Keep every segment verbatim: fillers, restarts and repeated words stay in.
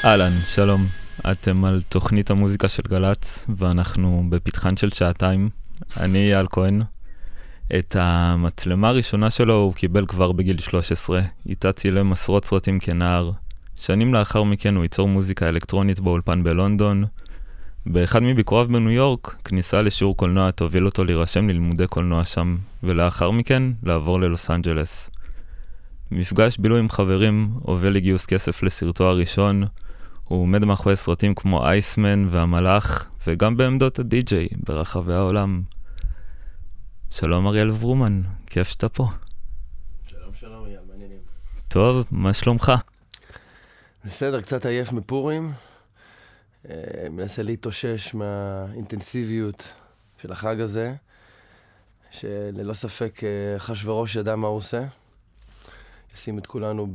אהלן, שלום. אתם על תוכנית המוזיקה של גלץ, ואנחנו בפתחן של שעתיים. אני אייל כהן. את המצלמה הראשונה שלו הוא קיבל כבר בגיל שלוש עשרה. איתה צילם עשרות סרטים כנער. שנים לאחר מכן הוא ייצור מוזיקה אלקטרונית באולפן בלונדון. באחד מביקוריו בניו יורק, כניסה לשיעור קולנוע תוביל אותו להירשם ללימודי קולנוע שם, ולאחר מכן לעבור ללוס אנג'לס. מפגש בילוי עם חברים הוביל לגיוס כסף לסרטו הראשון. הוא עומד מאחורי סרטים כמו אייסמן והמלאך, וגם בעמדות הדי-ג'יי ברחבי העולם. שלום אריאל ורומן, כיף שאתה פה. שלום שלום, אייל, מעניינים. טוב, מה שלומך? בסדר, קצת עייף מפורים. מנסה להתאושש מהאינטנסיביות של החג הזה, שללא ספק חשברוש ידע מה הוא עושה. ישים את כולנו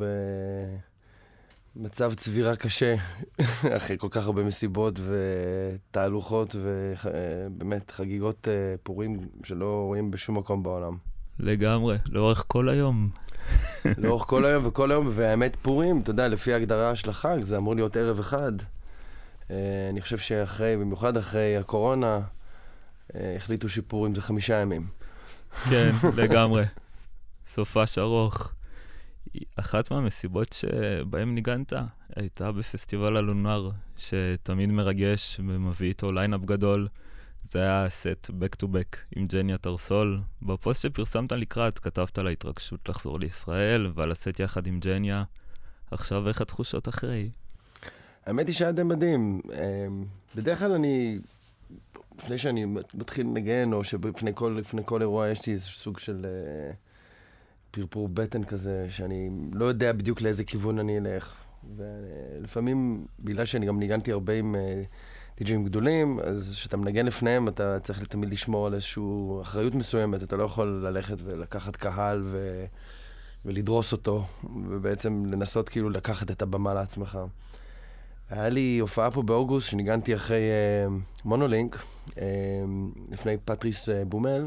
במצב צבירה קשה, אחרי כל כך הרבה מסיבות ותהלוכות ובאמת חגיגות פורים שלא רואים בשום מקום בעולם. לגמרי, לאורך כל היום. לאורך כל היום וכל היום, והאמת פורים, אתה יודע, לפי ההגדרה של החג, זה אמור להיות ערב אחד. אני חושב שאחרי, במיוחד אחרי הקורונה, החליטו שפורים זה חמישה ימים. כן, לגמרי. סופש ארוך. אחת מהמסיבות שבהם ניגנת הייתה בפסטיבל הלונר, שתמיד מרגש ומביא איתו ליינאפ גדול. זה היה סט back to back עם ג'ני הטרסול. בפוסט שפרסמת לקראת כתבת על ההתרגשות לחזור לישראל ועל הסט יחד עם ג'ניה. עכשיו איך התחושות אחרי? האמת היא שהיה די מדהים. בדרך כלל אני, לפני שאני מתחיל לנגן, או שבפני כל, לפני כל אירוע יש לי איזה סוג של פרפור בטן כזה, שאני לא יודע בדיוק לאיזה כיוון אני אלך. ולפעמים, בגלל שאני גם ניגנתי הרבה עם די-ג'יים גדולים, אז כשאתה מנגן לפניהם, אתה צריך תמיד לשמור על איזושהי אחריות מסוימת. אתה לא יכול ללכת ולקחת קהל ו... ולדרוס אותו, ובעצם לנסות כאילו לקחת את הבמה לעצמך. היה לי הופעה פה באוגוסט שניגנתי אחרי uh, מונולינק, uh, לפני פטריס uh, בומל,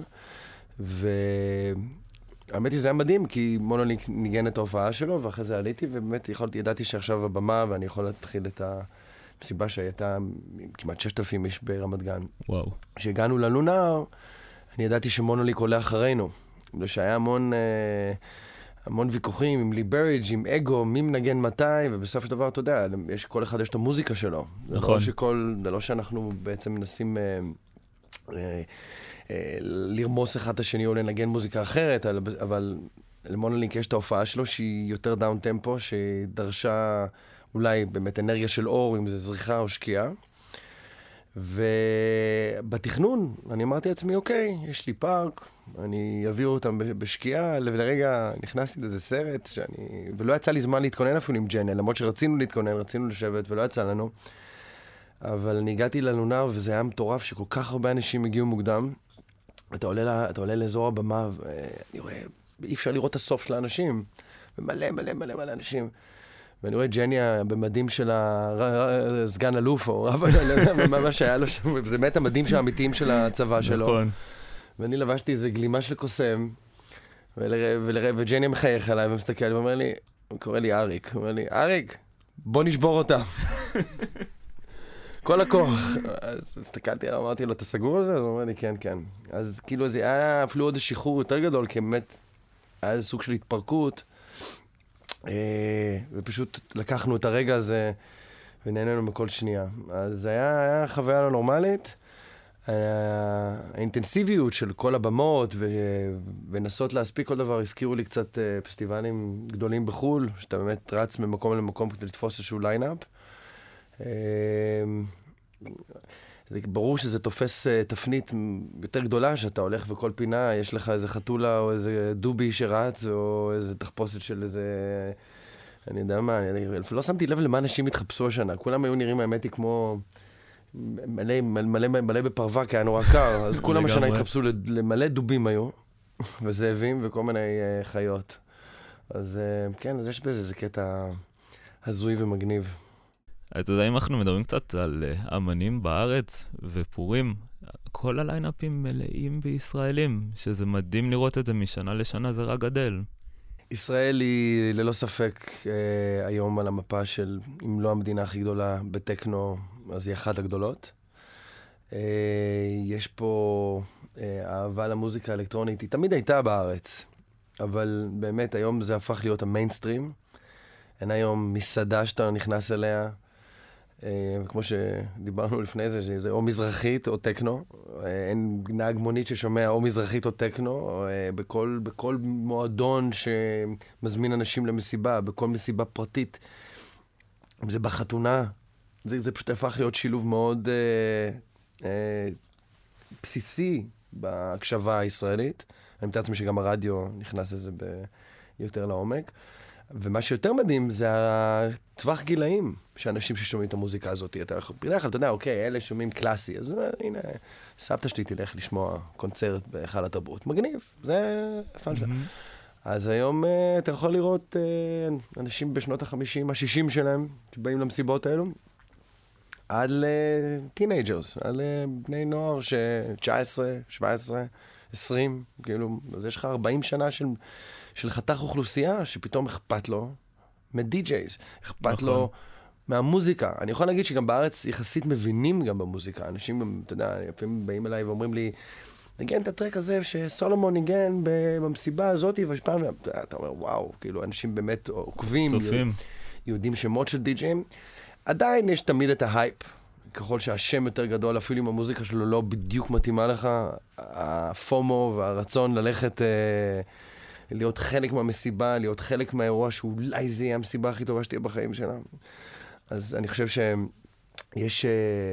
והאמת היא זה היה מדהים, כי מונולינק ניגן את ההופעה שלו, ואחרי זה עליתי, ובאמת יכולתי, ידעתי שעכשיו הבמה, ואני יכול להתחיל את המסיבה שהייתה כמעט ששת אלפים איש ברמת גן. וואו. כשהגענו ללונר, אני ידעתי שמונולינק עולה אחרינו, בגלל שהיה המון... Uh, המון ויכוחים עם ליבריג', עם אגו, מי מנגן מתי, ובסוף הדבר, אתה יודע, יש, כל אחד יש את המוזיקה שלו. נכון. זה לא, שכל, זה לא שאנחנו בעצם מנסים אה, אה, אה, לרמוס אחד את השני או לנגן מוזיקה אחרת, אבל למונולינק יש את ההופעה שלו שהיא יותר דאון טמפו, שדרשה אולי באמת אנרגיה של אור, אם זה זריחה או שקיעה. ובתכנון, אני אמרתי לעצמי, אוקיי, יש לי פארק, אני אביא אותם בשקיעה, ולרגע נכנסתי לזה סרט, שאני... ולא יצא לי זמן להתכונן אפילו עם ג'ניה, למרות שרצינו להתכונן, רצינו לשבת, ולא יצא לנו. אבל אני הגעתי ללונר, וזה היה מטורף שכל כך הרבה אנשים הגיעו מוקדם. אתה עולה, לה, אתה עולה לאזור הבמה, ואני רואה, אי אפשר לראות את הסוף של האנשים, ומלא מלא מלא מלא אנשים. ואני רואה ג'ניה במדים של הסגן אלוף, או רב, מה שהיה לו שם, וזה באמת המדים האמיתיים של הצבא שלו. נכון. ואני לבשתי איזה גלימה של קוסם, וג'ניה מחייך עליי ומסתכל, ואומר לי, הוא קורא לי אריק, הוא אומר לי, אריק, בוא נשבור אותה. כל הכוח. אז הסתכלתי עליו, אמרתי לו, אתה סגור על זה? אז הוא אומר לי, כן, כן. אז כאילו זה היה אפילו עוד שחרור יותר גדול, כי באמת היה איזה סוג של התפרקות, ופשוט לקחנו את הרגע הזה ונהנינו מכל שנייה. אז זה היה, היה חוויה לא נורמלית. האינטנסיביות של כל הבמות ונסות להספיק כל דבר, הזכירו לי קצת פסטיבלים גדולים בחול, שאתה באמת רץ ממקום למקום כדי לתפוס איזשהו ליינאפ. זה ברור שזה תופס תפנית יותר גדולה, שאתה הולך וכל פינה יש לך איזה חתולה או איזה דובי שרץ, או איזה תחפושת של איזה... אני יודע מה, אני לא שמתי לב למה אנשים התחפשו השנה. כולם היו נראים האמת היא כמו... מלא, מלא, מלא בפרווה, כי היה נורא קר, אז כולם השנה התחפשו למלא דובים היו, וזאבים וכל מיני חיות. אז כן, אז יש בזה, זה קטע הזוי ומגניב. אתה יודע, אם אנחנו מדברים קצת על אמנים בארץ ופורים, כל הליינאפים מלאים בישראלים, שזה מדהים לראות את זה משנה לשנה, זה רק גדל. ישראל היא ללא ספק אה, היום על המפה של, אם לא המדינה הכי גדולה בטכנו, אז היא אחת הגדולות. אה, יש פה אה, אהבה למוזיקה האלקטרונית, היא תמיד הייתה בארץ, אבל באמת היום זה הפך להיות המיינסטרים. אין היום מסעדה שאתה נכנס אליה, כמו שדיברנו לפני זה, שזה או מזרחית או טכנו. אין נהג מונית ששומע או מזרחית או טכנו. בכל, בכל מועדון שמזמין אנשים למסיבה, בכל מסיבה פרטית, זה בחתונה. זה, זה פשוט הפך להיות שילוב מאוד אה, אה, בסיסי בהקשבה הישראלית. אני מתאר לעצמי שגם הרדיו נכנס לזה ביותר לעומק. ומה שיותר מדהים זה הטווח גילאים שאנשים ששומעים את המוזיקה הזאת. אתה בדרך כלל, אתה יודע, אוקיי, אלה שומעים קלאסי, אז הנה, סבתא שלי תלך לשמוע קונצרט בהיכל התרבות. מגניב, זה פן שלה. אז היום אתה יכול לראות אנשים בשנות החמישים, השישים שלהם, שבאים למסיבות האלו, עד לטינג'רס, עד לבני נוער ש-תשע עשרה, שבע עשרה, עשרים, כאילו, אז יש לך ארבעים שנה של... של חתך אוכלוסייה שפתאום אכפת לו מדי-ג'ייז, אכפת לו מהמוזיקה. אני יכול להגיד שגם בארץ יחסית מבינים גם במוזיקה. אנשים גם, אתה יודע, לפעמים באים אליי ואומרים לי, נגן את הטרק הזה שסולומון ניגן במסיבה הזאת, ושפעם, אתה אומר, וואו, כאילו, אנשים באמת עוקבים, צופים. יודעים שמות של די-ג'יים. עדיין יש תמיד את ההייפ. ככל שהשם יותר גדול, אפילו אם המוזיקה שלו לא בדיוק מתאימה לך, הפומו והרצון ללכת... להיות חלק מהמסיבה, להיות חלק מהאירוע שאולי זה יהיה המסיבה הכי טובה שתהיה בחיים שלה. אז אני חושב שיש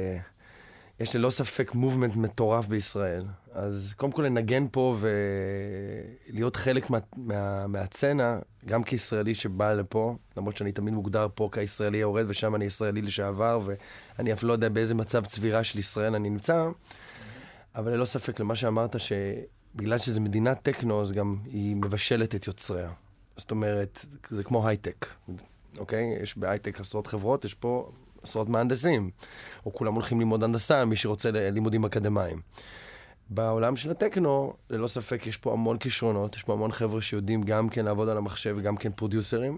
יש ללא ספק מובמנט מטורף בישראל. אז קודם כל לנגן פה ולהיות חלק מה, מה, מהצנה, גם כישראלי שבא לפה, למרות שאני תמיד מוגדר פה כישראלי יורד, ושם אני ישראלי לשעבר, ואני אף לא יודע באיזה מצב צבירה של ישראל אני נמצא, אבל ללא ספק למה שאמרת ש... בגלל שזה מדינת טכנו, אז גם היא מבשלת את יוצריה. זאת אומרת, זה כמו הייטק, אוקיי? יש בהייטק עשרות חברות, יש פה עשרות מהנדסים. או כולם הולכים ללמוד הנדסה, מי שרוצה לימודים אקדמיים. בעולם של הטכנו, ללא ספק, יש פה המון כישרונות, יש פה המון חבר'ה שיודעים גם כן לעבוד על המחשב וגם כן פרודיוסרים.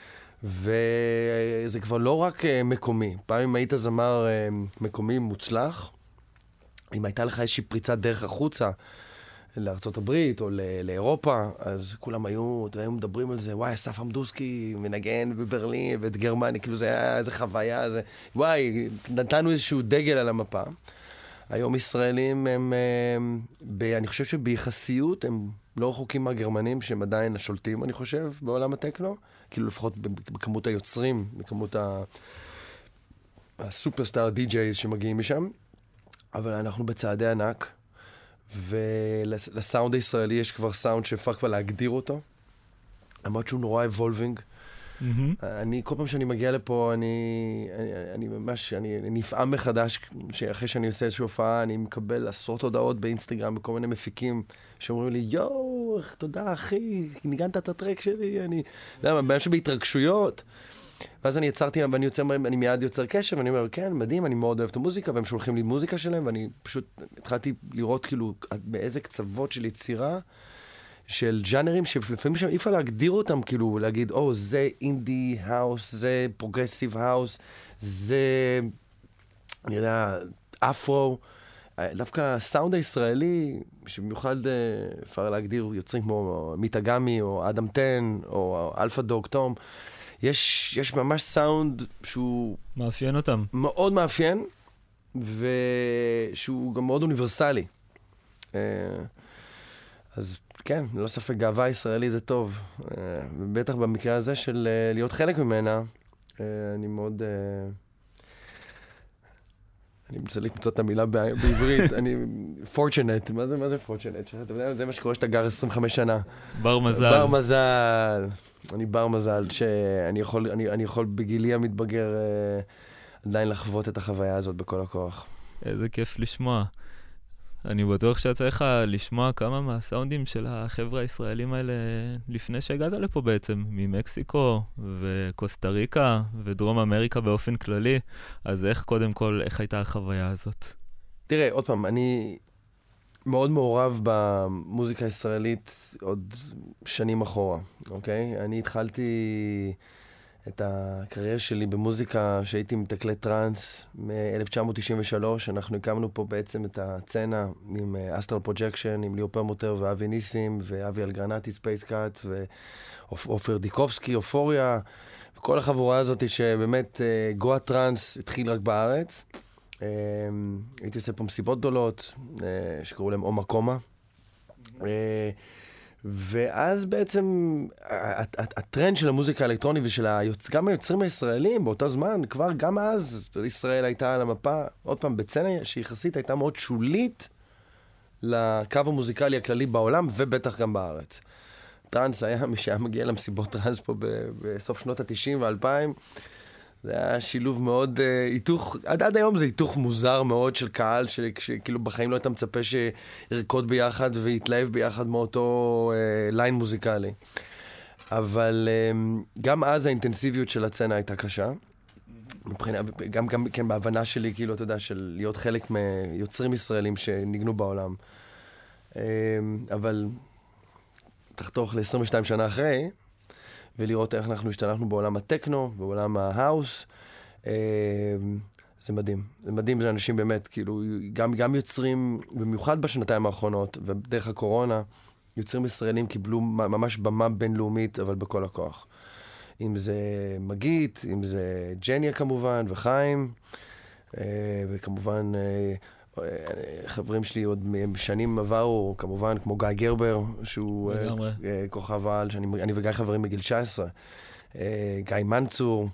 וזה כבר לא רק מקומי. פעם אם היית זמר מקומי מוצלח, אם הייתה לך איזושהי פריצת דרך החוצה, לארצות הברית או לאירופה, אז כולם היו, היו מדברים על זה, וואי, אסף עמדוסקי מנגן בברלין ואת גרמניה, כאילו זה היה איזה חוויה, זה, וואי, נתנו איזשהו דגל על המפה. היום ישראלים הם, הם ב, אני חושב שביחסיות הם לא רחוקים מהגרמנים שהם עדיין השולטים, אני חושב, בעולם הטכנו, כאילו לפחות בכמות היוצרים, בכמות ה, הסופרסטאר די-ג'ייז שמגיעים משם, אבל אנחנו בצעדי ענק, ולסאונד הישראלי יש כבר סאונד שאפשר כבר להגדיר אותו, למרות שהוא נורא אבולבינג. אני, כל פעם שאני מגיע לפה, אני, אני, אני ממש, אני נפעם מחדש, שאחרי שאני עושה איזושהי הופעה, אני מקבל עשרות הודעות באינסטגרם, בכל מיני מפיקים, שאומרים לי, יואו, תודה אחי, ניגנת את הטרק שלי, אני, למה, משהו בהתרגשויות. ואז אני יצרתי, ואני יוצר, אני מיד יוצר קשר, ואני אומר, כן, מדהים, אני מאוד אוהב את המוזיקה, והם שולחים לי מוזיקה שלהם, ואני פשוט התחלתי לראות כאילו באיזה קצוות של יצירה, של ג'אנרים, שלפעמים שם אי אפשר להגדיר אותם, כאילו להגיד, או, זה אינדי האוס, זה פרוגרסיב האוס, זה, אני יודע, אפרו, דווקא הסאונד הישראלי, שבמיוחד אפשר להגדיר יוצרים כמו מיטגמי, או אדם טן, או אלפא דוג תום, יש, יש ממש סאונד שהוא... מאפיין אותם. מאוד מאפיין, ושהוא גם מאוד אוניברסלי. אז כן, ללא ספק, גאווה ישראלי זה טוב. ובטח במקרה הזה של להיות חלק ממנה, אני מאוד... אני מנסה למצוא את המילה בעברית, אני... fortunate, מה זה, מה זה fortunate? זה מה שקורה שאתה גר עשרים וחמש שנה. בר מזל. בר מזל. אני בר מזל, שאני יכול, אני, אני יכול בגילי המתבגר אה, עדיין לחוות את החוויה הזאת בכל הכוח. איזה כיף לשמוע. אני בטוח שיצא לך לשמוע כמה מהסאונדים של החבר'ה הישראלים האלה לפני שהגעת לפה בעצם, ממקסיקו וקוסטה ריקה ודרום אמריקה באופן כללי. אז איך קודם כל, איך הייתה החוויה הזאת? תראה, עוד פעם, אני... מאוד מעורב במוזיקה הישראלית עוד שנים אחורה, אוקיי? אני התחלתי את הקריירה שלי במוזיקה שהייתי מתקלט טרנס מ-אלף תשע מאות תשעים ושלוש. אנחנו הקמנו פה בעצם את הצנה עם אסטרל פרוג'קשן, עם ליאור פרמוטר ואבי ניסים ואבי אלגרנטי, ספייס קאט ואופר דיקובסקי, אופוריה, וכל החבורה הזאת שבאמת גואה טרנס התחיל רק בארץ. הייתי עושה פה מסיבות גדולות שקראו להם אומה קומה. ואז בעצם הטרנד של המוזיקה האלקטרונית ושל גם היוצרים הישראלים באותו זמן, כבר גם אז ישראל הייתה על המפה, עוד פעם, בצנה שיחסית הייתה מאוד שולית לקו המוזיקלי הכללי בעולם ובטח גם בארץ. טרנס היה מי שהיה מגיע למסיבות טרנס פה בסוף שנות ה-תשעים ו-אלפיים. זה היה שילוב מאוד, היתוך, עד, עד היום זה היתוך מוזר מאוד של קהל, שכאילו בחיים לא היית מצפה שירקוד ביחד ויתלהב ביחד מאותו אה, ליין מוזיקלי. אבל אה, גם אז האינטנסיביות של הצנה הייתה קשה. מבחינה, גם, גם כן בהבנה שלי, כאילו, אתה יודע, של להיות חלק מיוצרים ישראלים שניגנו בעולם. אה, אבל תחתוך ל-עשרים ושתיים שנה אחרי, ולראות איך אנחנו השתלחנו בעולם הטקנו, בעולם ההאוס. זה מדהים. זה מדהים, זה אנשים באמת, כאילו, גם, גם יוצרים, במיוחד בשנתיים האחרונות, ודרך הקורונה, יוצרים ישראלים קיבלו ממש במה בינלאומית, אבל בכל הכוח. אם זה מגית, אם זה ג'ניה כמובן, וחיים, וכמובן, חברים שלי עוד שנים עברו, כמובן, כמו גיא גרבר, שהוא כוכב העל, שאני וגיא חברים מגיל תשע עשרה, גיא מנצור,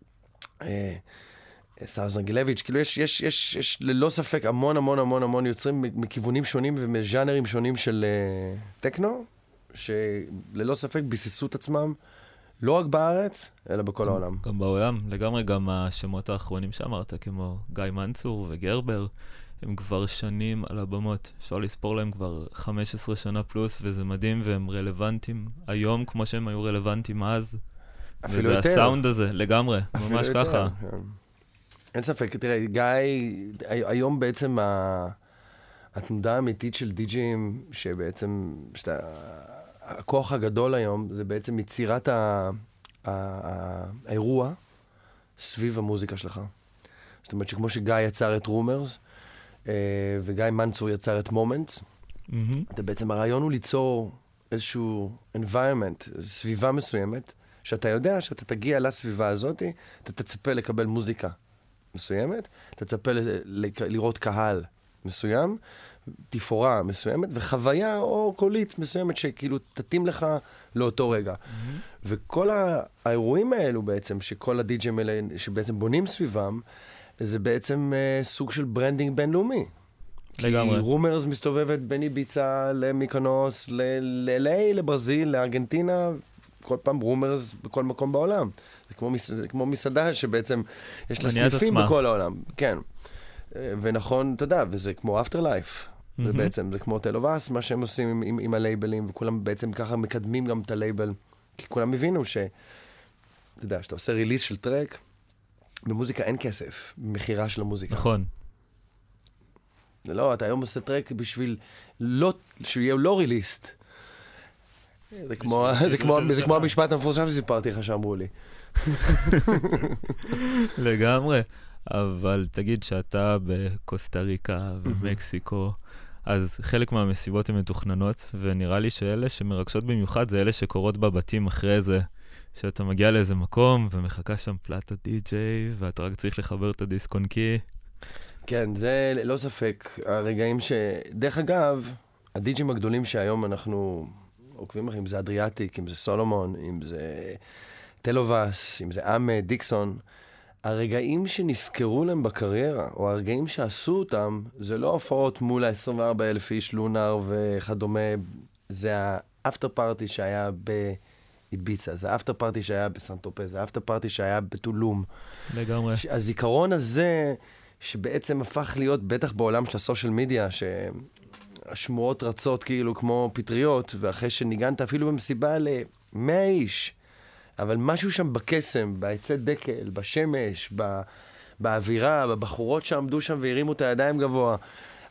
סער זנגילביץ', כאילו יש, יש, יש, יש ללא ספק המון המון המון המון יוצרים מכיוונים שונים ומז'אנרים שונים של טכנו, שללא ספק ביססו את עצמם, לא רק בארץ, אלא בכל העולם. גם בעולם, לגמרי גם השמות האחרונים שאמרת, כמו גיא מנצור וגרבר, הם כבר שנים על הבמות. אפשר לספור להם כבר חמש עשרה שנה פלוס, וזה מדהים, והם רלוונטיים היום כמו שהם היו רלוונטיים אז. אפילו וזה יותר. הסאונד הזה, לגמרי, ממש יותר, ככה. כן. אין ספק, תראה, גיא, היום בעצם ה... התנודה האמיתית של די-ג'ים, שבעצם, שאתה... הכוח הגדול היום, זה בעצם יצירת ה... ה... האירוע סביב המוזיקה שלך. זאת אומרת שכמו שגיא יצר את רומרס, וגיא מנצור יצר את מומנטס, אתה בעצם, הרעיון הוא ליצור איזשהו environment, סביבה מסוימת, שאתה יודע שאתה תגיע לסביבה הזאת, אתה תצפה לקבל מוזיקה מסוימת, אתה תצפה לראות קהל מסוים, תפאורה מסוימת, וחוויה או קולית מסוימת שכאילו תתאים לך לאותו רגע. וכל האירועים האלו בעצם, שכל הדי-ג'ים האלה שבעצם בונים סביבם, זה בעצם uh, סוג של ברנדינג בינלאומי. לגמרי. כי רומרס מסתובבת בין איביצה למיקונוס, ל-אל איי, לברזיל, לארגנטינה, כל פעם רומרס בכל מקום בעולם. זה כמו, מס... זה כמו מסעדה שבעצם יש לה סניפים בכל העולם. כן. ונכון, אתה יודע, וזה כמו Afterlife. Mm-hmm. ובעצם זה כמו טלובאס, מה שהם עושים עם, עם, עם הלייבלים, וכולם בעצם ככה מקדמים גם את הלייבל. כי כולם הבינו ש... אתה יודע, שאתה עושה ריליס של טרק, במוזיקה אין כסף, במחירה של המוזיקה. נכון. זה לא, אתה היום עושה טרק בשביל לא, שיהיה לא ריליסט. זה כמו, זה כמו, זה כמו המשפט המפורסם שסיפרתי לך שאמרו לי. לגמרי. אבל תגיד שאתה בקוסטה ריקה ומקסיקו, אז חלק מהמסיבות הן מתוכננות, ונראה לי שאלה שמרגשות במיוחד זה אלה שקורות בבתים אחרי זה. שאתה מגיע לאיזה מקום ומחכה שם פלטה די-ג'יי, ואתה רק צריך לחבר את הדיסק און קי. כן, זה לא ספק. הרגעים ש... דרך אגב, הדי-ג'ים הגדולים שהיום אנחנו עוקבים אחרים, אם זה אדריאטיק, אם זה סולומון, אם זה טלובאס, אם זה אמד, דיקסון, הרגעים שנזכרו להם בקריירה, או הרגעים שעשו אותם, זה לא הופעות מול ה-עשרים וארבעה אלף איש, לונר וכדומה, זה האפטר פארטי שהיה ב... איביצה, זה האפטר פארטי שהיה בסנטופה, זה האפטר פארטי שהיה בטולום. לגמרי. הזיכרון הזה, שבעצם הפך להיות, בטח בעולם של הסושיאל מדיה, שהשמועות רצות כאילו כמו פטריות, ואחרי שניגנת אפילו במסיבה ל-מאה איש, אבל משהו שם בקסם, בעצי דקל, בשמש, בא... באווירה, בבחורות שעמדו שם והרימו את הידיים גבוה,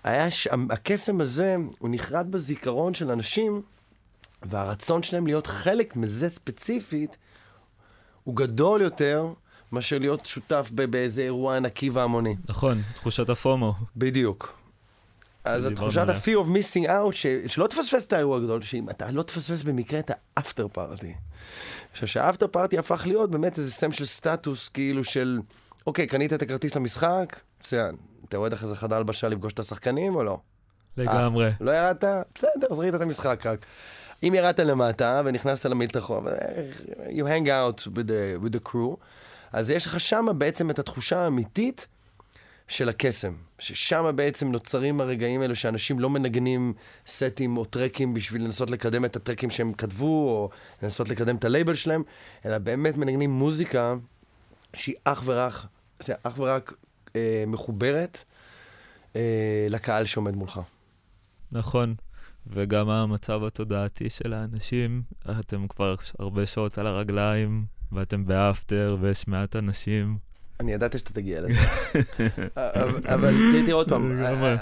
היה ש... הקסם הזה, הוא נחרד בזיכרון של אנשים, והרצון שלהם להיות חלק מזה ספציפית, הוא גדול יותר, מאשר להיות שותף באיזה אירוע ענקי והמוני. נכון, תחושת הפומו. בדיוק. אז התחושת ה-fear of missing out, ש... שלא תפספס את האירוע הגדול, שאם אתה לא תפספס במקרה את האפטר פארטי. עכשיו שהאפטר פארטי הפך להיות באמת איזה סם של סטטוס, כאילו של, אוקיי, קנית את הכרטיס למשחק, מצוין. אתה רואה איך זה חדר הלבשה לפגוש את השחקנים או לא? לגמרי. לא ירדת? בסדר, אז ראית את המשחק רק. אם ירדת למטה ונכנסת למלתחוב, you hang out with the, with the crew, אז יש לך שמה בעצם את התחושה האמיתית של הקסם, ששמה בעצם נוצרים הרגעים האלו שאנשים לא מנגנים סטים או טרקים בשביל לנסות לקדם את הטרקים שהם כתבו, או לנסות לקדם את הלייבל שלהם, אלא באמת מנגנים מוזיקה שהיא אך ורק, אך ורק אה, מחוברת אה, לקהל שעומד מולך. נכון. וגם המצב התודעתי של האנשים, אתם כבר הרבה שעות על הרגליים, ואתם באפטר, ויש מעט אנשים. אני ידעתי שאתה תגיע לזה. אבל תראי עוד פעם,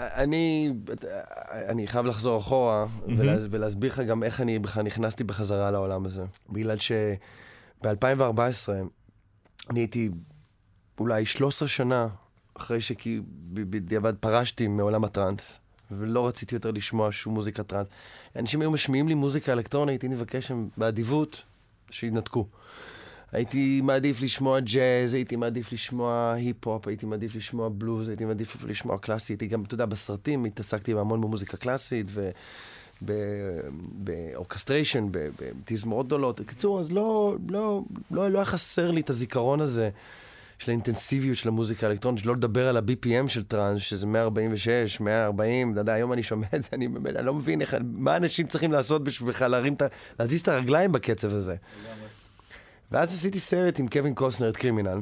אני חייב לחזור אחורה, ולהסביר לך גם איך אני בכלל נכנסתי בחזרה לעולם הזה. בגלל שב-אלפיים וארבע עשרה, אני הייתי אולי שלוש עשרה שנה, אחרי שבדיעבד פרשתי מעולם הטרנס, ולא רציתי יותר לשמוע שום מוזיקה טרנס. אנשים היו משמיעים לי מוזיקה אלקטרונית, הייתי מבקש שם באדיבות שיתנתקו. הייתי מעדיף לשמוע ג'אז, הייתי מעדיף לשמוע היפ-הופ, הייתי מעדיף לשמוע בלוז, הייתי מעדיף לשמוע קלאסי. הייתי גם, אתה יודע, בסרטים התעסקתי המון במוזיקה קלאסית ובאורקסטריישן, בתזמורות גדולות. בקיצור, אז לא, לא, לא, לא היה חסר לי את הזיכרון הזה של האינטנסיביות של המוזיקה האלקטרונית, שלא לדבר על ה-בי פי אם של טרנס, שזה מאה ארבעים ושש, מאה וארבעים, אתה יודע, היום אני שומע את זה, אני באמת, אני לא מבין איך, מה אנשים צריכים לעשות בשביל להרים את, להזיז את הרגליים בקצב הזה. ואז עשיתי סרט עם קווין קוסנר, את קרימינל,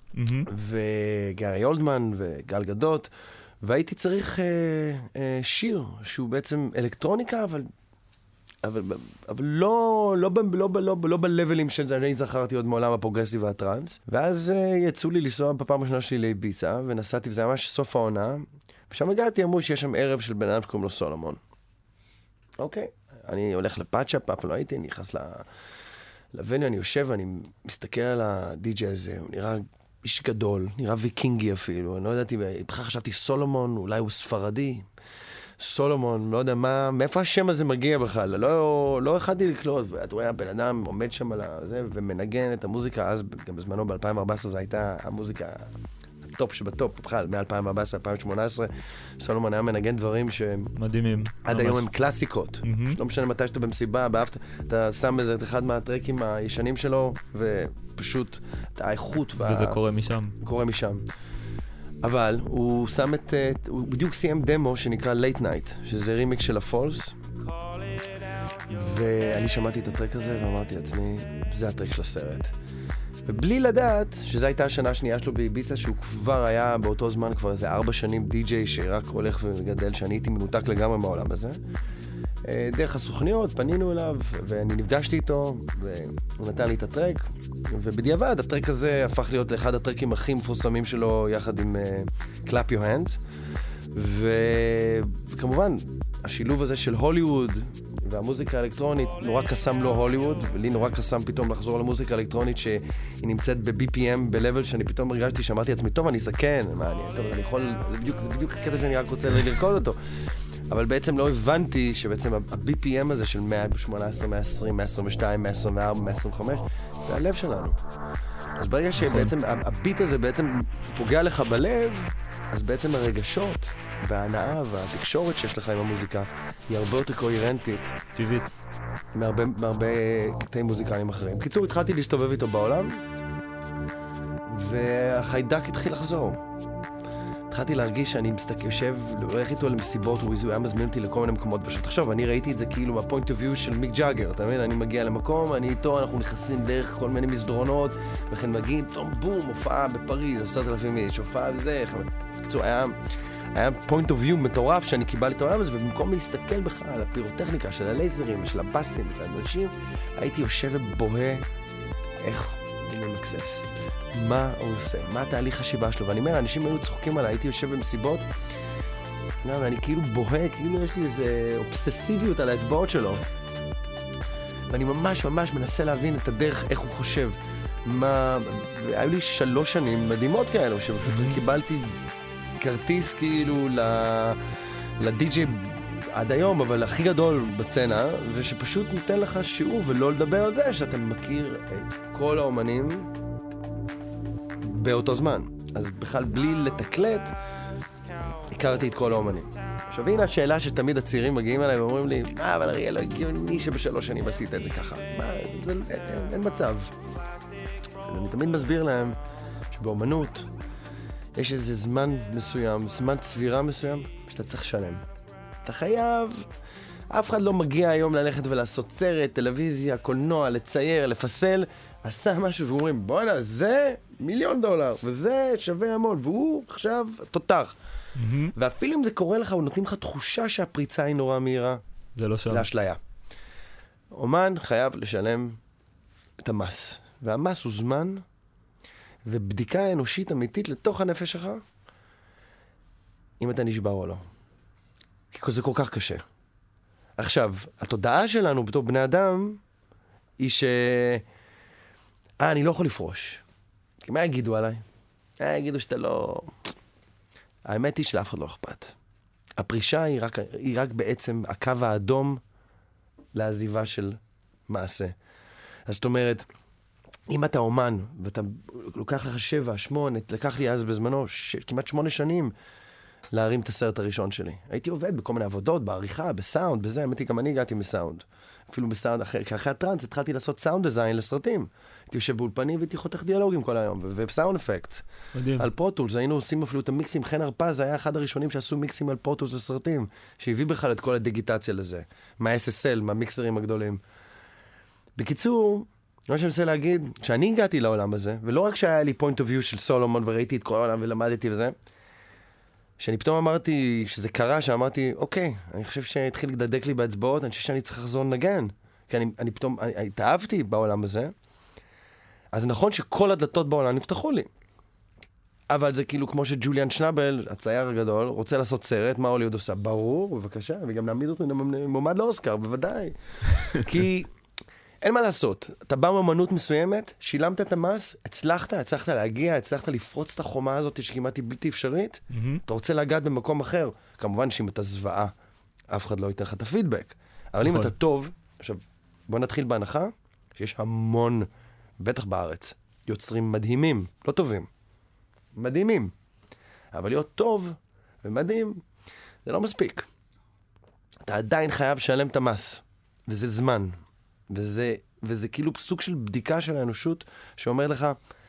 וגארי אולדמן וגל גדות, והייתי צריך שיר שהוא בעצם אלקטרוניקה, אבל אבל, אבל לא, לא, לא, לא, לא בלבלים של זה, אני זכרתי עוד מעולם הפרוגרסיב והטרנס. ואז uh, יצאו לי לנסוע בפעם השנה שלי לאביצה, ונסעתי, וזה ממש סוף העונה, ושם הגעתי, אמרו שיש שם ערב של בן אדם שקוראים לו סולומון. אוקיי, אני הולך לפאצ'אפ, אף לא הייתי, אני נכנס לווניו, אני יושב, ואני מסתכל על הדי-ג'יי הזה, הוא נראה איש גדול, נראה ויקינגי אפילו, אני לא ידעתי, בכלל חשבתי סולומון, אולי הוא ספרדי, סולומון, לא יודע מה, מאיפה השם הזה מגיע בכלל, לא, לא החלטתי לקלוט, ואתה רואה, הבן אדם עומד שם על זה, ומנגן את המוזיקה, אז גם בזמנו, ב-אלפיים וארבע עשרה, זו הייתה המוזיקה הטופ שבטופ, בכלל, מ-אלפיים וארבע עשרה עד אלפיים שמונה עשרה, סולומון היה מנגן דברים שהם... מדהימים. עד היום הם קלאסיקות. לא משנה מתי שאתה במסיבה, באפת, אתה שם איזה אחד מהטרקים הישנים שלו, ופשוט, את האיכות וה... וזה קורה משם. קורה משם. אבל הוא שם את, הוא בדיוק סיים דמו שנקרא Late Night, שזה רימיק של הפולס, ואני שמעתי את הטרק הזה ואמרתי לעצמי, זה הטרק של הסרט. ובלי לדעת שזו הייתה השנה השנייה שלו באביצה, שהוא כבר היה באותו זמן כבר איזה ארבע שנים די-ג'יי שרק הולך ומגדל, שאני הייתי מנותק לגמרי מהעולם הזה. דרך הסוכניות, פנינו אליו, ואני נפגשתי איתו, והוא נתן לי את הטרק, ובדיעבד הטרק הזה הפך להיות לאחד הטרקים הכי מפורסמים שלו, יחד עם uh, Clap Your Hands, ו... וכמובן, השילוב הזה של הוליווד, והמוזיקה האלקטרונית, נורא קסם לו הוליווד, ולי נורא קסם פתאום לחזור למוזיקה האלקטרונית, שהיא נמצאת ב-בי פי אם, ב-level שאני פתאום הרגשתי, שאמרתי לעצמי, טוב, אני זקן, מה, אני, טוב, אני יכול, זה בדיוק, זה בדיוק הקטע שאני רק רוצה לרקוד אותו. אבל בעצם לא הבנתי שבעצם ה-בי פי אם הזה של מאה שמונה עשרה, מאה עשרים, מאה עשרים ושתיים, מאה עשרים וארבע, מאה עשרים וחמש, זה הלב שלנו. אז ברגע שבעצם הביט הזה בעצם פוגע לך בלב, אז בעצם הרגשות וההנאה והתקשורת שיש לך עם המוזיקה היא הרבה יותר קוהרנטית. טבעית. מהרבה, מהרבה קטעים מוזיקליים אחרים. בקיצור, התחלתי להסתובב איתו בעולם, והחיידק התחיל לחזור. התחלתי להרגיש שאני מסתכל, יושב, הולך איתו למסיבות, הוא היה מזמין אותי לכל מיני מקומות, ושוב, תחשוב, אני ראיתי את זה כאילו מהפוינט אוף ויו של מיק ג'אגר, אתה מבין? אני מגיע למקום, אני איתו, אנחנו נכנסים דרך כל מיני מסדרונות, וכן מגיעים, פתאום בום, הופעה בפריז, עשרת אלפים איש, הופעה וזה, בקיצור, היה, היה פוינט אוף ויו מטורף שאני קיבלתי את העולם הזה, ובמקום להסתכל בכלל על הפירוטכניקה של הלייזרים, של הבאסים, של האנשים, הייתי יושב ובוהה איך הוא ממקסס. מה הוא עושה, מה התהליך חשיבה שלו, ואני אומר, אנשים היו צוחקים עליי, הייתי יושב במסיבות, ואני כאילו בוהה, כאילו יש לי איזה אובססיביות על האצבעות שלו. ואני ממש ממש מנסה להבין את הדרך, איך הוא חושב. מה... היו לי שלוש שנים מדהימות כאלו, שפשוט קיבלתי כרטיס כאילו לדי-ג'יי עד היום, אבל הכי גדול בצנה, ושפשוט נותן לך שיעור ולא לדבר על זה, שאתה מכיר את כל האומנים באותו זמן. אז בכלל בלי לתקלט, הכרתי את כל האומנים. עכשיו הנה השאלה שתמיד הצעירים מגיעים אליי ואומרים לי, מה, אבל אריאל לא הגיוני שבשלוש שנים עשית את זה ככה. מה, זה, אין, אין מצב. אז אני תמיד מסביר להם שבאומנות יש איזה זמן מסוים, זמן צבירה מסוים, שאתה צריך לשלם. אתה חייב, אף אחד לא מגיע היום ללכת ולעשות סרט, טלוויזיה, קולנוע, לצייר, לפסל, עשה משהו ואומרים, בוא'נה, זה מיליון דולר, וזה שווה המון, והוא עכשיו תותח. Mm-hmm. ואפילו אם זה קורה לך, הוא נותנים לך תחושה שהפריצה היא נורא מהירה. זה לא שם. זה אשליה. אומן חייב לשלם את המס. והמס הוא זמן, ובדיקה אנושית אמיתית לתוך הנפש שלך, אם אתה נשבר או לא. כי זה כל כך קשה. עכשיו, התודעה שלנו בתור בני אדם, היא ש... אה, אני לא יכול לפרוש. כי מה יגידו עליי? אה, יגידו שאתה לא... האמת היא שלאף אחד לא אכפת. הפרישה היא רק, היא רק בעצם הקו האדום לעזיבה של מעשה. אז זאת אומרת, אם אתה אומן, ואתה לוקח לך שבע, שמונה, לקח לי אז בזמנו ש... כמעט שמונה שנים להרים את הסרט הראשון שלי. הייתי עובד בכל מיני עבודות, בעריכה, בסאונד, בזה, האמת היא, גם אני הגעתי מסאונד. אפילו בסאונד, אחרי, אחרי הטרנס, התחלתי לעשות סאונד דיזיין לסרטים. הייתי יושב באולפנים והייתי חותך דיאלוגים כל היום, וסאונד אפקטס. מדהים. על פרוטולס, היינו עושים אפילו את המיקסים, חן הרפז היה אחד הראשונים שעשו מיקסים על פרוטולס לסרטים, שהביא בכלל את כל הדיגיטציה לזה, מה-אס אס אל, מהמיקסרים הגדולים. בקיצור, מה שאני רוצה להגיד, שאני הגעתי לעולם הזה, ולא רק שהיה לי point of view של סולומון, וראיתי את כל העולם ולמדתי וזה, שאני פתאום אמרתי, שזה קרה, שאמרתי, אוקיי, אני חושב שהתחיל לדדק לי באצבעות, אני חושב שאני צריך לחזור לנגן. כי אני, אני פתאום, אני, אני התאהבתי בעולם הזה, אז נכון שכל הדלתות בעולם נפתחו לי. אבל זה כאילו כמו שג'וליאן שנאבל, הצייר הגדול, רוצה לעשות סרט, מה הוליווד עושה? ברור, בבקשה, וגם נעמיד אותו מועמד לאוסקר, בוודאי. כי אין מה לעשות, אתה בא מאמנות מסוימת, שילמת את המס, הצלחת, הצלחת להגיע, הצלחת לפרוץ את החומה הזאת שכמעט היא בלתי אפשרית, mm-hmm. אתה רוצה לגעת במקום אחר, כמובן שאם אתה זוועה, אף אחד לא ייתן לך את הפידבק. אבל אם אתה טוב, עכשיו, בוא נתחיל בהנחה, שיש המון, בטח בארץ, יוצרים מדהימים, לא טובים, מדהימים. אבל להיות טוב ומדהים, זה לא מספיק. אתה עדיין חייב לשלם את המס, וזה זמן. וזה, וזה כאילו סוג של בדיקה של האנושות שאומר לך,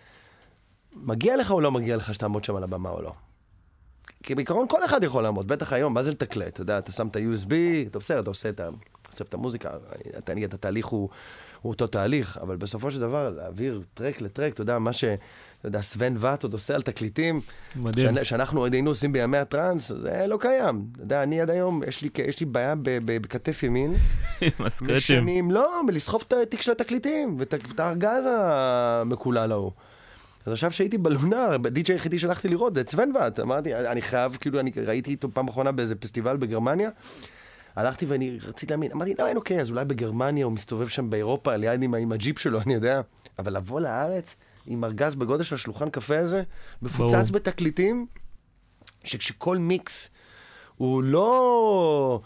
מגיע לך או לא מגיע לך שתעמוד שם על הבמה או לא? כי בעיקרון כל אחד יכול לעמוד, בטח היום, מה זה לתקלט? אתה יודע, אתה שם את ה-יו אס בי, אתה בסדר, אתה עושה את, עושה את המוזיקה, אתה נגיד, התהליך הוא, הוא אותו תהליך, אבל בסופו של דבר, להעביר טרק לטרק, אתה יודע, מה ש... אתה יודע, סוון וט עוד עושה על תקליטים, מדהים. שאנחנו עוד היינו עושים בימי הטרנס, זה לא קיים. אתה יודע, אני עד היום, יש לי, יש לי בעיה בכתף ימין. משנים, לא, לסחוב את התיק של התקליטים, ואת הארגז המקולל ההוא. אז עכשיו שהייתי בלונר, די-ג'יי היחידי שלחתי לראות, זה את סוון וט. אמרתי, אני חייב, כאילו, אני ראיתי איתו פעם אחרונה באיזה פסטיבל בגרמניה, הלכתי ואני רציתי להאמין, אמרתי, לא, אין אוקיי, אז אולי בגרמניה הוא מסתובב שם באירופה, על יד עם הג'יפ שלו, אני יודע. אבל לבוא לארץ עם ארגז בגודל של השולחן קפה הזה, מפוצץ בתקליטים, שכשכל מיקס הוא לא...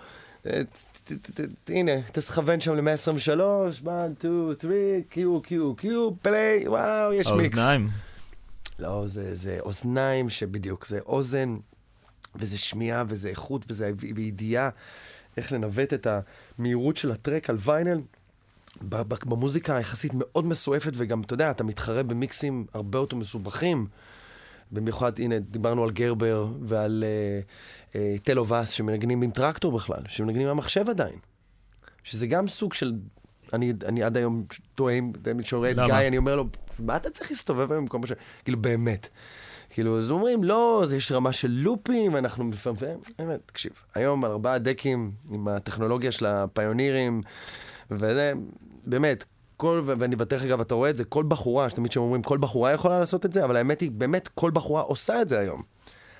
הנה, תסכוון שם ל-מאה עשרים ושלוש, אחת, שתיים, שלוש, קיו, קיו, קיו, פליי, וואו, יש מיקס. האוזניים. לא, זה אוזניים שבדיוק, זה אוזן, וזה שמיעה, וזה איכות, וזה בידיעה, איך לנווט את המהירות של הטרק על ויינל. במוזיקה היחסית מאוד מסועפת, וגם, אתה יודע, אתה מתחרה במיקסים הרבה יותר מסובכים. במיוחד, הנה, דיברנו על גרבר ועל uh, uh, טלו ואס, שמנגנים עם טרקטור בכלל, שמנגנים עם המחשב עדיין. שזה גם סוג של... אני, אני עד היום טועים, שרואה את גיא, אני אומר לו, מה אתה צריך להסתובב היום במקום משהו? כאילו, באמת. כאילו, אז אומרים, לא, זה יש רמה של לופים, ואנחנו מפעמים, באמת, תקשיב. היום על ארבעה דקים, עם הטכנולוגיה של הפיונירים, וזה, באמת, כל, ואני בטח אגב, אתה רואה את זה, כל בחורה, שתמיד שאומרים, כל בחורה יכולה לעשות את זה, אבל האמת היא, באמת, כל בחורה עושה את זה היום.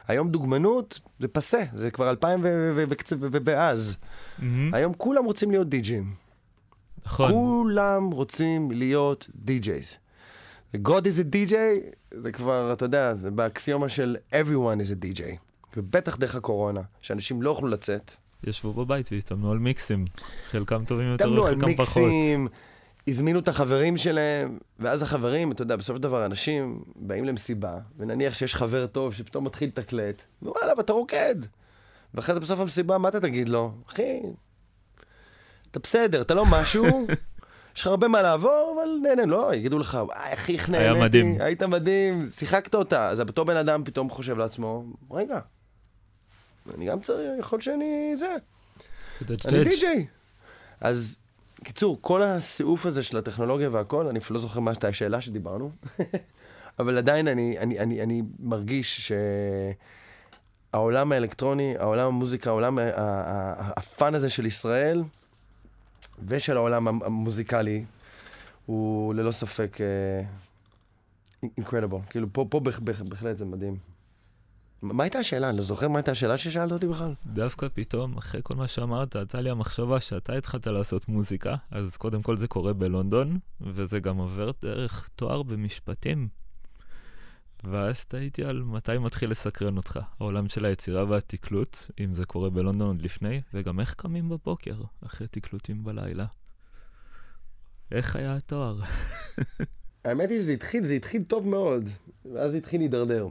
היום דוגמנות זה פסה, זה כבר אלפיים ובאז. היום כולם רוצים להיות די-ג'ים. נכון. כולם רוצים להיות די-ג'ייז. God is a די ג'יי, זה כבר, אתה יודע, זה באקסיומה של everyone is a די ג'יי. ובטח דרך הקורונה, שאנשים לא יכולו לצאת. ישבו בבית והתאמנו על מיקסים. חלקם טובים יותר התאמנו על וחלקם פחות. מיקסים, הזמינו את החברים שלהם, ואז החברים, אתה יודע, בסוף דבר, אנשים באים למסיבה, ונניח שיש חבר טוב שפתאום מתחיל לתקלט, ווואלה, ואתה רוקד. ואחרי זה בסוף המסיבה, מה אתה תגיד לו? אחי, אתה בסדר, אתה לא משהו, יש לך הרבה מה לעבור, אבל נהנה, לא, יגידו לך, אחי, איך נהניתי, היה מדהים. היית מדהים, שיחקת אותה. אז אותו בן אדם פתאום חושב לעצמו, רגע, אני גם צריך, יכול שאני זה. אני די-ג'יי. אז, קיצור, כל הסיעוף הזה של הטכנולוגיה והכל, אני לא זוכר מה הייתה השאלה שדיברנו, אבל עדיין אני, אני, אני, אני מרגיש שהעולם האלקטרוני, העולם המוזיקה, העולם, הפן הזה של ישראל, ושל העולם המוזיקלי, הוא ללא ספק אינקרדיבל. כאילו, פה, פה בהחלט זה מדהים. מה הייתה השאלה? אני לא זוכר מה הייתה השאלה ששאלת אותי בכלל? דווקא פתאום, אחרי כל מה שאמרת, הייתה לי המחשבה שאתה התחלת לעשות מוזיקה, אז קודם כל זה קורה בלונדון, וזה גם עובר דרך תואר במשפטים. ואז תהיתי על מתי מתחיל לסקרן אותך, העולם של היצירה והתקלוט, אם זה קורה בלונדון עוד לפני, וגם איך קמים בבוקר, אחרי תקלוטים בלילה. איך היה התואר? האמת היא שזה התחיל, זה התחיל טוב מאוד, ואז זה התחיל להידרדר.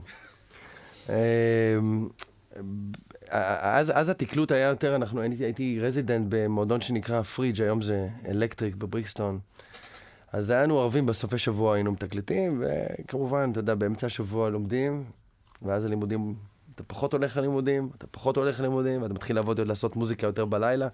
אז, אז התקלוט היה יותר, אנחנו, הייתי, הייתי רזידנט במועדון שנקרא פריג', היום זה אלקטריק בבריקסטון. אז היינו ערבים בסופי שבוע, היינו מתקלטים, וכמובן, אתה יודע, באמצע השבוע לומדים, ואז הלימודים, אתה פחות הולך ללימודים, אתה פחות הולך ללימודים, ואתה מתחיל לעבוד, לעשות מוזיקה יותר בלילה.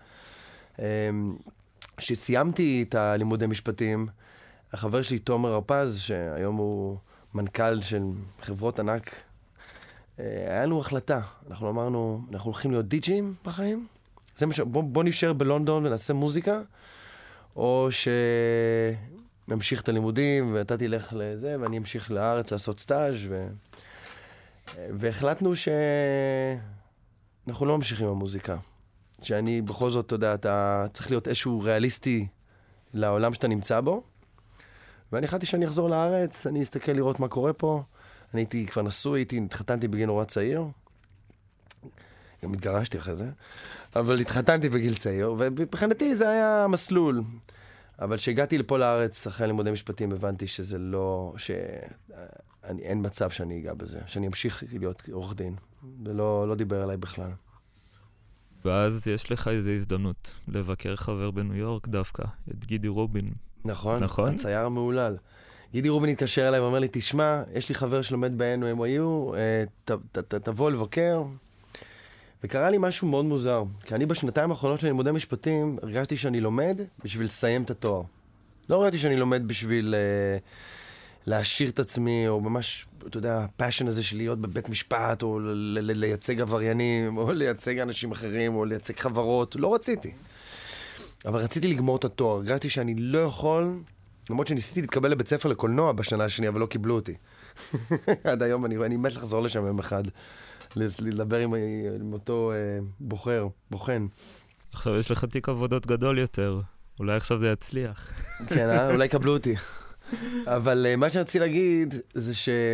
כשסיימתי את הלימודי משפטים, החבר שלי, תומר הרפז, שהיום הוא מנכ"ל של חברות ענק, היה לנו החלטה. אנחנו אמרנו, אנחנו הולכים להיות די-ג'ים בחיים, זה מה ש... בוא, בוא נשאר בלונדון ונעשה מוזיקה, או שנמשיך את הלימודים, ואתה תלך לזה, ואני אמשיך לארץ לעשות סטאז' ו... והחלטנו שאנחנו לא ממשיכים עם המוזיקה. שאני בכל זאת, אתה יודע, אתה צריך להיות איזשהו ריאליסטי לעולם שאתה נמצא בו, ואני החלטתי שאני אחזור לארץ, אני אסתכל לראות מה קורה פה. אני הייתי כבר נשוי, הייתי, התחתנתי בגיל נורא צעיר, גם התגרשתי אחרי זה, אבל התחתנתי בגיל צעיר, ובחינתי זה היה מסלול. אבל כשהגעתי לפה לארץ, אחרי לימודי משפטים, הבנתי שזה לא, שאין מצב שאני אגע בזה, שאני אמשיך להיות עורך דין, ולא לא דיבר עליי בכלל. ואז יש לך איזו הזדמנות לבקר חבר בניו יורק דווקא, את גידי רובין. נכון, נכון? הצייר המעולל. גידי רובין התקשר אליי ואומר לי, תשמע, יש לי חבר שלומד ב-אן וואי יו, ת, ת, ת, תבוא לבקר. וקרה לי משהו מאוד מוזר, כי אני בשנתיים האחרונות ללימודי משפטים, הרגשתי שאני לומד בשביל לסיים את התואר. לא הרגשתי שאני לומד בשביל uh, להשאיר את עצמי, או ממש, אתה יודע, הפאשן הזה של להיות בבית משפט, או ל- ל- לייצג עבריינים, או לייצג אנשים אחרים, או לייצג חברות. לא רציתי. אבל רציתי לגמור את התואר. הרגשתי שאני לא יכול... למרות שניסיתי להתקבל לבית ספר לקולנוע בשנה השנייה, אבל לא קיבלו אותי. עד היום אני, אני מת לחזור לשם יום אחד, לדבר עם, עם אותו אה, בוחר, בוחן. עכשיו יש לך תיק עבודות גדול יותר, אולי עכשיו זה יצליח. כן, אה? אולי קבלו אותי. אבל אה, מה שרציתי להגיד זה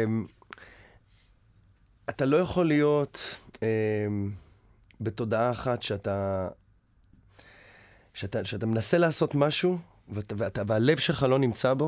שאתה לא יכול להיות אה, בתודעה אחת שאתה, שאתה, שאתה מנסה לעשות משהו, ואתה, ואתה, והלב שלך לא נמצא בו,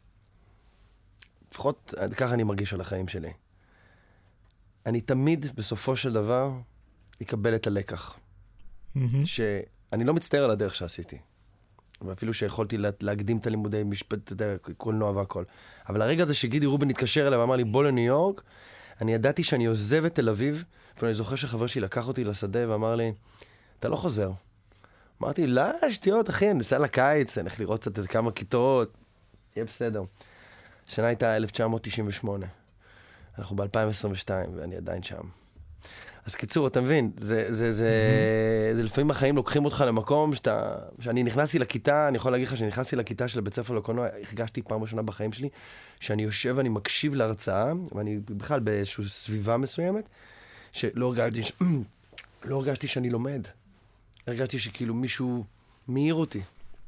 לפחות ככה אני מרגיש על החיים שלי. אני תמיד, בסופו של דבר, אקבל את הלקח. Mm-hmm. שאני לא מצטער על הדרך שעשיתי. ואפילו שיכולתי לה, להקדים את הלימודי משפט, אתה יודע, קולנוע והכל. אבל הרגע הזה שגידי רובין התקשר אליי ואמר לי, בוא לניו יורק, אני ידעתי שאני עוזב את תל אביב, ואני זוכר שחבר שלי לקח אותי לשדה ואמר לי, אתה לא חוזר. אמרתי, לא, שטויות, אחי, אני נוסע לקיץ, אני הולך לראות קצת איזה כמה כיתות, יהיה בסדר. השנה הייתה אלף תשע מאות תשעים ושמונה. אנחנו ב-אלפיים עשרים ושתיים, ואני עדיין שם. אז קיצור, אתה מבין, זה, זה, זה, mm-hmm. זה לפעמים החיים לוקחים אותך למקום שאתה, שאני נכנסתי לכיתה, אני יכול להגיד לך שנכנסתי לכיתה של בית ספר לקולנוע, הרגשתי פעם ראשונה בחיים שלי, שאני יושב ואני מקשיב להרצאה, ואני בכלל באיזושהי סביבה מסוימת, שלא הרגשתי, ש... לא הרגשתי שאני לומד. הרגשתי שכאילו מישהו מעיר אותי.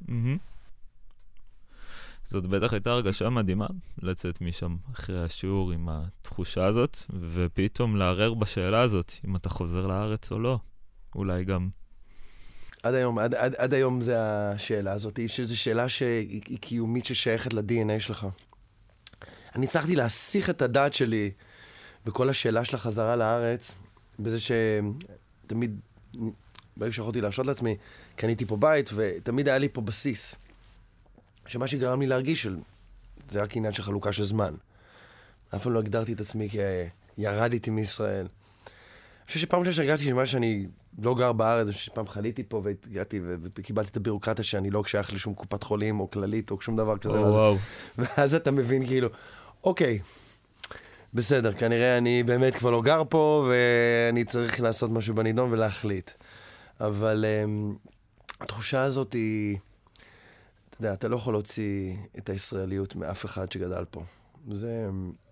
זאת בטח הייתה הרגשה מדהימה לצאת משם אחרי השיעור עם התחושה הזאת, ופתאום לערער בשאלה הזאת, אם אתה חוזר לארץ או לא. אולי גם... עד היום, עד, עד, עד היום זה השאלה הזאת, שזו שאלה שהיא קיומית ששייכת ל-די אן איי שלך. אני הצלחתי להסיך את הדעת שלי בכל השאלה של החזרה לארץ, בזה שתמיד, ברגע שיכולתי להרשות לעצמי, קניתי פה בית, ותמיד היה לי פה בסיס. שמה שגרם לי להרגיש של... זה רק עניין של חלוקה של זמן. אף פעם לא הגדרתי את עצמי כי ירדתי מישראל. אני חושב שפעם שהרגשתי שמה שאני לא גר בארץ, אני חושב שפעם חליתי פה והגעתי וקיבלתי את הבירוקרטיה שאני לא שייך לשום קופת חולים או כללית או שום דבר כזה. וואו. ואז אתה מבין כאילו, אוקיי, בסדר, כנראה אני באמת כבר לא גר פה ואני צריך לעשות משהו בנידון ולהחליט. אבל um, התחושה הזאת היא... אתה יודע, אתה לא יכול להוציא את הישראליות מאף אחד שגדל פה. זה...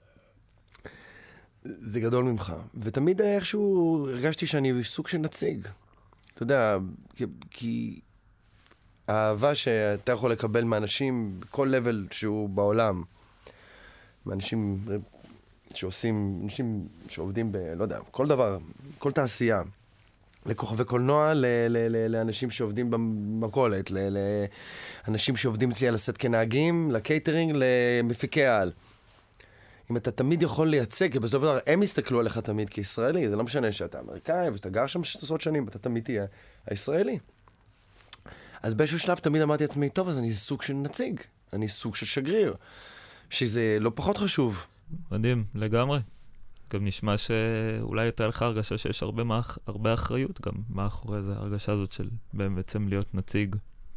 זה גדול ממך. ותמיד איכשהו הרגשתי שאני סוג של נציג. אתה יודע, כי, כי האהבה שאתה יכול לקבל מאנשים בכל לבל שהוא בעולם, מאנשים שעושים, אנשים שעובדים ב... לא יודע, כל דבר, כל תעשייה. לכוכבי קולנוע, ל- ל- ל- לאנשים שעובדים במכולת, ל- לאנשים שעובדים אצלי על הסט כנהגים, לקייטרינג, למפיקי העל. אם אתה תמיד יכול לייצג, כי בסופו של דבר הם יסתכלו עליך תמיד כישראלי, זה לא משנה שאתה אמריקאי ושאתה גר שם עשרות שנים, אתה תמיד תהיה הישראלי. אז באיזשהו שלב תמיד אמרתי לעצמי, טוב, אז אני סוג של נציג, אני סוג של שגריר, שזה לא פחות חשוב. מדהים, לגמרי. גם נשמע שאולי יותר לך הרגשה שיש הרבה, מאח, הרבה אחריות גם מאחורי זה, הרגשה הזאת של בעצם להיות נציג.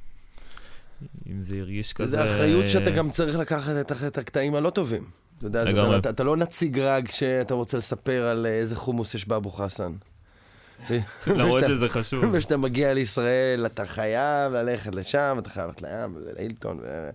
אם זה הרגיש כזה... זה אחריות שאתה גם צריך לקחת את, את הקטעים הלא טובים. אתה יודע, אתה, אתה, אתה לא נציג רק שאתה רוצה לספר על איזה חומוס יש באבו חסן. למרות שזה חשוב. ושאתה מגיע לישראל, אתה חייב ללכת לשם, אתה חייב ללכת לים, לאילטון. ו...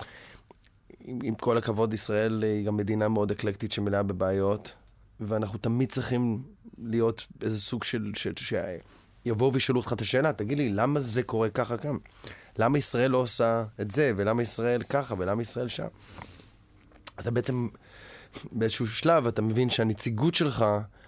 עם, עם כל הכבוד, ישראל היא גם מדינה מאוד אקלקטית שמלאה בבעיות. ואנחנו תמיד צריכים להיות איזה סוג של... שיבואו וישאלו אותך את השאלה, תגיד לי, למה זה קורה ככה כאן? למה ישראל לא עושה את זה, ולמה ישראל ככה, ולמה ישראל שם? אז אתה בעצם, באיזשהו שלב, אתה מבין שהנציגות שלך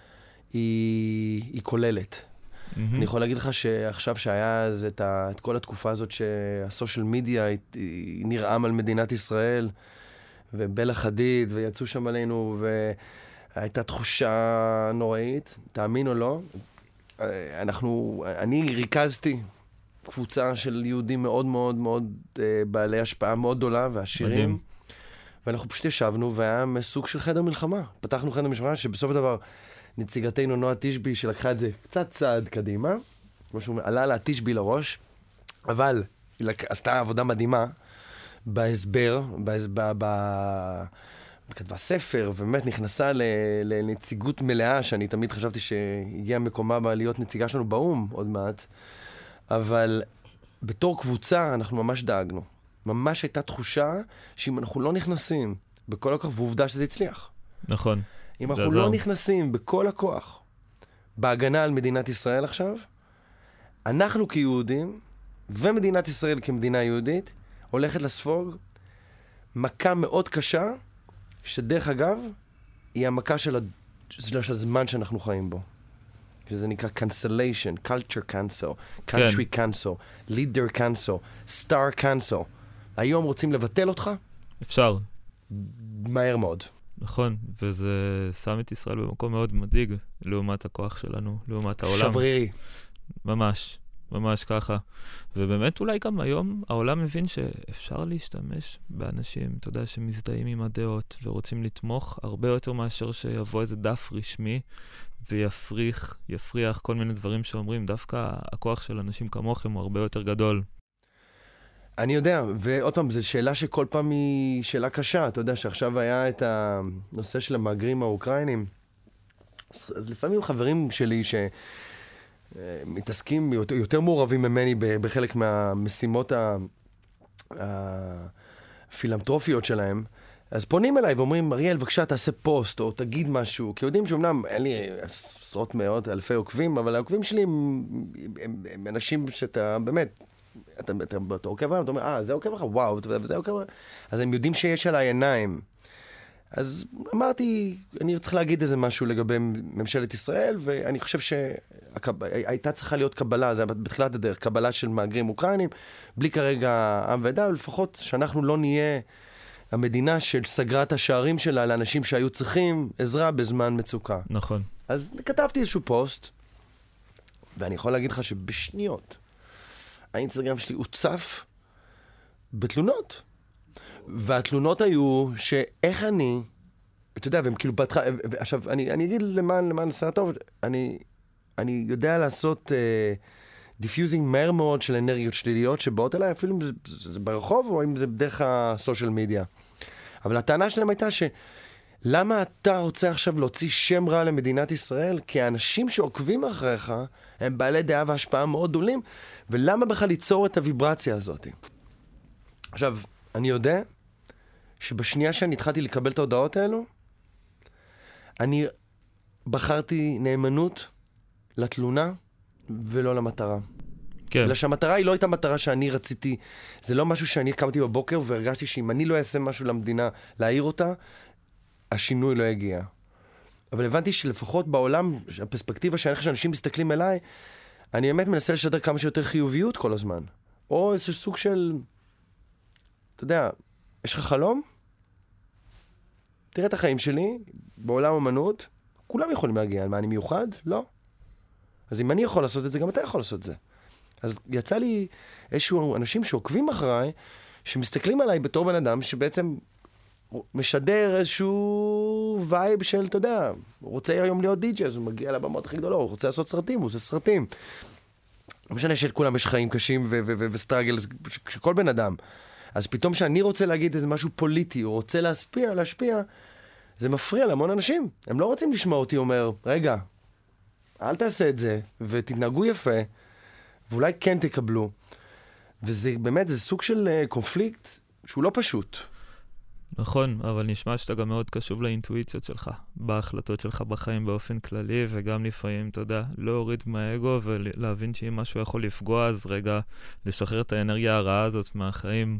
היא, היא כוללת. Mm-hmm. אני יכול להגיד לך שעכשיו שהיה אז את, ה, את כל התקופה הזאת שהסושיאל מדיה היא, היא נרעם על מדינת ישראל, ובלה חדיד, ויצאו שם עלינו, ו... הייתה תחושה נוראית, תאמין או לא. אנחנו, אני ריכזתי קבוצה של יהודים מאוד מאוד מאוד בעלי השפעה מאוד גדולה ועשירים. מדהים. ואנחנו פשוט ישבנו והיה מסוג של חדר מלחמה. פתחנו חדר מלחמה שבסוף הדבר נציגתנו נועה תשבי שלקחה את זה קצת צעד קדימה. משהו עלה לה תשבי לראש, אבל היא עשתה עבודה מדהימה בהסבר, בהסבר, ב... כתבה ספר, ובאמת נכנסה לנציגות מלאה, שאני תמיד חשבתי שהגיעה מקומה בה להיות נציגה שלנו באום עוד מעט, אבל בתור קבוצה אנחנו ממש דאגנו. ממש הייתה תחושה שאם אנחנו לא נכנסים בכל הכוח, ועובדה שזה הצליח. נכון. אם אנחנו לא נכנסים בכל הכוח בהגנה על מדינת ישראל עכשיו, אנחנו כיהודים, ומדינת ישראל כמדינה יהודית, הולכת לספוג מכה מאוד קשה, שדרך אגב, היא המכה של, הד... של הזמן שאנחנו חיים בו. שזה נקרא cancellation, culture cancel, country כן. cancel, leader cancel, star cancel. היום רוצים לבטל אותך? אפשר. מהר מאוד. נכון, וזה שם את ישראל במקום מאוד מדאיג, לעומת הכוח שלנו, לעומת העולם. שברירי. ממש. ממש ככה. ובאמת אולי גם היום העולם מבין שאפשר להשתמש באנשים, אתה יודע, שמזדהים עם הדעות ורוצים לתמוך הרבה יותר מאשר שיבוא איזה דף רשמי ויפריח, יפריח כל מיני דברים שאומרים, דווקא הכוח של אנשים כמוכם הוא הרבה יותר גדול. אני יודע, ועוד פעם, זו שאלה שכל פעם היא שאלה קשה. אתה יודע שעכשיו היה את הנושא של המהגרים האוקראינים. אז לפעמים חברים שלי ש... מתעסקים, יותר, יותר מעורבים ממני בחלק מהמשימות הפילנטרופיות שלהם, אז פונים אליי ואומרים, אריאל, בבקשה, תעשה פוסט, או תגיד משהו, כי יודעים שאומנם אין לי עשרות מאות, אלפי עוקבים, אבל העוקבים שלי הם, הם, הם אנשים שאתה, באמת, אתה, אתה, אתה עוקב עליהם, אתה אומר, אה, זה עוקב לך, וואו, וזה עוקב לך, אז הם יודעים שיש עליי עיניים. אז אמרתי, אני צריך להגיד איזה משהו לגבי ממשלת ישראל, ואני חושב שהייתה צריכה להיות קבלה, זה היה בתחילת הדרך, קבלה של מהגרים אוקראינים, בלי כרגע עם ועדה, לפחות שאנחנו לא נהיה המדינה של סגרה את השערים שלה לאנשים שהיו צריכים עזרה בזמן מצוקה. נכון. אז כתבתי איזשהו פוסט, ואני יכול להגיד לך שבשניות, האינסטגרם שלי הוצף בתלונות. והתלונות היו שאיך אני, אתה יודע, והם כאילו בהתחלה, עכשיו, אני, אני אגיד למען, למען הסנה טוב, אני, אני יודע לעשות דיפיוזינג uh, מהר מאוד של אנרגיות שליליות שבאות אליי, אפילו אם זה, זה ברחוב או אם זה בדרך הסושיאל מדיה. אבל הטענה שלהם הייתה שלמה אתה רוצה עכשיו להוציא שם רע למדינת ישראל? כי האנשים שעוקבים אחריך הם בעלי דעה והשפעה מאוד גדולים, ולמה בכלל ליצור את הוויברציה הזאת? עכשיו, אני יודע שבשנייה שאני התחלתי לקבל את ההודעות האלו, אני בחרתי נאמנות לתלונה ולא למטרה. כן. אלא שהמטרה היא לא הייתה מטרה שאני רציתי, זה לא משהו שאני קמתי בבוקר והרגשתי שאם אני לא אעשה משהו למדינה להעיר אותה, השינוי לא יגיע. אבל הבנתי שלפחות בעולם, הפרספקטיבה שאני חושב שאנשים מסתכלים אליי, אני באמת מנסה לשדר כמה שיותר חיוביות כל הזמן. או איזה סוג של, אתה יודע, יש לך חלום? תראה את החיים שלי, בעולם אמנות, כולם יכולים להגיע, מה אני מיוחד? לא. אז אם אני יכול לעשות את זה, גם אתה יכול לעשות את זה. אז יצא לי איזשהו אנשים שעוקבים אחריי, שמסתכלים עליי בתור בן אדם, שבעצם משדר איזשהו וייב של, אתה יודע, הוא רוצה היום להיות די-ג'י, אז הוא מגיע לבמות הכי גדולות, הוא רוצה לעשות סרטים, הוא עושה סרטים. לא משנה שלכולם יש חיים קשים וסטרגלס, שכל בן אדם. אז פתאום שאני רוצה להגיד איזה משהו פוליטי, או רוצה להשפיע, להשפיע, זה מפריע להמון אנשים. הם לא רוצים לשמוע אותי אומר, רגע, אל תעשה את זה, ותתנהגו יפה, ואולי כן תקבלו. וזה באמת, זה סוג של קונפליקט שהוא לא פשוט. נכון, אבל נשמע שאתה גם מאוד קשוב לאינטואיציות שלך, בהחלטות שלך בחיים באופן כללי, וגם לפעמים, אתה יודע, להוריד מהאגו ולהבין שאם משהו יכול לפגוע, אז רגע, לשחרר את האנרגיה הרעה הזאת מהחיים.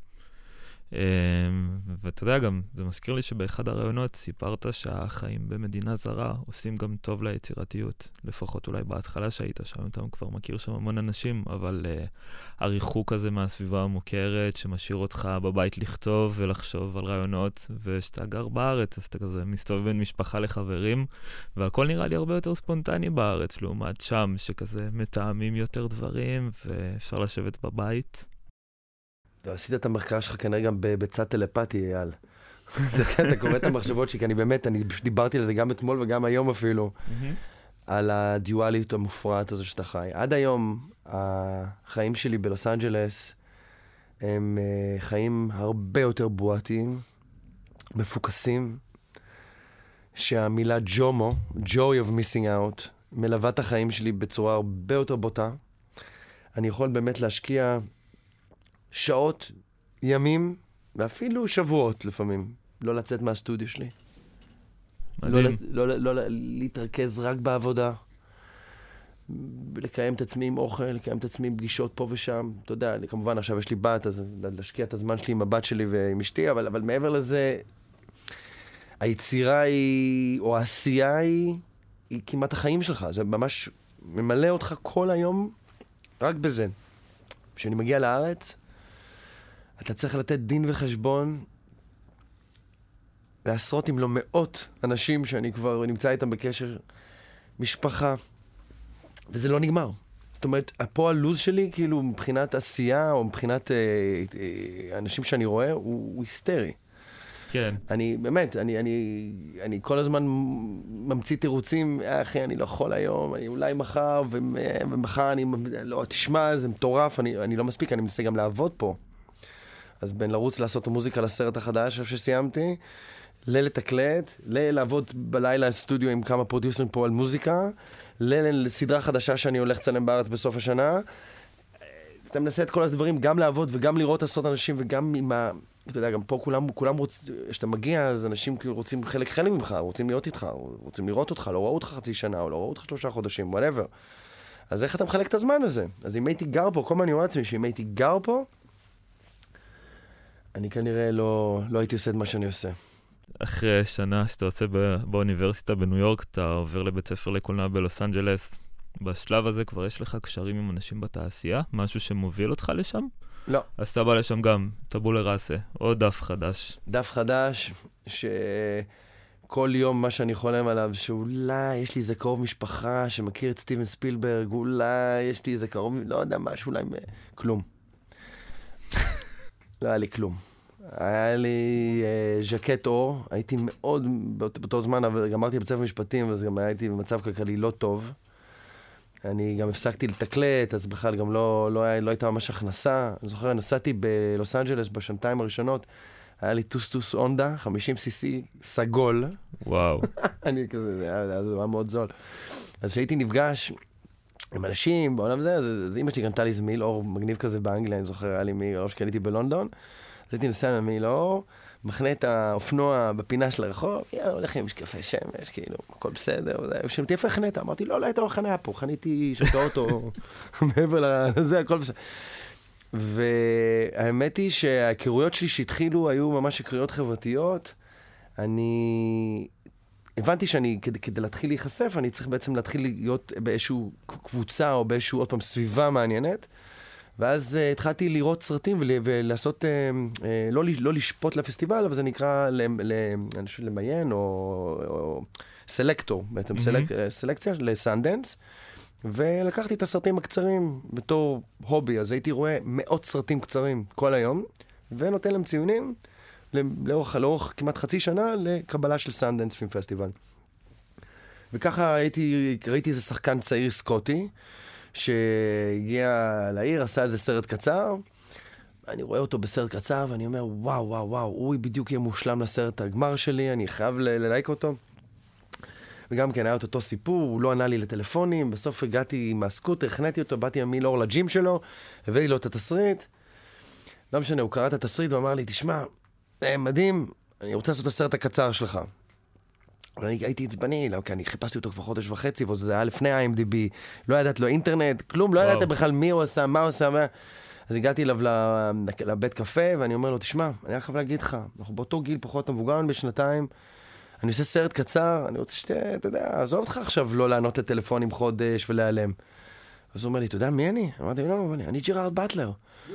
ואתה יודע גם, זה מזכיר לי שבאחד הרעיונות סיפרת שהחיים במדינה זרה עושים גם טוב ליצירתיות, לפחות אולי בהתחלה שהיית שם, אתה כבר מכיר שם המון אנשים, אבל uh, הריחוק הזה מהסביבה המוכרת שמשאיר אותך בבית לכתוב ולחשוב על רעיונות, ושאתה גר בארץ, אז אתה כזה מסתובב בין משפחה לחברים, והכל נראה לי הרבה יותר ספונטני בארץ, לעומת שם שכזה מתאמים יותר דברים ואפשר לשבת בבית. ועשית את המחקר שלך כנראה גם בצד טלפתי, אייל. אתה קורא את המחשבות שלי, כי אני באמת, אני פשוט דיברתי על זה גם אתמול וגם היום אפילו, על הדיואליות המופרעת הזו שאתה חי. עד היום, החיים שלי בלוס אנג'לס הם חיים הרבה יותר בועתיים, מפוקסים, שהמילה ג'ומו, joy of missing out, מלווה את החיים שלי בצורה הרבה יותר בוטה. אני יכול באמת להשקיע שעות, ימים, ואפילו שבועות לפעמים, לא לצאת מהסטודיו שלי. מדהים. לא, לא, לא, לא להתרכז רק בעבודה, לקיים את עצמי עם אוכל, לקיים את עצמי עם פגישות פה ושם. אתה יודע, כמובן עכשיו יש לי בת, אז להשקיע את הזמן שלי עם הבת שלי ועם אשתי, אבל, אבל מעבר לזה, היצירה היא, או העשייה היא, היא כמעט החיים שלך. זה ממש ממלא אותך כל היום רק בזה. כשאני מגיע לארץ, אתה צריך לתת דין וחשבון לעשרות אם לא מאות אנשים שאני כבר נמצא איתם בקשר, משפחה, וזה לא נגמר. זאת אומרת, פה הלוז שלי, כאילו מבחינת עשייה או מבחינת אה, אה, אנשים שאני רואה, הוא, הוא היסטרי. כן. אני, באמת, אני, אני, אני כל הזמן ממציא תירוצים, אחי, אני לא יכול היום, אני אולי מחר, ומחר אני, לא, תשמע, זה מטורף, אני, אני לא מספיק, אני מנסה גם לעבוד פה. אז בין לרוץ לעשות מוזיקה לסרט החדש, איפה שסיימתי, ללתקלט, לעבוד בלילה סטודיו עם כמה פרודיוסרים פה על מוזיקה, לסדרה חדשה שאני הולך לצלם בארץ בסוף השנה. אתה מנסה את כל הדברים, גם לעבוד וגם לראות עשרות אנשים, וגם עם ה... אתה יודע, גם פה כולם, כולם רוצים, כשאתה מגיע, אז אנשים רוצים חלק חלק ממך, רוצים להיות איתך, רוצים לראות אותך, לא ראו אותך חצי שנה, או לא ראו אותך שלושה חודשים, whatever. אז איך אתה מחלק את הזמן הזה? אז אם הייתי גר פה, כל מה אני אומר לעצמי, שאם הייתי גר פה, אני כנראה לא, לא הייתי עושה את מה שאני עושה. אחרי שנה שאתה יוצא באוניברסיטה בניו יורק, אתה עובר לבית ספר לקולנוע בלוס אנג'לס. בשלב הזה כבר יש לך קשרים עם אנשים בתעשייה? משהו שמוביל אותך לשם? לא. אז אתה בא לשם גם, טבולה ראסה, או דף חדש. דף חדש, שכל יום מה שאני חולם עליו, שאולי יש לי איזה קרוב משפחה שמכיר את סטיבן ספילברג, אולי יש לי איזה קרוב, לא יודע, משהו, אולי... כלום. לא היה לי כלום. היה לי אה, ז'קט אור, הייתי מאוד, באות, באותו זמן, אבל גמרתי בצבע משפטים, אז גם הייתי במצב כלכלי לא טוב. אני גם הפסקתי לתקלט, אז בכלל גם לא, לא, היה, לא הייתה ממש הכנסה. אני זוכר, נסעתי בלוס אנג'לס בשנתיים הראשונות, היה לי טוסטוס אונדה, חמישים סי סי, סגול. וואו. אני כזה, זה היה, זה היה מאוד זול. אז כשהייתי נפגש עם אנשים בעולם הזה, אז, אז אמא שלי קנתה לי איזה מעיל אור מגניב כזה באנגליה, אני זוכר, היה לי מעיל אור שקניתי בלונדון, אז הייתי נוסע למעיל אור, מכנה את האופנוע בפינה של הרחוב, יאללה, הולך עם משקפי שמש, כאילו, הכל בסדר, ושאלתי איפה חנית? אמרתי, לא, לא הייתה חניה פה, חניתי שאת האוטו, מעבר לזה, הכל בסדר. והאמת היא שההיכרויות שלי שהתחילו היו ממש היכרויות חברתיות. אני הבנתי שאני, כדי, כדי להתחיל להיחשף, אני צריך בעצם להתחיל להיות באיזשהו קבוצה או באיזשהו, עוד פעם, סביבה מעניינת. ואז uh, התחלתי לראות סרטים ול, ולעשות, uh, uh, לא, לא לשפוט לפסטיבל, אבל זה נקרא למיין או, או סלקטור, בעצם mm-hmm. סלק, סלקציה לסנדנס. ולקחתי את הסרטים הקצרים בתור הובי, אז הייתי רואה מאות סרטים קצרים כל היום, ונותן להם ציונים לאורך, לאורך כמעט חצי שנה לקבלה של סנדנס פילם פסטיבל. וככה הייתי, ראיתי איזה שחקן צעיר סקוטי, שהגיע לעיר, עשה איזה סרט קצר, אני רואה אותו בסרט קצר, ואני אומר, וואו, וואו, וואו, הוא בדיוק יהיה מושלם לסרט הגמר שלי, אני חייב ללייק אותו. וגם כן, היה אותו סיפור, הוא לא ענה לי לטלפונים, בסוף הגעתי עם הסקוטר, הכנתי אותו, באתי עם מילור לג'ים שלו, הבאתי לו את התסריט, לא משנה, הוא קרא את התסריט ואמר לי, תשמע, מדהים, אני רוצה לעשות את הסרט הקצר שלך. אבל אני הייתי עצבני, לא, כי אני חיפשתי אותו כבר חודש וחצי, וזה היה לפני ה-איי אם די בי, לא ידעת לו אינטרנט, כלום, לא ידעת בכלל מי הוא עשה, מה הוא עשה, מה... אז הגעתי אליו לבית קפה, ואני אומר לו, תשמע, אני חייב להגיד לך, אנחנו באותו גיל פחות מבוגר בשנתיים, אני עושה סרט קצר, אני רוצה שאתה, אתה יודע, עזוב אותך עכשיו לא לענות לטלפונים חודש ולהיעלם. אז הוא אומר לי, אתה יודע מי אני? אמרתי לו, לא, אני ג'רארד באטלר.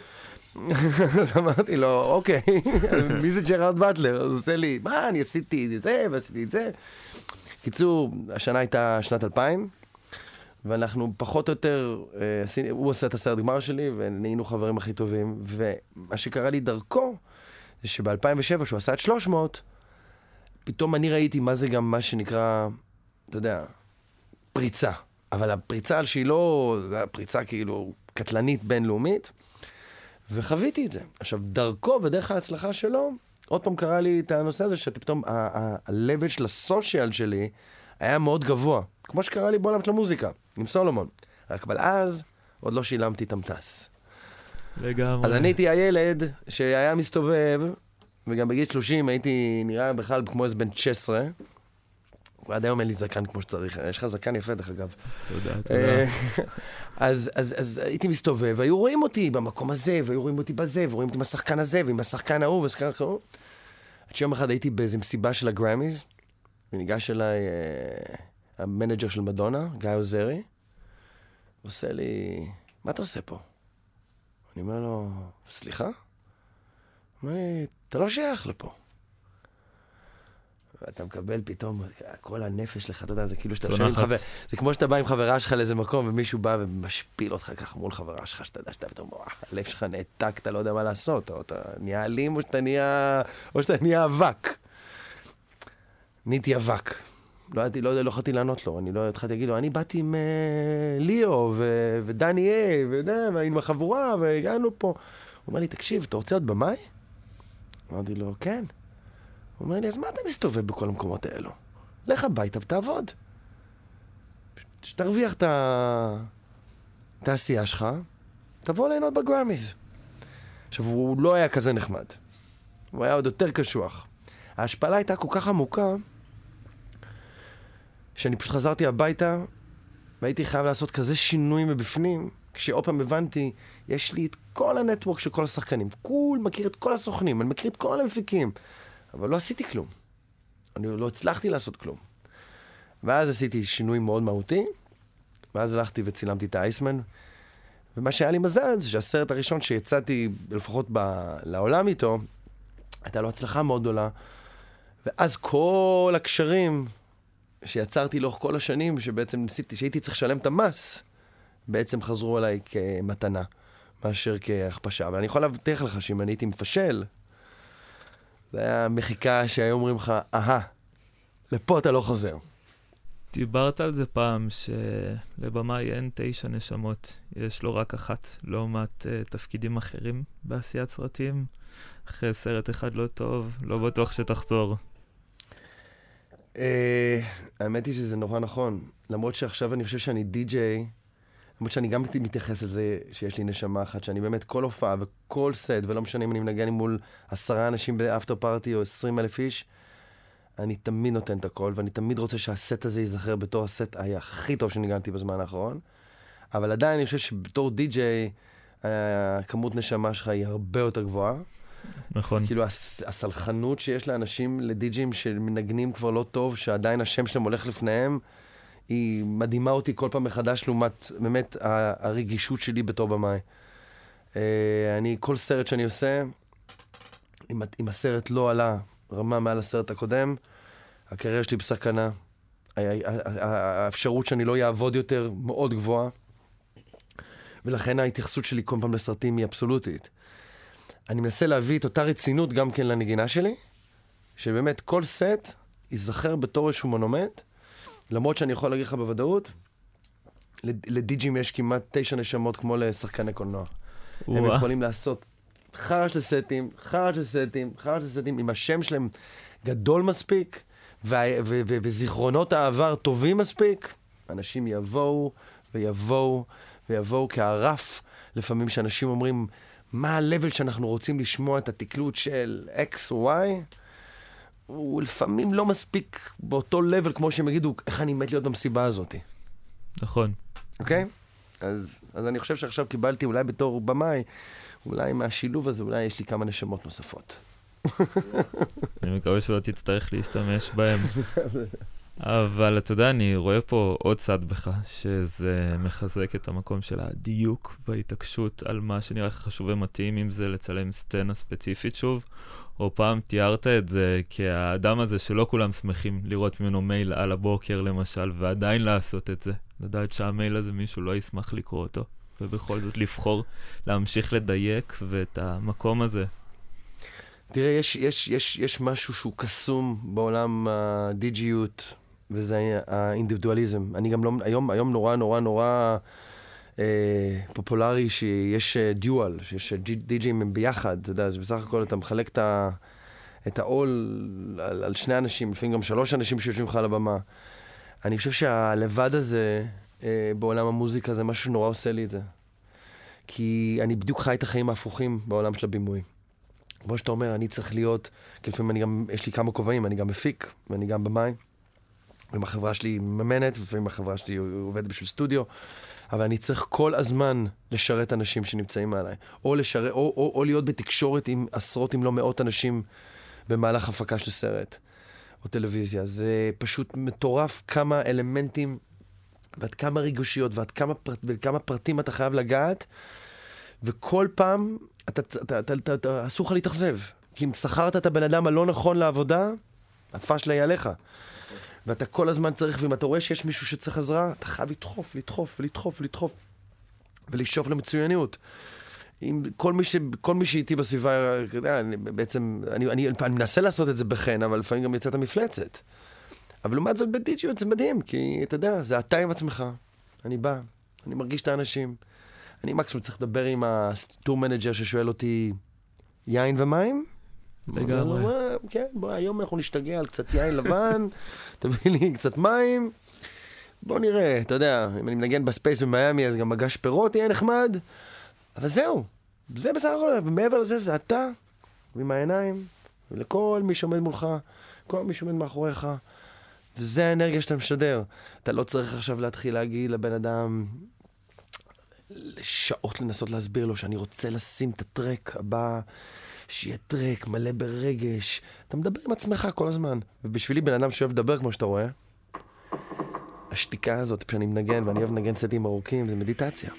אז אמרתי לו, אוקיי, מי זה ג'רארד באטלר? אז הוא עושה לי, מה, אני עשיתי את זה ועשיתי את זה. קיצור, השנה הייתה שנת אלפיים, ואנחנו פחות או יותר, הוא עושה את הסרט גמר שלי, ונהיינו חברים הכי טובים, ומה שקרה לי דרכו, זה שב-אלפיים ושבע, שהוא עשה את שלוש מאות, פתאום אני ראיתי מה זה גם מה שנקרא, אתה יודע, פריצה. אבל הפריצה שהיא לא, זה פריצה כאילו קטלנית בינלאומית, וחוויתי את זה. עכשיו, דרכו ודרך ההצלחה שלו, עוד פעם קרה לי את הנושא הזה, שפתאום ה-level של הסושיאל שלי היה מאוד גבוה. כמו שקרה לי בעולם של המוזיקה, עם סולומון. רק אבל אז, עוד לא שילמתי את המטס. לגמרי. אז אני הייתי הילד שהיה מסתובב, וגם בגיל שלושים הייתי נראה בכלל כמו איזה בן תשע עשרה. עד היום אין לי זקן כמו שצריך. יש לך זקן יפה דרך אגב. תודה, תודה. אז, אז, אז הייתי מסתובב, והיו רואים אותי במקום הזה, והיו רואים אותי בזה, ורואים אותי עם השחקן הזה, ועם השחקן ההוא, והשחקן ההוא. עד שיום אחד הייתי באיזו מסיבה של הגרמיז, וניגש אליי אה, המנג'ר של מדונה, גיא עוזרי, ועושה לי, מה אתה עושה פה? אני אומר לו, סליחה? הוא אומר לי, אתה לא שייך לפה. ואתה מקבל פתאום, כל הנפש לך, אתה יודע, זה כאילו שאתה יושב עם חבר, זה כמו שאתה בא עם חברה שלך לאיזה מקום, ומישהו בא ומשפיל אותך ככה מול חברה שלך, שאתה יודע שאתה פתאום, וואו, הלב שלך נעתק, אתה לא יודע מה לעשות, או אתה נהיה אלים, או שאתה נהיה, או שאתה נהיה אבק. נהייתי אבק. לא הייתי, לא, לא יכולתי לענות לו, אני לא התחלתי להגיד לו, אני באתי עם uh, ליאו ו- ודני איי, ועם החבורה, והגענו פה. הוא אומר לי, תקשיב, אתה רוצה עוד במאי? אמרתי לו, כן. הוא אומר לי, אז מה אתה מסתובב בכל המקומות האלו? לך הביתה ותעבוד. שתרוויח את העשייה שלך, תבוא ליהנות בגראמיז. עכשיו, הוא לא היה כזה נחמד. הוא היה עוד יותר קשוח. ההשפלה הייתה כל כך עמוקה, שאני פשוט חזרתי הביתה, והייתי חייב לעשות כזה שינוי מבפנים, כשעוד פעם הבנתי, יש לי את כל הנטוורק של כל השחקנים, כול מכיר את כל הסוכנים, אני מכיר את כל המפיקים, אבל לא עשיתי כלום. אני לא הצלחתי לעשות כלום. ואז עשיתי שינוי מאוד מהותי, ואז הלכתי וצילמתי את האייסמן, ומה שהיה לי מזל זה שהסרט הראשון שיצאתי לפחות ב- לעולם איתו, הייתה לו הצלחה מאוד גדולה, ואז כל הקשרים שיצרתי לאורך כל השנים, שבעצם ניסיתי, שהייתי צריך לשלם את המס, בעצם חזרו אליי כמתנה, מאשר כהכפשה. אבל אני יכול להבטיח לך שאם אני הייתי מפשל, זה היה מחיקה שהיו אומרים לך, אהה, לפה אתה לא חוזר. דיברת על זה פעם, שלבמאי אין תשע נשמות, יש לו רק אחת, לעומת uh, תפקידים אחרים בעשיית סרטים. אחרי סרט אחד לא טוב, לא בטוח שתחזור. Uh, האמת היא שזה נורא נכון. למרות שעכשיו אני חושב שאני די-ג'יי, למרות שאני גם מתייחס לזה שיש לי נשמה אחת, שאני באמת כל הופעה וכל סט, ולא משנה אם אני מנגן מול עשרה אנשים באפטר פארטי או עשרים אלף איש, אני תמיד נותן את הכל, ואני תמיד רוצה שהסט הזה ייזכר בתור הסט היה הכי טוב שניגנתי בזמן האחרון. אבל עדיין אני חושב שבתור די-ג'יי, הכמות נשמה שלך היא הרבה יותר גבוהה. נכון. כאילו הס, הסלחנות שיש לאנשים, לדי-ג'ים שמנגנים כבר לא טוב, שעדיין השם שלהם הולך לפניהם, היא מדהימה אותי כל פעם מחדש, לעומת באמת הרגישות שלי בתור במאי. אני, כל סרט שאני עושה, אם, אם הסרט לא עלה רמה מעל הסרט הקודם, הקריירה שלי בסכנה. האפשרות שאני לא יעבוד יותר מאוד גבוהה, ולכן ההתייחסות שלי כל פעם לסרטים היא אבסולוטית. אני מנסה להביא את אותה רצינות גם כן לנגינה שלי, שבאמת כל סט ייזכר בתור איזשהו מונומנט, למרות שאני יכול להגיד לך בוודאות, לדי-ג'ים יש כמעט תשע נשמות כמו לשחקני קולנוע. הם יכולים לעשות חרש לסטים, חרש לסטים, חרש לסטים, עם השם שלהם גדול מספיק, וזיכרונות העבר טובים מספיק, אנשים יבואו ויבואו ויבואו כערף, לפעמים שאנשים אומרים, מה הלבל שאנחנו רוצים לשמוע את התקלות של X או Y, הוא לפעמים לא מספיק באותו לבל כמו שהם יגידו, איך אני מת להיות במסיבה הזאת. נכון. אוקיי? אז, אז אני חושב שעכשיו קיבלתי אולי בתור במאי, אולי מהשילוב הזה, אולי יש לי כמה נשמות נוספות. אני מקווה שלא תצטרך להשתמש בהם. אבל אתה יודע, אני רואה פה עוד צד בך, שזה מחזק את המקום של הדיוק וההתעקשות על מה שנראה לך חשוב ומתאים, אם זה לצלם סצנה ספציפית שוב, או פעם תיארת את זה כהאדם הזה שלא כולם שמחים לראות ממנו מייל על הבוקר למשל, ועדיין לעשות את זה. לדעת שהמייל הזה מישהו לא ישמח לקרוא אותו, ובכל זאת לבחור להמשיך לדייק ואת המקום הזה. תראה, יש, יש, יש, יש משהו שהוא קסום בעולם הדיג'יות, וזה האינדיבידואליזם. אני גם לא, היום, היום נורא נורא נורא אה, פופולרי שיש דיואל, שיש דיג'ים הם ביחד, אתה יודע, זה בסך הכל אתה מחלק את, ה, את העול על, על שני אנשים, לפעמים גם שלוש אנשים שיושבים לך על הבמה. אני חושב שהלבד הזה אה, בעולם המוזיקה זה משהו שנורא עושה לי את זה. כי אני בדיוק חי את החיים ההפוכים בעולם של הבימוי. כמו שאתה אומר, אני צריך להיות, כי לפעמים אני גם, יש לי כמה כובעים, אני גם מפיק, ואני גם במאי, ואם החברה שלי ממנת, ולפעמים החברה שלי עובדת בשביל סטודיו, אבל אני צריך כל הזמן לשרת אנשים שנמצאים מעליי, או, לשרת, או, או, או להיות בתקשורת עם עשרות, אם לא מאות אנשים, במהלך הפקה של סרט, או טלוויזיה. זה פשוט מטורף כמה אלמנטים, ועד כמה ריגושיות, ועד כמה, פרט, וכמה פרטים אתה חייב לגעת, וכל פעם, אתה, אתה, אתה, אתה, אתה, אסור לך להתאכזב. כי אם שכרת את הבן אדם הלא נכון לעבודה, הפשלה היא עליך. ואתה כל הזמן צריך, ואם אתה רואה שיש מישהו שצריך עזרה, אתה חייב לדחוף, לדחוף, לדחוף, לדחוף, ולשאוף למצויניות. עם כל מי, ש, כל מי שאיתי בסביבה, אני, בעצם, אני, אני, אני מנסה לעשות את זה בחן, אבל לפעמים גם יצאת המפלצת. אבל לעומת זאת בדיג'יות זה מדהים, כי אתה יודע, זה אתה עם עצמך. אני בא, אני מרגיש את האנשים. אני מקסימום צריך לדבר עם הטור מנג'ר ששואל אותי, יין ומים? לגמרי. כן, בוא, היום אנחנו נשתגע על קצת יין לבן, תביא לי קצת מים. בוא נראה, אתה יודע, אם אני מנגן בספייס במיימי, אז גם מגש פירות יהיה נחמד. אבל זהו, זה בסך הכל, ומעבר לזה זה אתה, ועם העיניים, ולכל מי שעומד מולך, כל מי שעומד מאחוריך, וזה האנרגיה שאתה משדר. אתה לא צריך עכשיו להתחיל להגיד לבן אדם, לשעות לנסות להסביר לו שאני רוצה לשים את הטרק הבא, שיהיה טרק מלא ברגש. אתה מדבר עם עצמך כל הזמן. ובשבילי בן אדם שאוהב לדבר כמו שאתה רואה, השתיקה הזאת, כשאני מנגן, ואני אוהב לנגן סטים ארוכים, זה מדיטציה.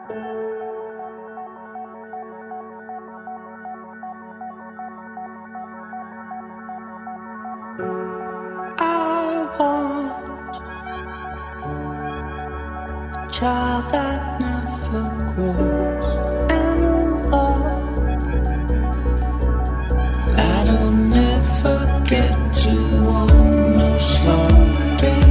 Child that never grows, and a love that'll never get to want no someday.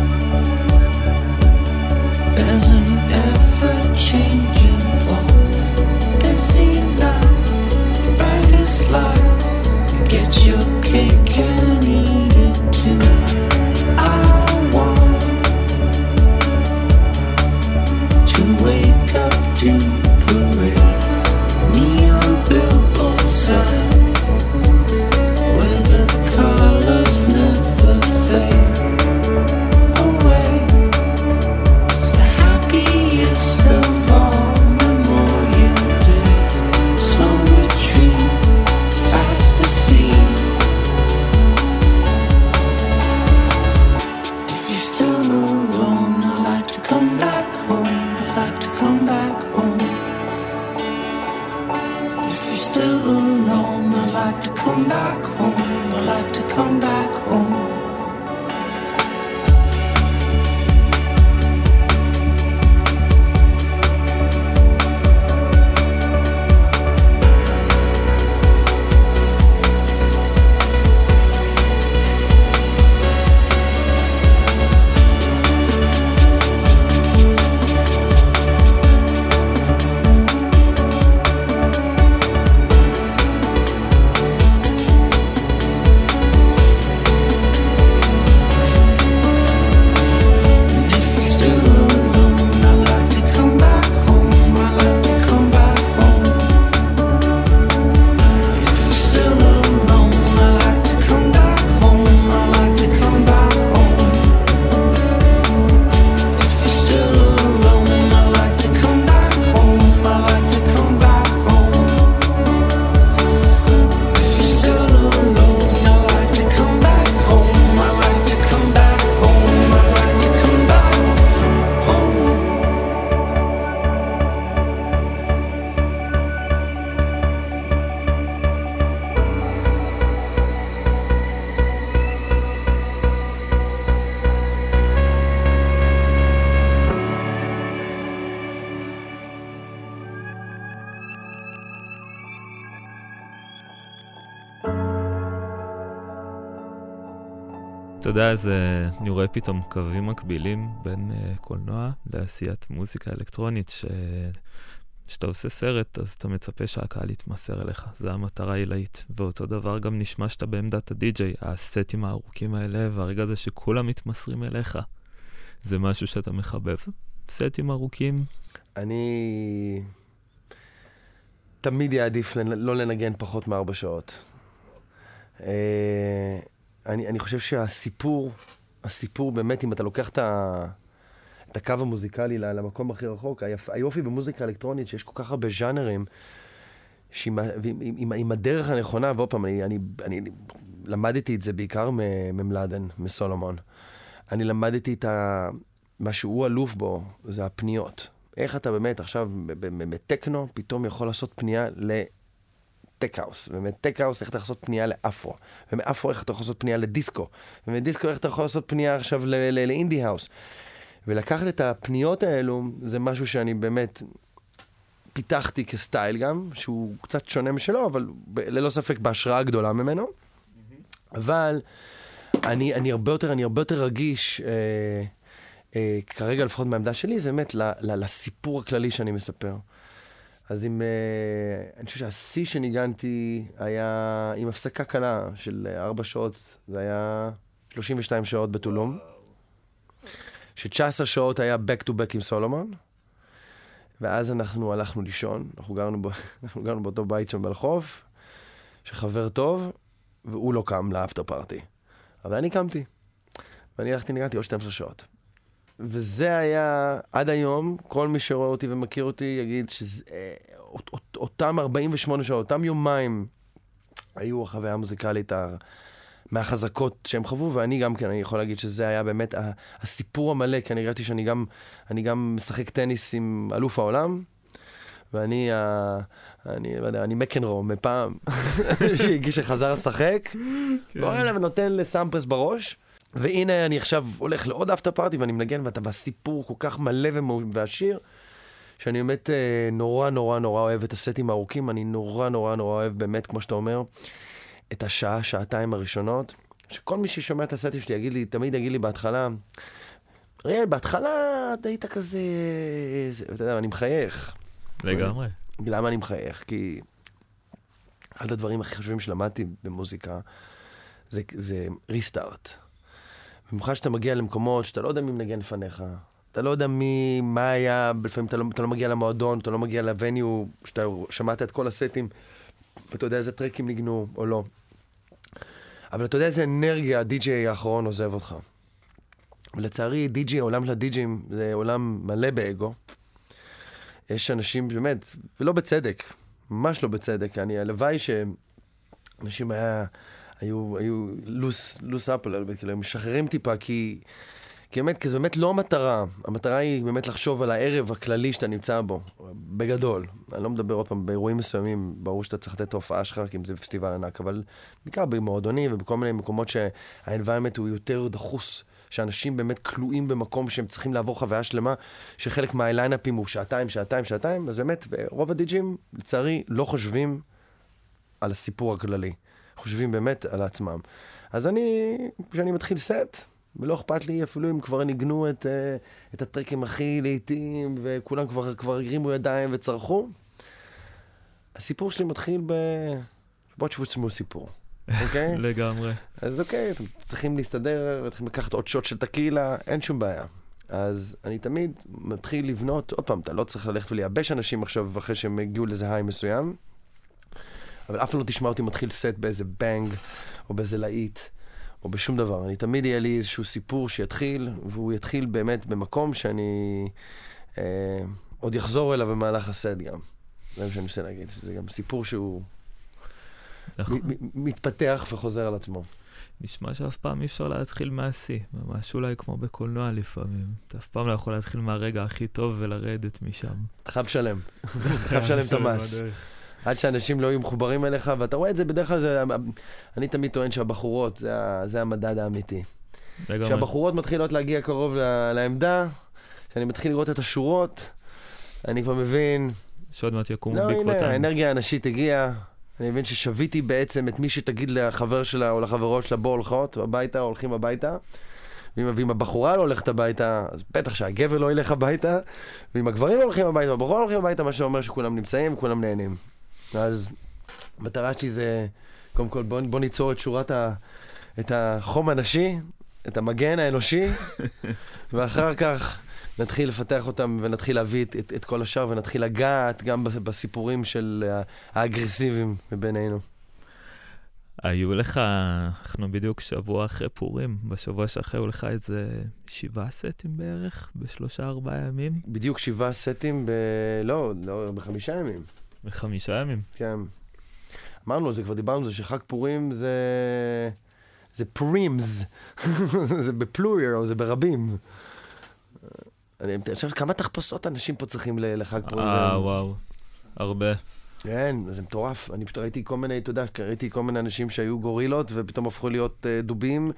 There's an ever-changing world, busy nights, brightest lights. Get your cake and eat it too. I want to wake up to parades, neon billboard signs, where the colors never fade away. It's the happiest of all Memorial Days. Slow retreat, fast defeat. If you're still alone, I'd like to come back home. Come back home. If you're still alone, I'd like to come back home. I'd like to come back home. אתה יודע, אז אני רואה פתאום קווים מקבילים בין uh, קולנוע לעשיית מוזיקה אלקטרונית, ש... שאתה עושה סרט, אז אתה מצפה שהקהל יתמסר אליך. זו המטרה העילאית. ואותו דבר גם נשמע שאתה בעמדת הדי-ג'יי, הסטים הארוכים האלה, והרגע הזה שכולם מתמסרים אליך. זה משהו שאתה מחבב? סטים ארוכים? אני תמיד יעדיף לא לנגן פחות מארבע שעות. אני, אני חושב שהסיפור, הסיפור באמת, אם אתה לוקח את, ה, את הקו המוזיקלי למקום הכי רחוק, היופ, היופי במוזיקה אלקטרונית, שיש כל כך הרבה ז'אנרים, שעם, עם, עם, עם הדרך הנכונה, ועוד פעם, אני, אני, אני למדתי את זה בעיקר ממלאדן, מסולומון. אני למדתי את ה, מה שהוא אלוף בו, זה הפניות. איך אתה באמת עכשיו בטקנו, פתאום יכול לעשות פנייה ל... טק-האוס, ומטק-האוס איך אתה יכול לעשות פנייה לאפרו, ומאפרו איך אתה יכול לעשות פנייה לדיסקו, ומדיסקו איך אתה יכול לעשות פנייה עכשיו לאינדי-האוס. ולקחת את הפניות האלו, זה משהו שאני באמת פיתחתי כסטייל גם, שהוא קצת שונה משלו, אבל ללא ספק בהשראה גדולה ממנו. אבל אני, אני הרבה יותר, אני הרבה יותר רגיש, אה, אה, כרגע לפחות מהעמדה שלי, זה באמת ל, ל, לסיפור הכללי שאני מספר. אז עם, uh, אני חושב שהשיא שניגנתי היה עם הפסקה קלה של ארבע שעות, זה היה שלושים ושתיים שעות בטולום, ש-תשע עשרה שעות היה back to back עם סולומון, ואז אנחנו הלכנו לישון, אנחנו גרנו, ב... אנחנו גרנו באותו בית שם ברחוב, שחבר טוב, והוא לא קם לאפטר פארטי. אבל אני קמתי, ואני הלכתי ניגנתי עוד שתים עשרה שעות. וזה היה, עד היום, כל מי שרואה אותי ומכיר אותי יגיד שאותם ארבעים ושמונה שעות, אותם יומיים, היו החוויה המוזיקלית מהחזקות שהם חוו, ואני גם כן, אני יכול להגיד שזה היה באמת הסיפור המלא, כי אני הרגשתי שאני גם, אני גם משחק טניס עם אלוף העולם, ואני, אני, לא יודע, אני מקנרו מפעם, שהגיש שחזר לשחק, ואולי ונותן לסמפרס בראש, והנה אני עכשיו הולך לעוד אפטר פארטי, ואני מנגן, ואתה בסיפור כל כך מלא ועשיר, שאני באמת נורא נורא נורא אוהב את הסטים הארוכים, אני נורא נורא נורא אוהב באמת, כמו שאתה אומר, את השעה, שעתיים הראשונות, שכל מי ששומע את הסטים שלי יגיד לי, תמיד יגיד לי בהתחלה, ריאל, בהתחלה אתה היית כזה, אתה יודע, אני מחייך. לגמרי. למה אני מחייך? כי אחד הדברים הכי חשובים שלמדתי במוזיקה, זה, זה ריסטארט. במיוחד שאתה מגיע למקומות שאתה לא יודע מי מנגן לפניך, אתה לא יודע מי, מה היה, לפעמים אתה לא, אתה לא מגיע למועדון, אתה לא מגיע לווניו, שאתה שמעת את כל הסטים, ואתה יודע איזה טרקים ניגנו או לא. אבל אתה יודע איזה אנרגיה הדי-ג'יי האחרון עוזב אותך. ולצערי, די-ג'יי, העולם של הדי-ג'יים, זה עולם מלא באגו. יש אנשים, באמת, ולא בצדק, ממש לא בצדק. אני, הלוואי שאנשים היה, היו, היו לוס, לוס אפ, כאילו, הם משחררים טיפה, כי, כי באמת, כי זה באמת לא המטרה. המטרה היא באמת לחשוב על הערב הכללי שאתה נמצא בו, בגדול. אני לא מדבר עוד פעם, באירועים מסוימים, ברור שאתה צריך לתת את ההופעה שלך, כי אם זה פסטיבל ענק, אבל בעיקר במועדונים ובכל מיני מקומות שהאנביירמנט הוא יותר דחוס, שאנשים באמת כלואים במקום שהם צריכים לעבור חוויה שלמה, שחלק מהליינאפים הוא שעתיים, שעתיים, שעתיים, אז באמת, ורוב הדי-ג'ים, לצערי, לא חושבים על הסיפור הכללי. חושבים באמת על עצמם. אז אני, כשאני מתחיל סט, ולא אכפת לי אפילו אם כבר ניגנו את, את הטרקים הכי לעיתים, וכולם כבר, כבר הרימו ידיים וצרכו, הסיפור שלי מתחיל ב... בוא תשבו תשמעו סיפור. אוקיי? לגמרי. אז אוקיי, אתם צריכים להסתדר, צריכים לקחת עוד שוט של טקילה, אין שום בעיה. אז אני תמיד מתחיל לבנות, עוד פעם, אתה לא צריך ללכת ולייבש אנשים עכשיו אחרי שהם הגיעו לזה היי מסוים, אבל אף לא תשמע אותי מתחיל סט באיזה בנג, או באיזה להיט, או בשום דבר. אני תמיד יהיה לי איזשהו סיפור שיתחיל, והוא יתחיל באמת במקום שאני אה, עוד יחזור אליו במהלך הסט גם. זה מה שאני מנסה להגיד, זה גם סיפור שהוא... מתפתח וחוזר על עצמו. נשמע שאף פעם אי אפשר להתחיל מהשיא, ממש אולי כמו בקולנוע לפעמים. אתה אף פעם לא יכול להתחיל מהרגע הכי טוב ולרדת משם. אתה חייב שלם. אתה חייב שלם את המס. עד שאנשים לא יהיו מחוברים אליך, ואתה רואה את זה בדרך כלל, זה, אני תמיד טוען שהבחורות, זה, זה המדד האמיתי. כשהבחורות מתחילות להגיע קרוב לעמדה, כשאני מתחיל לראות את השורות, אני כבר מבין... שעוד מעט יקום בעקבותיים. לא, הנה, האנרגיה האנשית הגיעה, אני מבין ששוויתי בעצם את מי שתגיד לחבר שלה או לחברות שלה בוא הולכות הביתה או הולכים הביתה, ואם הבחורה לא הולכת הביתה, אז בטח שהגבר לא ילך הביתה, ואם הגברים לא הולכים הביתה, והבחורה לא הולכים הביתה, מה שאומר שכולם נמצאים, כולם נהנים. אז המטרה שלי זה, קודם כל בוא, בוא ניצור את שורת ה, את החום הנשי, את המגן האנושי, ואחר כך נתחיל לפתח אותם ונתחיל להביא את, את, את כל השאר ונתחיל לגעת גם בסיפורים של האגרסיביים מבינינו. היו לך, אנחנו בדיוק שבוע אחרי פורים, בשבוע שאחרי היו לך איזה שבעה סטים בערך, בשלושה ארבעה ימים? בדיוק שבעה סטים, ב... לא, לא, בחמישה ימים. בחמישה ימים? כן. אמרנו, זה כבר דיברנו, זה שחג פורים זה... זה פרימס, זה בפלורייר, זה ברבים. אני חושב כמה תחפושות אנשים פה צריכים לחג פורים. אה, וואו, הרבה. כן, זה מטורף. אני פשוט ראיתי כל מיני, אתה יודע, ראיתי כל מיני אנשים שהיו גורילות ופתאום הפכו להיות דובים,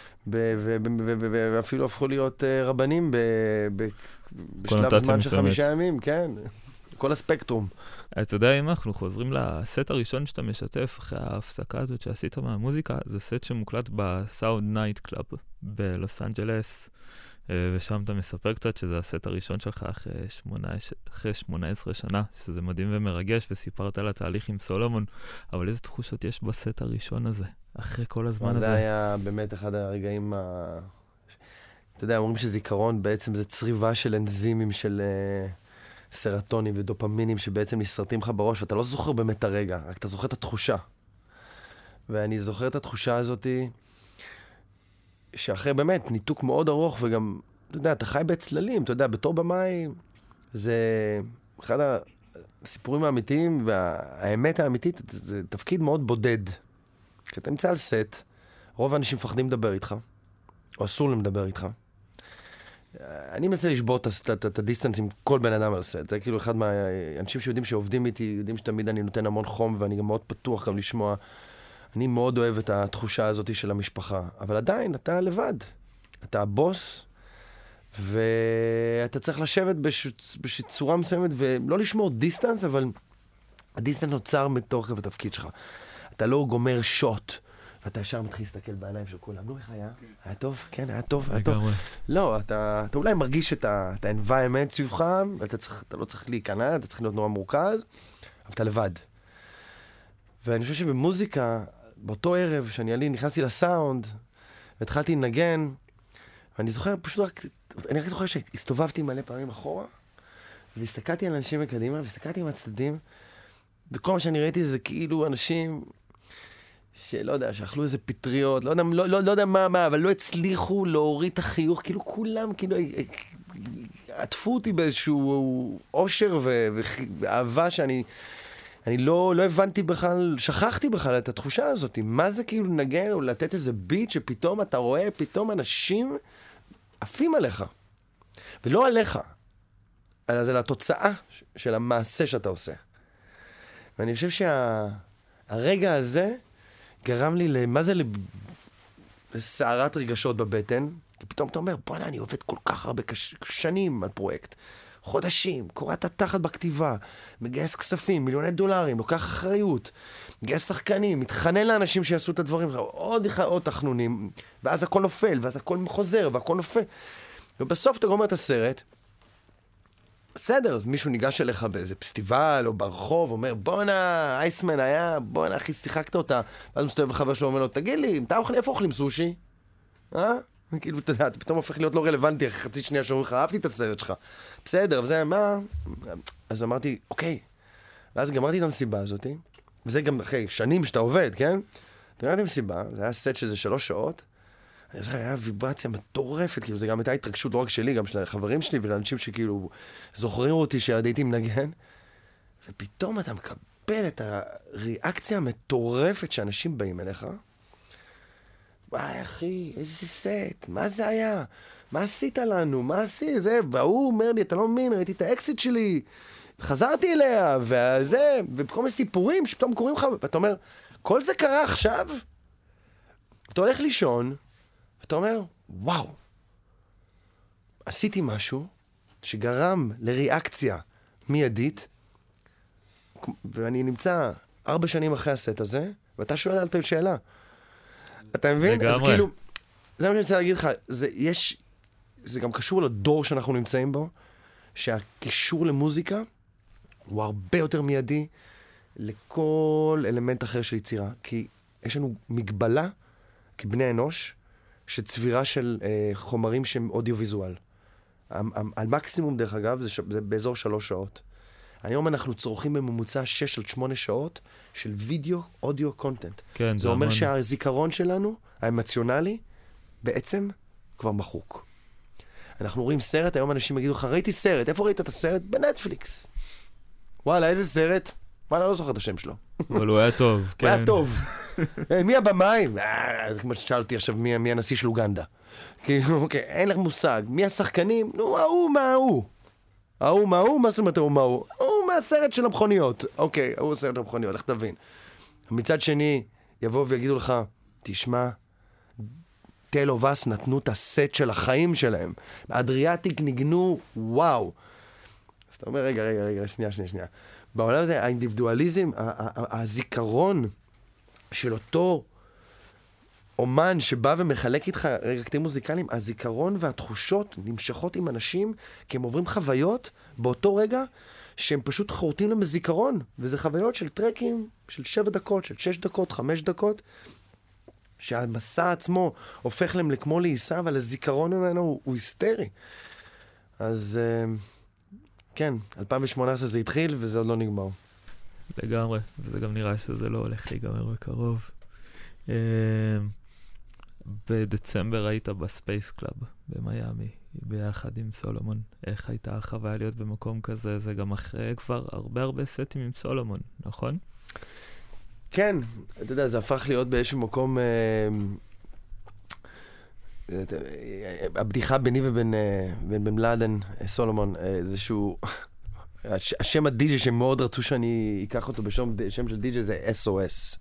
ואפילו הפכו להיות רבנים בשלב זמן של חמישה ימים, כן. כל הספקטרום. אתה יודע, אם אנחנו חוזרים לסט הראשון שאתה משתף אחרי ההפסקה הזאת שעשית מהמוזיקה, זה סט שמוקלט בסאונד נייט קלאב בלוס אנג'לס, ושם אתה מספר קצת שזה הסט הראשון שלך אחרי שמונה עשרה שנה, שזה מדהים ומרגש, וסיפרת על התהליך עם סולומון, אבל איזה תחושות יש בסט הראשון הזה, אחרי כל הזמן הזה? זה היה באמת אחד הרגעים, אתה יודע, אומרים שזיכרון בעצם זה צריבה של אנזימים של סרטונים ודופמינים שבעצם נסרטים לך בראש, ואתה לא זוכר באמת את הרגע, רק אתה זוכר את התחושה. ואני זוכר את התחושה הזאת, שאחרי באמת ניתוק מאוד ארוך, וגם, אתה יודע, אתה חי בצללים, אתה יודע, בתור במאי, זה אחד הסיפורים האמיתיים, והאמת האמיתית, זה, זה תפקיד מאוד בודד. כי אתה נמצא על סט, רוב האנשים מפחדים לדבר איתך, או אסור להם לדבר איתך. אני מנסה לשבות את הדיסטנס עם כל בן אדם על הסט. זה כאילו אחד מהאנשים שיודעים שעובדים איתי, יודעים שתמיד אני נותן המון חום, ואני גם מאוד פתוח גם לשמוע. אני מאוד אוהב את התחושה הזאת של המשפחה. אבל עדיין, אתה לבד. אתה הבוס, ואתה צריך לשבת בצורה מסוימת, ולא לשמור דיסטנס, אבל הדיסטנס נוצר מתוך התפקיד שלך. אתה לא גומר שוט. ואתה ישר מתחיל להסתכל בעיניים של כולם. נו, איך היה? היה טוב? כן, היה טוב, היה טוב. לא, אתה אולי מרגיש את ה-environment סביבך, אתה לא צריך להיכנע, אתה צריך להיות נורא מורכז, אבל אתה לבד. ואני חושב שבמוזיקה, באותו ערב שאני עלי, נכנסתי לסאונד, והתחלתי לנגן, ואני זוכר פשוט רק, אני רק זוכר שהסתובבתי מלא פעמים אחורה, והסתכלתי על אנשים מקדימה, והסתכלתי עם הצדדים, וכל מה שאני ראיתי זה כאילו אנשים שלא יודע, שאכלו איזה פטריות, לא יודע, לא, לא, לא יודע מה, מה, אבל לא הצליחו להוריד את החיוך, כאילו כולם, כאילו, עטפו אותי באיזשהו אושר ו- ו- ואהבה שאני, אני לא, לא הבנתי בכלל, שכחתי בכלל את התחושה הזאת, מה זה כאילו לנגן או לתת איזה ביט שפתאום אתה רואה, פתאום אנשים עפים עליך, ולא עליך, אלא זה לתוצאה של המעשה שאתה עושה. ואני חושב שהרגע הזה, גרם לי, מה זה לסערת רגשות בבטן? כי פתאום אתה אומר, בוא'נה, אני עובד כל כך הרבה שנים על פרויקט. חודשים, קוראת התחת בכתיבה, מגייס כספים, מיליוני דולרים, לוקח אחריות, מגייס שחקנים, מתחנן לאנשים שיעשו את הדברים, עוד, עוד תחנונים, ואז הכל נופל, ואז הכל חוזר, והכל נופל. ובסוף אתה גומר את הסרט, בסדר, אז מישהו ניגש אליך באיזה פסטיבל או ברחוב, אומר, בואנה, אייסמן היה, בואנה, אחי, שיחקת אותה. ואז מסתובב לחבר שלו, אומר לו, תגיד לי, אתה אוכל, איפה אוכלים סושי? אה? כאילו, אתה יודע, אתה פתאום הופך להיות לא רלוונטי, אחרי חצי שנייה שאומרים לך, אהבתי את הסרט שלך. בסדר, וזה, מה? אז אמרתי, אוקיי. ואז גמרתי את המסיבה הזאת, וזה גם אחרי שנים שאתה עובד, כן? גמרתי מסיבה, זה היה סט שזה שלוש שעות, אני חושב, היה ויברציה מטורפת, כאילו, זה גם הייתה התרגשות לא רק שלי, גם של החברים שלי, ולאנשים שכאילו זוכרים אותי שהייתי מנגן, ופתאום אתה מקבל את הריאקציה המטורפת שאנשים באים אליך, וואי, אחי, איזה סט, מה זה היה? מה עשית לנו? מה עשית? זה, והוא אומר לי, אתה לא מבין, ראיתי את האקסיט שלי, חזרתי אליה, וזה, וכל מיני סיפורים שפתאום קוראים לך, ואתה אומר, כל זה קרה עכשיו? אתה הולך לישון, ואתה אומר, וואו, עשיתי משהו שגרם לריאקציה מיידית, ואני נמצא ארבע שנים אחרי הסט הזה, ואתה שואל על את שאלה. אתה מבין? אז כאילו, זה מה שאני רוצה להגיד לך, זה, יש, זה גם קשור לדור שאנחנו נמצאים בו, שהקישור למוזיקה הוא הרבה יותר מיידי לכל אלמנט אחר של יצירה, כי יש לנו מגבלה כבני אנוש, שצבירה של אה, חומרים שהם אודיו-ויזואל. על מקסימום, דרך אגב, זה, ש... זה באזור שלוש שעות. היום אנחנו צורכים בממוצע שש עד שמונה שעות של וידאו, אודיו, קונטנט. כן, זה אומר שהזיכרון שלנו, האמוציונלי, בעצם כבר מחוק. אנחנו רואים סרט, היום אנשים יגידו לך, ראיתי סרט, איפה ראית את הסרט? בנטפליקס. וואלה, איזה סרט? וואלה, לא זוכר את השם שלו. אבל הוא היה טוב, כן. הוא היה טוב. מי הבמאי? זה כמו ששאל אותי עכשיו, מי הנשיא של אוגנדה. כאילו, אוקיי, אין לך מושג. מי השחקנים? נו, ההוא, מה ההוא? ההוא, מה ההוא? מה זאת אומרת, ההוא, מה ההוא? ההוא מהסרט של המכוניות. אוקיי, ההוא הסרט של המכוניות, איך תבין? מצד שני, יבואו ויגידו לך, תשמע, תל אובס נתנו את הסט של החיים שלהם. אדריאטיק ניגנו, וואו. אז אתה אומר, רגע, רגע, רגע, שנייה, שנייה, שנייה. בעולם הזה, האינדיבידואליזם, הזיכרון של אותו אומן שבא ומחלק איתך רגע קטעים מוזיקליים, הזיכרון והתחושות נמשכות עם אנשים, כי הם עוברים חוויות באותו רגע שהם פשוט חורטים להם בזיכרון, וזה חוויות של טרקים של שבע דקות, של שש דקות, חמש דקות, שהמסע עצמו הופך להם לכמו להיסה, אבל הזיכרון ממנו הוא, הוא היסטרי. אז כן, אלפיים ושמונה עשרה זה התחיל וזה עוד לא נגמר. לגמרי, וזה גם נראה שזה לא הולך להיגמר בקרוב. בדצמבר היית בספייס קלאב במיימי, ביחד עם סולומון. איך הייתה החוויה להיות במקום כזה? זה גם אחרי כבר הרבה הרבה סטים עם סולומון, נכון? כן, אתה יודע, זה הפך להיות באיזשהו מקום, אה, הבדיחה ביני ובין בן לאדן, סולומון, זה שהוא, השם הדי-ג'יי שמאוד רצו שאני אקח אותו בשם של די-ג'יי זה אס או אס.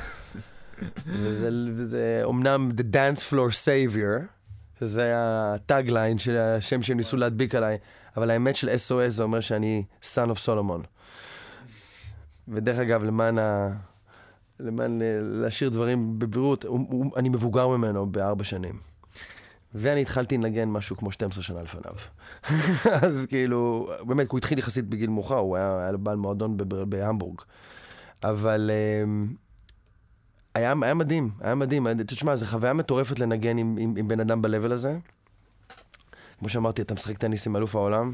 וזה אומנם The Dance Floor Savior, שזה הטאגליין של השם שהם ניסו להדביק עליי, אבל האמת של אס או אס זה אומר שאני Son of Solomon. ודרך אגב, למען ה... למען להשאיר דברים בבירות, אני מבוגר ממנו בארבע שנים. ואני התחלתי לנגן משהו כמו שתים עשרה שנה לפניו. אז כאילו, באמת, הוא התחיל יחסית בגיל מאוחר, הוא היה, היה בעל מועדון בהמבורג. אבל היה, היה מדהים, היה מדהים. תשמע, זו חוויה מטורפת לנגן עם, עם, עם בן אדם בלבל הזה. כמו שאמרתי, אתה משחק טניס עם אלוף העולם.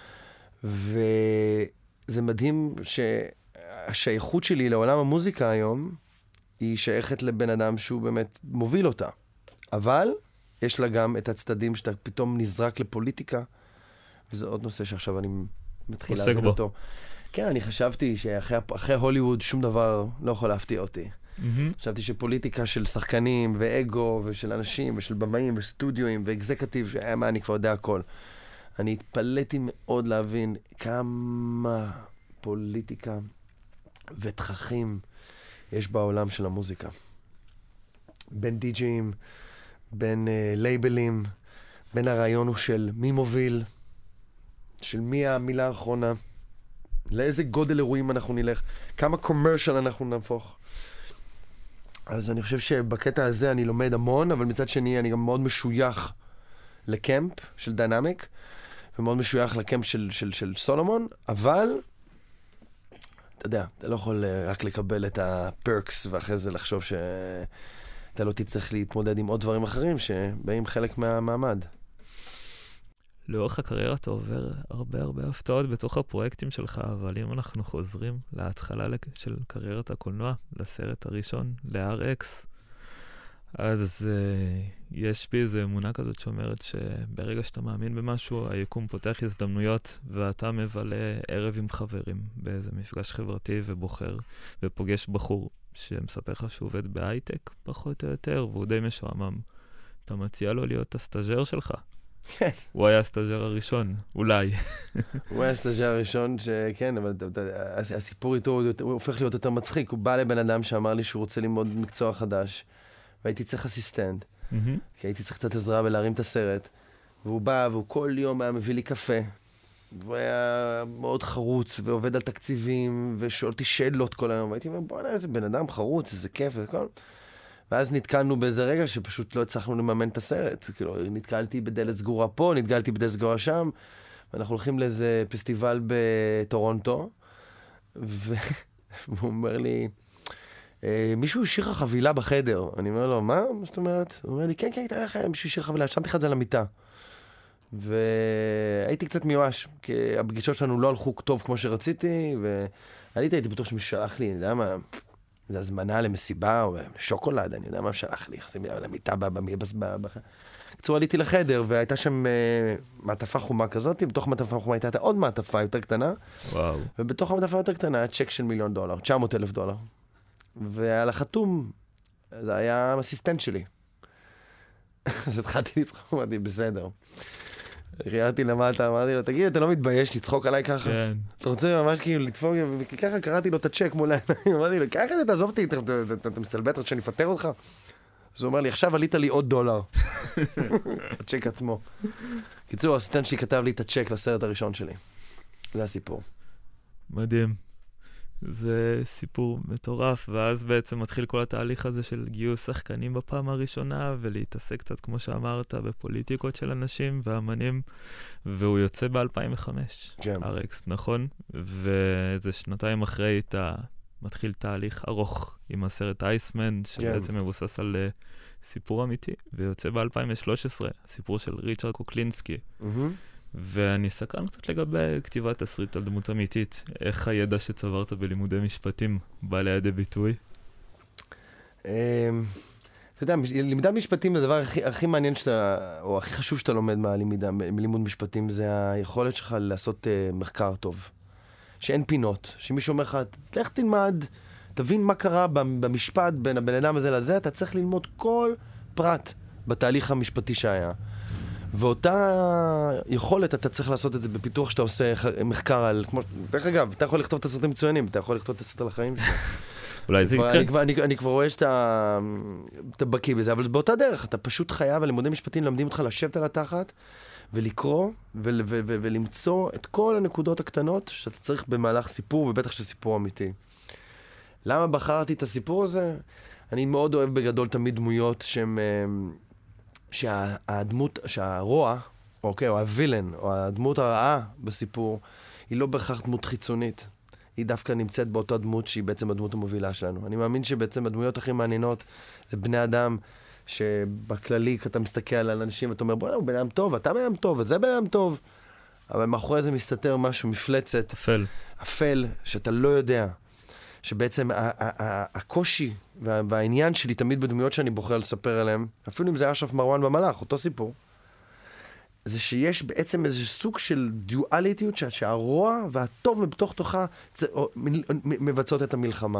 וזה מדהים שהשייכות שלי לעולם המוזיקה היום, היא שייכת לבן אדם שהוא באמת מוביל אותה. אבל יש לה גם את הצדדים שאתה פתאום נזרק לפוליטיקה, וזה עוד נושא שעכשיו אני מתחיל להבין אותו. כן, אני חשבתי שאחרי הוליווד שום דבר לא יכול להפתיע אותי. חשבתי שפוליטיקה של שחקנים ואגו ושל אנשים ושל במאים וסטודיואים ואקזקטיב, מה, אני כבר יודע הכל. אני התפלאתי מאוד להבין כמה פוליטיקה ותככים יש בעולם של המוזיקה. בין די-ג'יים, בין uh, לייבלים, בין הרעיון הוא של מי מוביל, של מי המילה האחרונה, לאיזה גודל אירועים אנחנו נלך, כמה קומרשל אנחנו נהפוך. אז אני חושב שבקטע הזה אני לומד המון, אבל מצד שני אני גם מאוד משוייך לקמפ של דיינמיק, ומאוד משוייך לקמפ של, של, של סולומון, אבל אתה יודע, אתה לא יכול רק לקבל את הפרקס ואחרי זה לחשוב ש... אתה לא תצטרך להתמודד עם עוד דברים אחרים שבאים חלק מהמעמד. לאורך הקריירה אתה עובר הרבה הרבה הפתעות בתוך הפרויקטים שלך, אבל אם אנחנו חוזרים להתחלה של קריירת הקולנוע, לסרט הראשון, ל-אר אקס, אז uh, יש בי איזו אמונה כזאת שאומרת שברגע שאתה מאמין במשהו, היקום פותח הזדמנויות, ואתה מבלה ערב עם חברים באיזה מפגש חברתי ובוחר, ופוגש בחור שמספר לך שהוא עובד בהייטק, פחות או יותר, והוא די משועמם. אתה מציע לו להיות הסטאז'ר שלך. כן. הוא היה הסטאז'ר הראשון, אולי. הוא היה הסטאז'ר הראשון, שכן, אבל הסיפור איתו הוא הופך להיות יותר מצחיק. הוא בא לבן אדם שאמר לי שהוא רוצה ללמוד מקצוע חדש, והייתי צריך אסיסטנט, כי הייתי צריך קצת עזרה ולהרים את הסרט. והוא בא, והוא כל יום היה מביא לי קפה, והוא היה מאוד חרוץ, ועובד על תקציבים, ושואל אותי שאלות כל היום, והייתי אומר, בוא נראה, איזה בן אדם חרוץ, איזה כיף וכל. ואז נתקלנו באיזה רגע שפשוט לא הצלחנו לממן את הסרט. כאילו, נתקלתי בדלת סגורה פה, נתקלתי בדלת סגורה שם, ואנחנו הולכים לאיזה פסטיבל בטורונטו, והוא אומר לי, מישהו השאיר לך חבילה בחדר. אני אומר לו, מה? מה זאת אומרת? הוא אומר לי, כן, כן, הייתה לך מישהו השאיר חבילה, שמתי לך את זה למיטה. והייתי קצת מיואש, כי הפגישות שלנו לא הלכו טוב כמו שרציתי, ועליתי, הייתי בטוח שמישהו שלח לי, אני יודע מה, זה הזמנה למסיבה או לשוקולד, אני יודע מה שלח לי, חסים לי למיטה בקצור, עליתי לחדר, והייתה שם מעטפה חומה כזאת, בתוך מעטפה חומה הייתה עוד מעטפה יותר קטנה, וואו. ובתוך המעטפה יותר קטנה היה צ'ק של מיליון דולר, תשע מאות אלף דולר. ועל החתום, זה היה אסיסטנט שלי. אז התחלתי לצחוק, אמרתי, בסדר. ראיתי למטה, אמרתי לו, תגיד, אתה לא מתבייש לצחוק עליי ככה? כן. אתה רוצה ממש כאילו לתפור, וככה קראתי לו את הצ'ק מול העיניים, אמרתי לו, ככה אתה תעזוב אותי, אתה מסתלבט רק שאני אפטר אותך? אז הוא אומר לי, עכשיו עלית לי עוד דולר. הצ'ק עצמו. קיצור, האסיסטנט שלי כתב לי את הצ'ק לסרט הראשון שלי. זה הסיפור. מדהים. זה סיפור מטורף, ואז בעצם מתחיל כל התהליך הזה של גיוס שחקנים בפעם הראשונה, ולהתעסק קצת, כמו שאמרת, בפוליטיקות של אנשים ואמנים, והוא יוצא ב-אלפיים וחמש, כן. אר אקס, נכון? ואיזה שנתיים אחרי אתה מתחיל תהליך ארוך עם הסרט אייסמן, שבעצם כן. מבוסס על uh, סיפור אמיתי, ויוצא ב-אלפיים ושלוש עשרה, הסיפור של ריצ'רד קוקלינסקי. Mm-hmm. ואני סקרן קצת לגבי כתיבת תסריט על דמות אמיתית. איך הידע שצברת בלימודי משפטים בא לידי ביטוי? אתה יודע, לימודי משפטים זה הדבר הכי מעניין שאתה, או הכי חשוב שאתה לומד מלימוד משפטים, זה היכולת שלך לעשות מחקר טוב. שאין פינות. שמישהו אומר לך, לך תלמד, תבין מה קרה במשפט בין הבן אדם הזה לזה, אתה צריך ללמוד כל פרט בתהליך המשפטי שהיה. ואותה יכולת, אתה צריך לעשות את זה בפיתוח שאתה עושה מחקר על, כמו, דרך אגב, אתה יכול לכתוב את הסרטים מצוינים, אתה יכול לכתוב את הסרט על החיים שלך. אולי זה יקרה. אני כבר, אני, אני כבר רואה שאתה בקיא בזה, אבל באותה דרך, אתה פשוט חייב, הלימודי משפטים למדים אותך לשבת על התחת, ולקרוא, ו- ו- ו- ו- ולמצוא את כל הנקודות הקטנות שאתה צריך במהלך סיפור, ובטח שזה סיפור אמיתי. למה בחרתי את הסיפור הזה? אני מאוד אוהב בגדול תמיד דמויות שהם, שהדמות, שהרוע, אוקיי, או הווילן, או הדמות הרעה בסיפור, היא לא בהכרח דמות חיצונית. היא דווקא נמצאת באותה דמות שהיא בעצם הדמות המובילה שלנו. אני מאמין שבעצם הדמויות הכי מעניינות זה בני אדם, שבכללי אתה מסתכל על אנשים ואתה אומר, בוא, הוא בן אדם טוב, אתה בן אדם טוב, וזה בן אדם טוב. אבל מאחורי זה מסתתר משהו, מפלצת. אפל. אפל, שאתה לא יודע. שבעצם הקושי והעניין שלי תמיד בדמויות שאני בוחר לספר עליהם, אפילו אם זה אשרף מרואן במלאך, אותו סיפור, זה שיש בעצם איזה סוג של דיואליטיות, שהרוע והטוב בתוך תוכה מבצעות את המלחמה.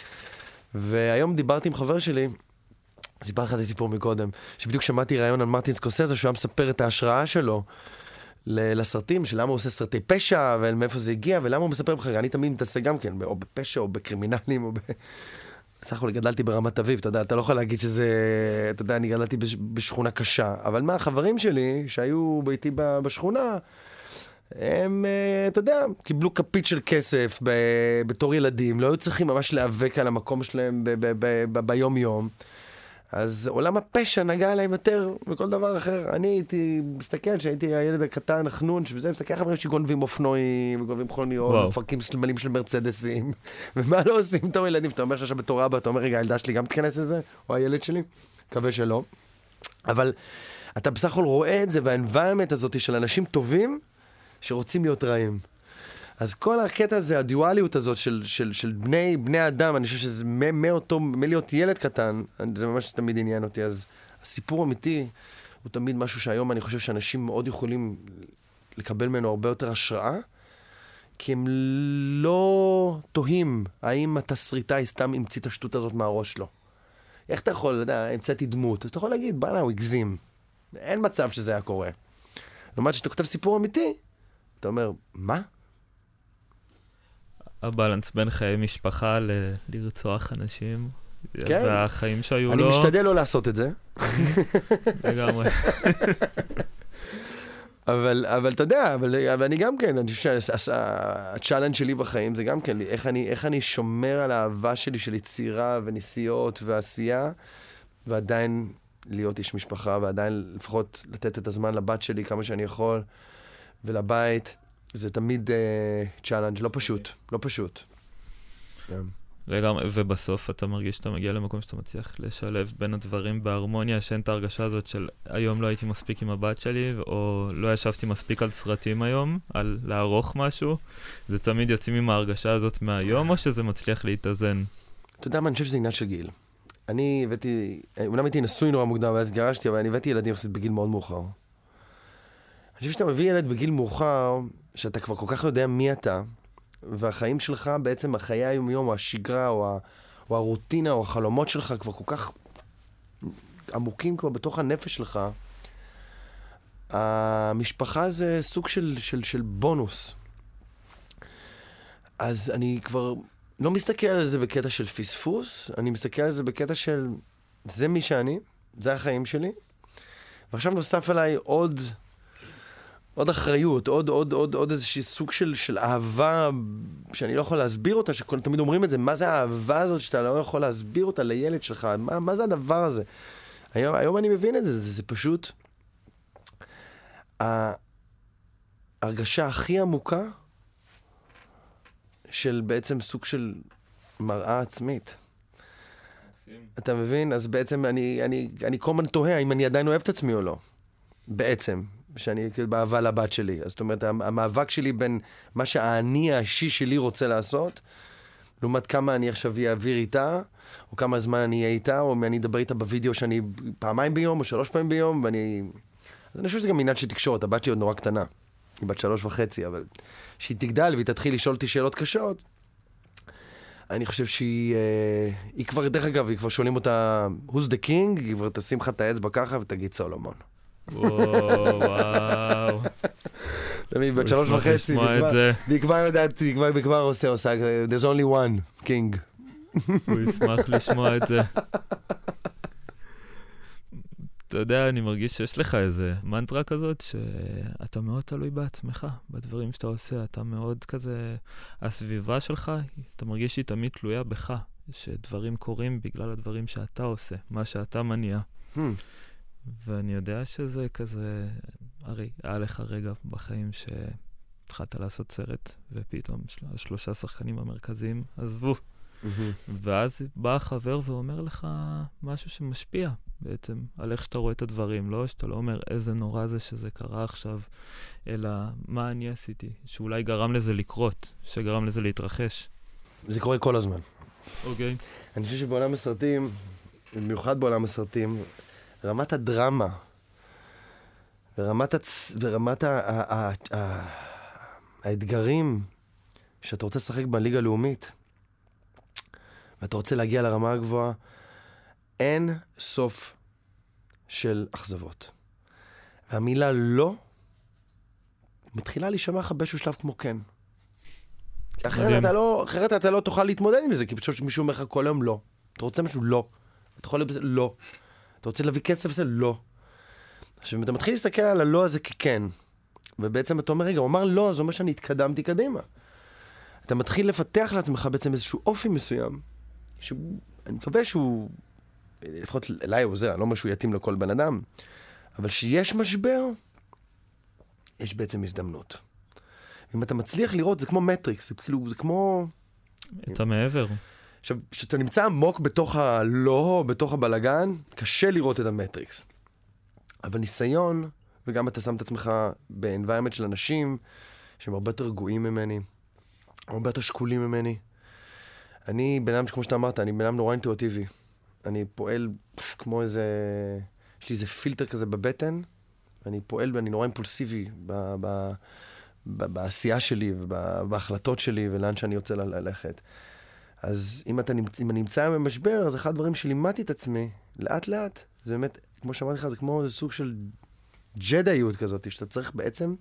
והיום דיברתי עם חבר שלי, סיפר לך את הסיפור מקודם, שבדיוק שמעתי רעיון על מרטין סקורסזה, שהוא היה מספר את ההשראה שלו לסרטים, של למה הוא עושה סרטי פשע, ומאיפה זה הגיע, ולמה הוא מספר בחר. אני תמיד מתעסק גם כן, או בפשע, או בקרימינלים, או ב... סך הכל גדלתי ברמת אביב, אתה יודע, אתה לא יכול להגיד שזה, אתה יודע, אני גדלתי בשכונה קשה, אבל מה, החברים שלי, שהיו ביתי בשכונה, הם, אתה יודע, קיבלו כפית של כסף ב- בתור ילדים, לא היו צריכים ממש להיאבק על המקום שלהם ב- ב- ב- ב- ביום יום. אז עולם הפשע נגע אליהם יותר מכל דבר אחר. אני הייתי מסתכל שהייתי הילד הקטן, החנון, שבזה מסתכל חברים שגונבים אופנועים, גונבים חוניות, מפרקים סמלים של מרצדסים, ומה לא עושים בתור ילדים? אתה אומר שעכשיו בתור אבא, אתה אומר, רגע, הילדה שלי גם תכנס לזה? או הילד שלי? מקווה שלא. אבל אתה בסך הכל רואה את זה, והאנביירמנט הזאת של אנשים טובים שרוצים להיות רעים. אז כל הקטע הזה, הדיואליות הזאת של, של, של בני, בני אדם, אני חושב שזה מאותו, מלהיות ילד קטן, זה ממש תמיד עניין אותי. אז הסיפור אמיתי הוא תמיד משהו שהיום אני חושב שאנשים מאוד יכולים לקבל ממנו הרבה יותר השראה, כי הם לא תוהים האם התסריטאי סתם המציא את השטות הזאת מהראש שלו. איך אתה יכול, אתה יודע, המצאתי דמות, אז אתה יכול להגיד, בנה, הוא הגזים. אין מצב שזה היה קורה. לעומת שאתה כותב סיפור אמיתי, אתה אומר, מה? הבלנס בין חיי משפחה ל- לרצוח אנשים, כן. והחיים שהיו אני לו... אני משתדל לא לעשות את זה. לגמרי. אבל, אבל אתה יודע, אבל, אבל אני גם כן, אני חושב שהצ'אלנג' שלי בחיים זה גם כן, איך אני, איך אני שומר על האהבה שלי של יצירה ונסיעות ועשייה, ועדיין להיות איש משפחה, ועדיין לפחות לתת את הזמן לבת שלי כמה שאני יכול, ולבית. זה תמיד צ'אלנג', לא פשוט, לא פשוט. לגמרי, ובסוף אתה מרגיש שאתה מגיע למקום שאתה מצליח לשלב בין הדברים בהרמוניה, שאין את ההרגשה הזאת של היום לא הייתי מספיק עם הבת שלי, או לא ישבתי מספיק על סרטים היום, על לערוך משהו. זה תמיד יוצאים עם ההרגשה הזאת מהיום, או שזה מצליח להתאזן? אתה יודע מה, אני חושב שזה עניין של גיל. אני הבאתי, אומנם הייתי נשוי נורא מוקדם, ואז גרשתי, אבל אני הבאתי ילדים יחסית בגיל מאוד מאוחר. אני חושב שאתה מביא ילד בגיל מאוחר, שאתה כבר כל כך יודע מי אתה, והחיים שלך, בעצם החיי היום-יום, או השגרה, או, ה, או הרוטינה, או החלומות שלך, כבר כל כך עמוקים כבר בתוך הנפש שלך. המשפחה זה סוג של, של, של בונוס. אז אני כבר לא מסתכל על זה בקטע של פספוס, אני מסתכל על זה בקטע של, זה מי שאני, זה החיים שלי, ועכשיו נוסף עליי עוד... עוד אחריות, עוד, עוד, עוד, עוד איזושהי סוג של, של אהבה שאני לא יכול להסביר אותה, שכל תמיד אומרים את זה, מה זה האהבה הזאת שאתה לא יכול להסביר אותה לילד שלך, מה, מה זה הדבר הזה? היום, היום אני מבין את זה, זה, זה פשוט ההרגשה הכי עמוקה של בעצם סוג של מראה עצמית. אתה מבין? אז בעצם אני, אני, אני כל הזמן תוהה אם אני עדיין אוהב את עצמי או לא. בעצם. שאני באהבה לבת שלי. אז זאת אומרת, המאבק שלי בין מה שהאני האישי שלי רוצה לעשות, לעומת כמה אני עכשיו אעביר איתה, או כמה זמן אני אהיה איתה, או אני אדבר איתה בווידאו שאני פעמיים ביום, או שלוש פעמים ביום, ואני... אז אני חושב שזה גם עניין של תקשורת. הבת שלי עוד נורא קטנה. היא בת שלוש וחצי, אבל שהיא תגדל והיא תתחיל לשאול אותי שאלות קשות, אני חושב שהיא, אה, היא כבר, דרך אגב, היא כבר שואלים אותה, who's the king? היא כבר תשים לך את האצבע ככה ותגיד סולומון. וואו, וואו. תמיד, בת שלוש וחצי, והיא כבר יודעת, היא כבר עושה, עושה, there's only one king. הוא ישמח לשמוע את זה. אתה יודע, אני מרגיש שיש לך איזה מנטרה כזאת, שאתה מאוד תלוי בעצמך, בדברים שאתה עושה, אתה מאוד כזה, הסביבה שלך, אתה מרגיש שהיא תמיד תלויה בך, שדברים קורים בגלל הדברים שאתה עושה, מה שאתה מניע. Hmm. ואני יודע שזה כזה, הרי היה לך רגע בחיים שהתחלת לעשות סרט, ופתאום של, השלושה שחקנים המרכזיים עזבו. Mm-hmm. ואז בא החבר ואומר לך משהו שמשפיע בעצם על איך שאתה רואה את הדברים, לא שאתה לא אומר איזה נורא זה שזה קרה עכשיו, אלא מה אני עשיתי, שאולי גרם לזה לקרות, שגרם לזה להתרחש. זה קורה כל הזמן. אוקיי. Okay. אני חושב שבעולם הסרטים, במיוחד בעולם הסרטים, רמת הדרמה ורמת, הצ... ורמת ה... ה... ה... ה... האתגרים שאתה רוצה לשחק בליגה הלאומית, ואתה רוצה להגיע לרמה הגבוהה, אין סוף של אכזבות. והמילה לא מתחילה להישמע לך באיזשהו שלב כמו כן. אחרת אתה לא, אחרת אתה לא תוכל להתמודד עם זה, כי פשוט מישהו אומר לך כל היום לא. אתה רוצה משהו? לא. אתה יכול לבוא בזה? לא. אתה רוצה להביא כסף בזה? לא. עכשיו, אם אתה מתחיל להסתכל על הלא הזה ככן, ובעצם אתה אומר, רגע, הוא אמר לא, זה אומר שאני התקדמתי קדימה. אתה מתחיל לפתח לעצמך בעצם איזשהו אופי מסוים, שאני מקווה שהוא, לפחות אליי הוא זה, אני לא אומר שהוא יתאים לכל בן אדם, אבל שיש משבר, יש בעצם הזדמנות. אם אתה מצליח לראות, זה כמו מטריקס, זה כאילו, זה כמו... אתה מעבר. עכשיו, כשאתה נמצא עמוק בתוך הלא, בתוך הבלגן, קשה לראות את המטריקס. אבל ניסיון, וגם אתה שם את עצמך באנביירמנט של אנשים, שהם הרבה יותר רגועים ממני, הרבה יותר שקולים ממני. אני בן אדם, כמו שאתה אמרת, אני בן אדם נורא אינטואיטיבי. אני פועל כמו איזה... יש לי איזה פילטר כזה בבטן, ואני פועל ואני נורא אימפולסיבי ב... ב... בעשייה שלי ובהחלטות שלי ולאן שאני רוצה ללכת. אז אם, אתה נמצא, אם אני נמצא במשבר, אז אחד הדברים שלימדתי את עצמי, לאט לאט, זה באמת, כמו שאמרתי לך, זה כמו איזה סוג של ג'דאיות כזאת, שאתה צריך בעצם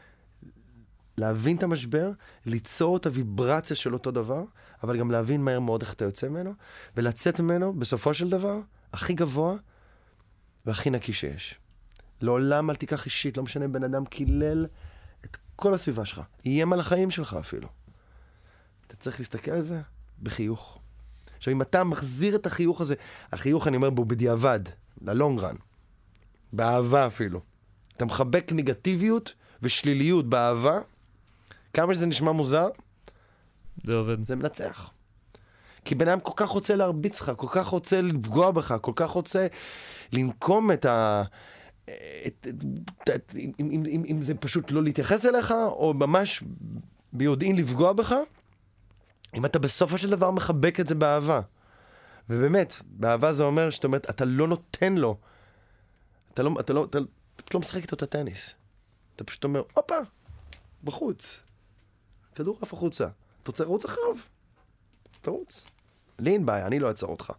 להבין את המשבר, ליצור את הוויברציה של אותו דבר, אבל גם להבין מהר מאוד איך אתה יוצא ממנו, ולצאת ממנו בסופו של דבר, הכי גבוה והכי נקי שיש. לעולם אל תיקח אישית, לא משנה בן אדם קילל את כל הסביבה שלך, איים על החיים שלך אפילו. אתה צריך להסתכל על זה בחיוך. עכשיו, אם אתה מחזיר את החיוך הזה, החיוך, אני אומר בו, בדיעבד, ללונג רן, באהבה אפילו. אתה מחבק נגטיביות ושליליות באהבה, כמה שזה נשמע מוזר, זה עובד. זה מנצח. כי בן אדם כל כך רוצה להרביץ לך, כל כך רוצה לפגוע בך, כל כך רוצה לנקום את ה... את, את, את, אם, אם, אם, אם זה פשוט לא להתייחס אליך, או ממש ביודעין לפגוע בך, אם אתה בסופו של דבר מחבק את זה באהבה. ובאמת, באהבה זה אומר שאתה אומרת, אתה לא נותן לו, אתה לא, אתה לא, אתה, אתה לא משחק איתו את הטניס. אתה פשוט אומר, אופה, בחוץ. כדור עף החוצה. אתה רוצה לרוץ אחריו? תרוץ. לי אין בעיה, אני לא אעצור אותך.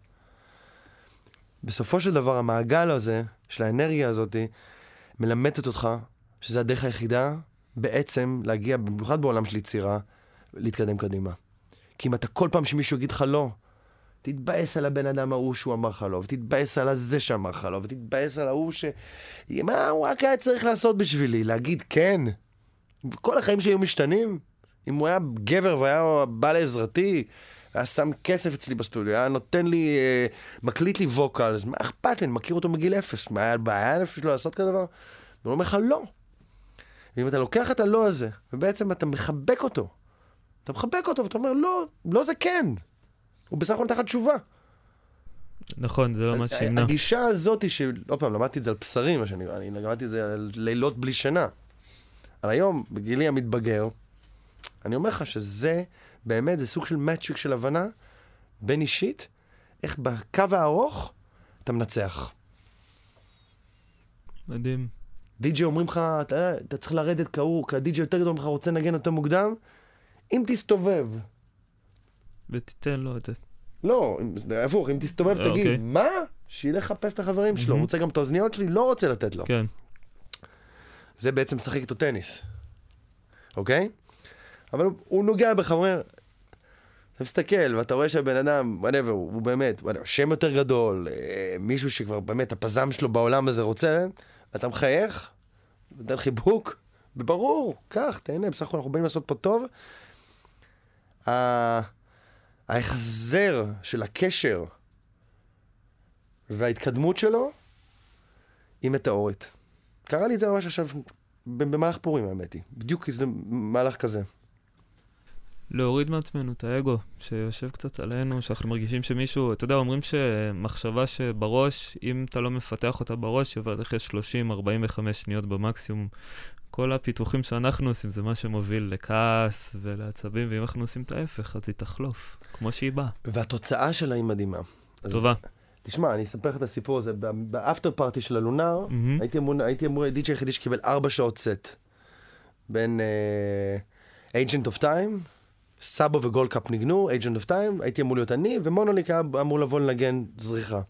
בסופו של דבר, המעגל הזה, של האנרגיה הזאת, מלמדת אותך שזה הדרך היחידה בעצם להגיע, במיוחד בעולם של יצירה, להתקדם קדימה. כי אם אתה כל פעם שמישהו יגיד לך לא, תתבאס על הבן אדם ההוא שהוא אמר לך לא, ותתבאס על הזה שאמר לך לא, ותתבאס על ההוא ש... מה הוא רק היה צריך לעשות בשבילי? להגיד כן. כל החיים שהיו משתנים. אם הוא היה גבר והיה בא לעזרתי, היה שם כסף אצלי בסטודיו, היה נותן לי, אה, מקליט לי ווקלס, מה אכפת לי? אני מכיר אותו מגיל אפס, מה היה בעיה נפש לא לעשות כזה דבר? והוא אומר לך לא. ואם אתה לוקח את הלא הזה, ובעצם אתה מחבק אותו, אתה מחבק אותו ואתה אומר לא, לא זה כן. הוא בסך הכל תחת תשובה. נכון, זה לא מה שימנע. הגישה הזאת היא לא פעם, למדתי את זה על בשרים, מה שאני, אני למדתי את זה על לילות בלי שינה. אבל היום, בגילי המתבגר, אני אומר לך שזה באמת, זה סוג של מאצ'יק של הבנה בין אישית, איך בקו הארוך אתה מנצח. מדהים. די-ג'יי אומרים לך, אתה, אתה צריך לרדת כאור, כי הדי-ג'יי יותר גדול ממך רוצה לנגן יותר מוקדם, אם תסתובב ותיתן לו את זה. לא, הפוך, אם תסתובב תגיד, אוקיי. מה? שילך לחפש את החברים שלו, הוא רוצה גם את האוזניות שלי, לא רוצה לתת לו. כן. זה בעצם משחק איתו טניס. אוקיי? אבל הוא, הוא נוגע בך, הוא אומר, אתה מסתכל ואתה רואה שהבן אדם, whatever, הוא, הוא באמת, whatever, שם יותר גדול, אה, מישהו שכבר באמת הפזם שלו בעולם הזה רוצה, אתה מחייך, נותן חיבוק, וברור, כך, תהנה, בסך הכל אנחנו באים לעשות פה טוב. ה... ההחזר של הקשר וההתקדמות שלו היא מטאורית. קרה לי את זה ממש עכשיו במהלך פורים, האמת היא. בדיוק איזה מהלך כזה. להוריד מעצמנו את האגו, שיושב קצת עלינו, שאנחנו מרגישים שמישהו, אתה יודע, אומרים שמחשבה שבראש, אם אתה לא מפתח אותה בראש, היא עוברת אחרי שלושים ארבעים וחמש שניות במקסימום. כל הפיתוחים שאנחנו עושים זה מה שמוביל לכעס ולעצבים, ואם אנחנו עושים את ההפך, אז היא תחלוף, כמו שהיא באה. והתוצאה שלה היא מדהימה. טובה. תשמע, אני אספר לך את הסיפור הזה. באפטר פארטי של הלונר, mm-hmm. הייתי אמור, הייתי אמור, די-ג'יי היחידי שקיבל ארבע שעות סט. בין uh, Agent of Time, סאבו וגולדקאפ ניגנו, Agent of Time, הייתי אמור להיות אני, ומונוליק היה אמור לבוא לנגן זריחה.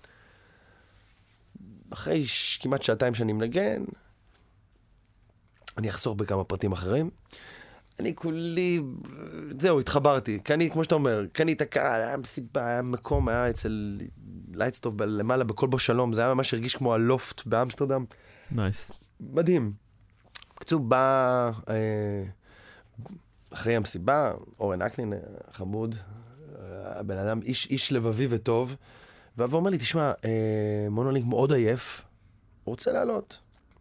אחרי ש... כמעט שעתיים שאני מנגן, אני אחסוך בכמה פרטים אחרים. אני כולי, זהו, התחברתי. קני, כמו שאתה אומר, קני את הקהל, היה מסיבה, היה מקום, היה אצל לייטסטוף למעלה, בכל בו שלום, זה היה ממש הרגיש כמו הלופט באמסטרדם. נייס. מדהים. קצוב, בא, אה, אחרי המסיבה, אורן אקנין, חמוד, הבן אדם, איש, איש לבבי וטוב, והוא אומר לי, תשמע, אה, מונולינק מאוד עייף, הוא רוצה לעלות.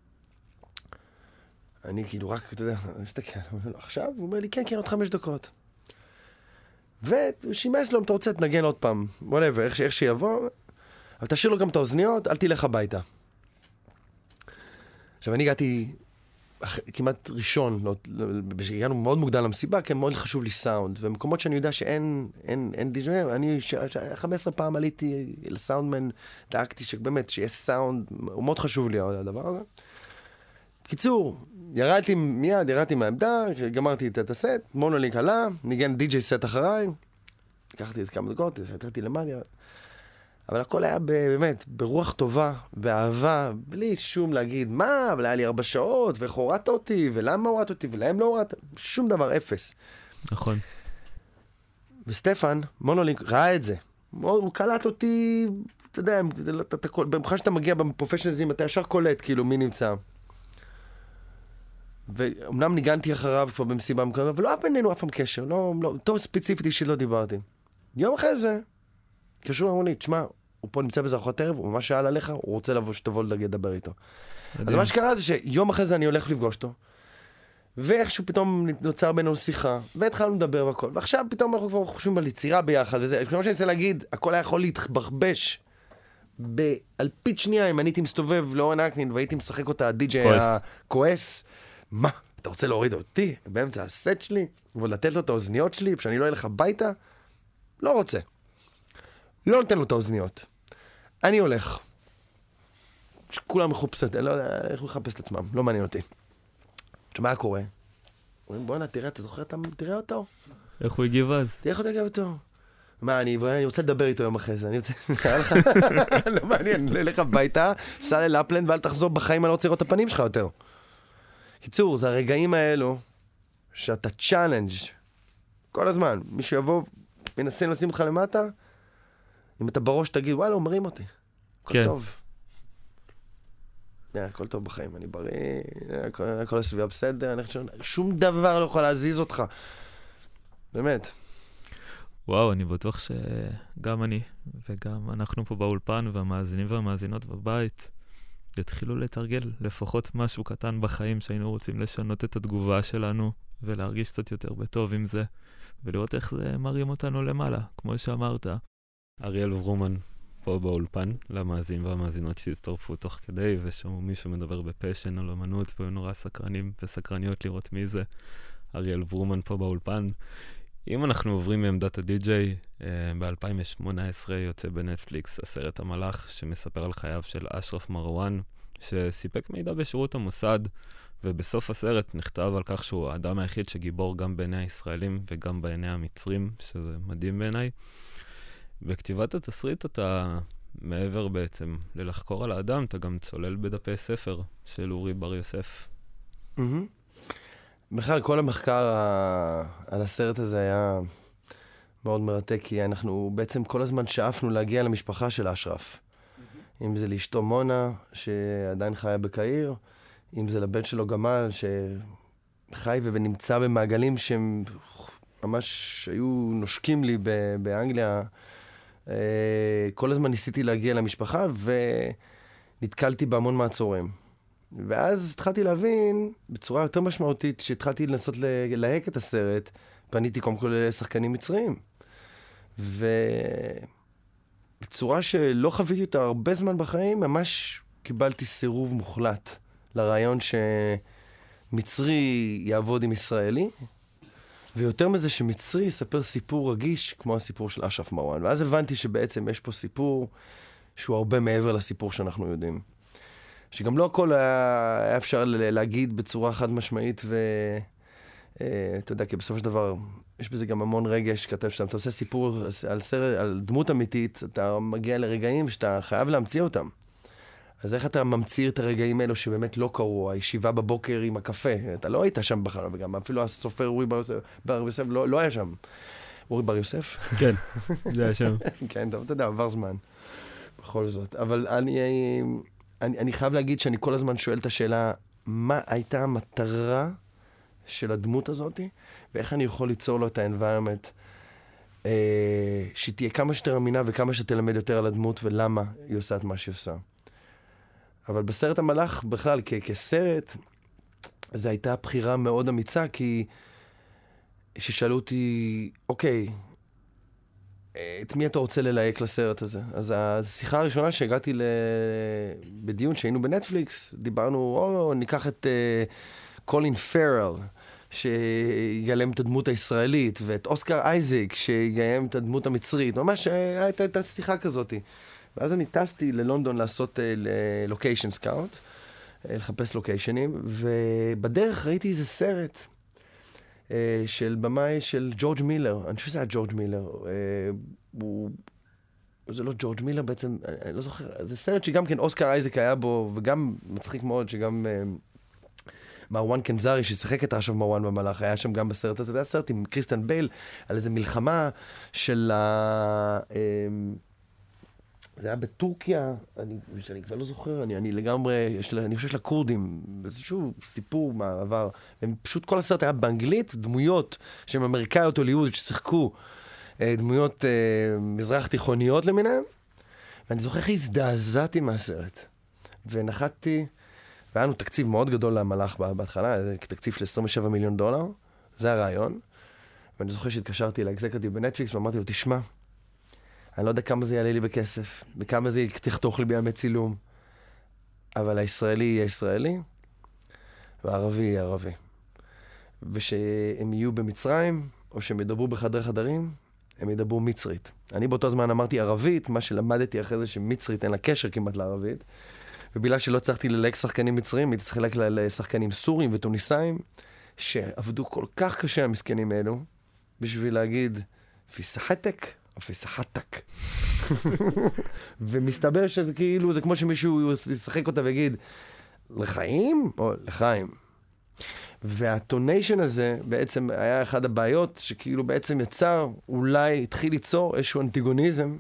אני כאילו רק, אתה יודע, אני מסתכל, הוא אומר לו, עכשיו? הוא אומר לי, כן, כן, עוד חמש דקות. ושימס לו, אם אתה רוצה, תנגן עוד פעם, whatever, איך, איך שיבוא, אבל תשאיר לו גם את האוזניות, אל תלך הביתה. עכשיו, אני הגעתי כמעט ראשון, לא, הגענו מאוד מוקדם למסיבה, כי מאוד חשוב לי סאונד, ומקומות שאני יודע שאין, אין, אין די-ג'יי, אני ש, ש, חמש עשרה פעם עליתי לסאונדמן, דאגתי שבאמת, שיש סאונד, הוא מאוד חשוב לי הדבר הזה. קיצור, ירדתי מיד, ירדתי מהעמדה, גמרתי את הסט, מונולינק עלה, ניגן די-ג'יי סט אחריי, לקחתי איזה כמה דקות, התחלתי למעלה, אבל הכל היה באמת ברוח טובה, באהבה, בלי שום להגיד, מה, אבל היה לי ארבע שעות, ואיך הורדת אותי, ולמה הורדת אותי, ולהם לא הורדת, שום דבר, אפס. נכון. וסטפן, מונולינק, ראה את זה. הוא קלט אותי, אתה יודע, במחר שאתה מגיע בפרופשנליזם, אתה ישר קולט, כאילו, מי נמצא. ואומנם ניגנתי אחריו כבר במסיבה מקודם, אבל לא היה בינינו אף פעם קשר, לא, לא, טוב ספציפית אישית לא דיברתי. יום אחרי זה, קשור אמרו לי, תשמע, הוא פה נמצא בזה ארוחת ערב, הוא ממש שאל עליך, הוא רוצה לבוא, שתבוא לדבר איתו. אז מה שקרה זה שיום אחרי זה אני הולך לפגוש אותו, ואיכשהו פתאום נוצר בינינו שיחה, והתחלנו לדבר והכל, ועכשיו פתאום אנחנו כבר חושבים על יצירה ביחד, וזה, כמו שאני רוצה להגיד, הכל היה יכול להתבחבש, באלפית שנייה, אם אני הייתי מסתובב לאורן אקנין, והייתי משחק אותה, הדי-ג'יי הכועס, מה? אתה רוצה להוריד אותי באמצע הסט שלי, ולתת לו את האוזניות שלי, ושאני לא אלך הביתה? לא רוצה. לא נותן לו את האוזניות. אני הולך. שכולם מחופשת, אני לא יודע איך הוא יחפש את עצמם, לא מעניין אותי. עכשיו, מה היה קורה? אומרים, בוא נה, תראה, אתה זוכר, תראה אותו? איך הוא הגיב אז? תראה איך הוא הגיב אותו. מה, אני, אני רוצה לדבר איתו יום אחרי זה, אני רוצה... לא מעניין, ללך הביתה, סע ללפלנד, ואל תחזור בחיים, אני לא רוצה לראות את הפנים שלך יותר. קיצור, זה הרגעים האלו, שאתה צ'אלנג' כל הזמן. מישהו יבוא, מנסים לשים אותך למטה, אם אתה בראש תגיד, וואלה, אומרים אותי. הכל כן. טוב. הכל טוב בחיים, אני בריא, הכל, הכל הסביבה בסדר, אני חושב, שום דבר לא יכול להזיז אותך. באמת. וואו, אני בטוח שגם אני, וגם אנחנו פה באולפן, והמאזינים והמאזינות בבית, יתחילו לתרגל לפחות משהו קטן בחיים שהיינו רוצים לשנות את התגובה שלנו, ולהרגיש קצת יותר בטוב עם זה, ולראות איך זה מרים אותנו למעלה, כמו שאמרת. אריאל ורומן פה באולפן, למאזינים והמאזינות שהצטרפו תוך כדי, ושמעו מישהו מדבר בפשן על אמנות, והיו נורא סקרנים וסקרניות לראות מי זה. אריאל ורומן פה באולפן. אם אנחנו עוברים מעמדת הדי-ג'יי, ב-אלפיים שמונה עשרה יוצא בנטפליקס הסרט המלאך, שמספר על חייו של אשרף מרואן, שסיפק מידע בשירות המוסד, ובסוף הסרט נכתב על כך שהוא האדם היחיד שגיבור גם בעיני הישראלים וגם בעיני המצרים, שזה מדהים בעיניי. בכתיבת התסריט אתה מעבר בעצם ללחקור על האדם, אתה גם צולל בדפי ספר של אורי בר יוסף. בכלל, כל המחקר על הסרט הזה היה מאוד מרתק, כי אנחנו בעצם כל הזמן שאפנו להגיע למשפחה של אשרף. אם זה לאשתו מונה, שעדיין חיה בקהיר, אם זה לבן שלו גמל, שחי ונמצא במעגלים שהם ממש היו נושקים לי באנגליה. כל הזמן ניסיתי להגיע למשפחה, ונתקלתי בהמון מעצורים. ואז התחלתי להבין, בצורה יותר משמעותית, שהתחלתי לנסות להק את הסרט, פניתי קודם כל לשחקנים מצריים. ובצורה שלא חוויתי אותה הרבה זמן בחיים, ממש קיבלתי סירוב מוחלט לרעיון שמצרי יעבוד עם ישראלי, ויותר מזה שמצרי יספר סיפור רגיש, כמו הסיפור של אשרף מרואן. ואז הבנתי שבעצם יש פה סיפור שהוא הרבה מעבר לסיפור שאנחנו יודעים. שגם לא הכל היה, היה אפשר להגיד בצורה חד משמעית, ואתה יודע, כי בסופו של דבר, יש בזה גם המון רגש, כתב שאתה אתה עושה סיפור על, סרט, על דמות אמיתית, אתה מגיע לרגעים שאתה חייב להמציא אותם. אז איך אתה ממציא את הרגעים האלו שבאמת לא קרו, הישיבה בבוקר עם הקפה, אתה לא היית שם בכלל, וגם אפילו הסופר אורי בר יוסף, בר יוסף לא, לא היה שם. אורי בר יוסף? כן, זה היה שם. כן, אתה יודע, עבר זמן, בכל זאת. אבל אני, אני, אני חייב להגיד שאני כל הזמן שואל את השאלה, מה הייתה המטרה של הדמות הזאת, ואיך אני יכול ליצור לו את ה-environment, אה, שתהיה כמה שיותר אמינה וכמה שתלמד יותר על הדמות, ולמה היא עושה את מה שהיא עושה. אבל בסרט המלאך, בכלל, כ- כסרט, זו הייתה בחירה מאוד אמיצה, כי ששאלו אותי, אוקיי, את מי אתה רוצה ללהק לסרט הזה? אז השיחה הראשונה שהגעתי ל... בדיון שהיינו בנטפליקס, דיברנו, או, ניקח את uh, קולין פרל, שיגלם את הדמות הישראלית, ואת אוסקר אייזיק, שיגלם את הדמות המצרית. ממש הייתה, הייתה שיחה כזאת. ואז אני טסתי ללונדון לעשות לוקיישן סקאוט, לחפש לוקיישנים, ובדרך ראיתי איזה סרט של במאי של ג'ורג' מילר. אני חושב שזה היה ג'ורג' מילר. הוא... זה לא ג'ורג' מילר בעצם, אני לא זוכר. זה סרט שגם כן אוסקר אייזק היה בו, וגם מצחיק מאוד שגם מרואן קנזרי, ששיחק את אשרף מרואן במלאך, היה שם גם בסרט הזה. והיה סרט עם קריסטיאן בייל על איזו מלחמה של ה... זה היה בטורקיה, אני, אני כבר לא זוכר, אני, אני לגמרי, יש, אני חושב שלקורדים, איזשהו סיפור מהעבר, פשוט כל הסרט היה באנגלית, דמויות שהן אמריקאיות הוליווד ששיחקו, דמויות אה, מזרח תיכוניות למיניהם, ואני זוכר איך הזדעזעתי מהסרט, ונחתתי, והיה לנו תקציב מאוד גדול למלאך בהתחלה, תקציב של עשרים ושבעה מיליון דולר, זה הרעיון, ואני זוכר שהתקשרתי לאקזקטיב בנטפליקס, ואמרתי לו, תשמע, אני לא יודע כמה זה יעלה לי בכסף, וכמה זה תחתוך לי בימי צילום. אבל הישראלי יהיה ישראלי, והערבי יהיה ערבי. ושהם יהיו במצרים, או שהם ידברו בחדרי חדרים, הם ידברו מצרית. אני באותו זמן אמרתי ערבית, מה שלמדתי אחרי זה שמצרית אין לה קשר כמעט לערבית, ובגלל שלא צריכתי ללהק שחקנים מצרים, הייתי צריך ללהק לשחקנים סורים וטוניסאים, שעבדו כל כך קשה המסכנים האלו, בשביל להגיד, פיסחתק, פיסחתק. ומסתבר שזה כאילו, זה כמו שמישהו ישחק אותה ויגיד, לחיים או לחיים. והטוניישן הזה בעצם היה אחד הבעיות, שכאילו בעצם יצר, אולי התחיל ליצור איזשהו אנטיגוניזם,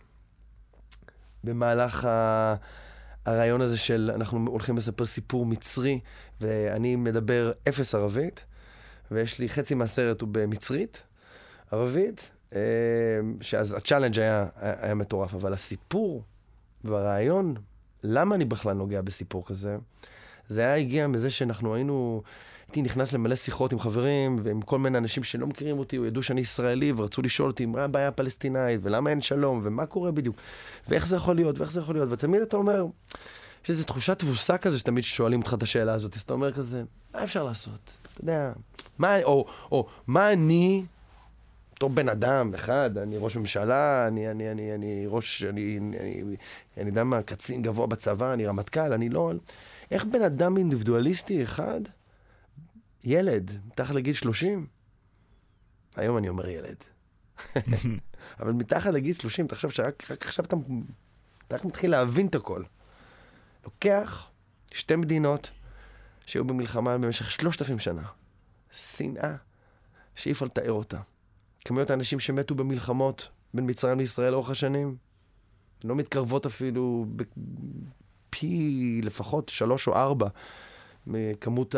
במהלך ה... הרעיון הזה של אנחנו הולכים לספר סיפור מצרי, ואני מדבר אפס ערבית, ויש לי חצי מהסרט הוא במצרית, ערבית, שאז הצ'אלנג' היה, היה מטורף, אבל הסיפור והרעיון, למה אני בכלל נוגע בסיפור כזה, זה היה הגיע מזה שאנחנו היינו, הייתי נכנס למלא שיחות עם חברים, ועם כל מיני אנשים שלא מכירים אותי, או ידעו שאני ישראלי, ורצו לשאול אותי, מה הבעיה הפלסטינאית, ולמה אין שלום, ומה קורה בדיוק, ואיך זה יכול להיות, ואיך זה יכול להיות, ותמיד אתה אומר, יש איזו תחושת תבוסה כזה, שתמיד שואלים אותך את השאלה הזאת, אז אתה אומר כזה, מה אפשר לעשות? אתה יודע, מה, או, או, מה אני... בתור בן אדם, אחד, אני ראש ממשלה, אני, אני, אני, אני ראש, אני, אני, אני יודע מה, קצין גבוה בצבא, אני רמטכ"ל, אני לא... איך בן אדם אינדיבידואליסטי אחד, ילד, מתחת לגיל שלושים, היום אני אומר ילד, אבל מתחת לגיל שלושים, אתה חושב שרק רק עכשיו אתה, אתה רק מתחיל להבין את הכל. לוקח שתי מדינות שהיו במלחמה במשך שלושת אלפים שנה. שנאה שאי אפשר לתאר אותה. כמויות האנשים שמתו במלחמות בין מצרים לישראל לאורך השנים, לא מתקרבות אפילו בפי לפחות שלוש או ארבע מכמות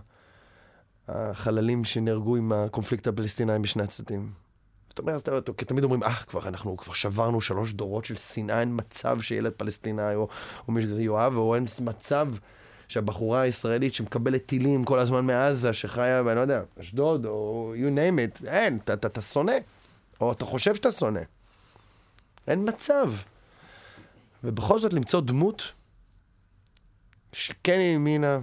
החללים שנהרגו עם הקונפליקט הפלסטינאי בשני הצדדים. זאת אומרת, כי תמיד אומרים, אה, כבר אנחנו כבר שברנו שלוש דורות של שנאה, אין מצב שילד פלסטינאי או, או מי שזה יואב, או אין מצב שהבחורה הישראלית שמקבלת טילים כל הזמן מעזה, שחיה, אני לא יודע, אשדוד, או you name it, אין, אתה, אתה, אתה שונא, או אתה חושב שאתה שונא. אין מצב. ובכל זאת למצוא דמות שכן האמינה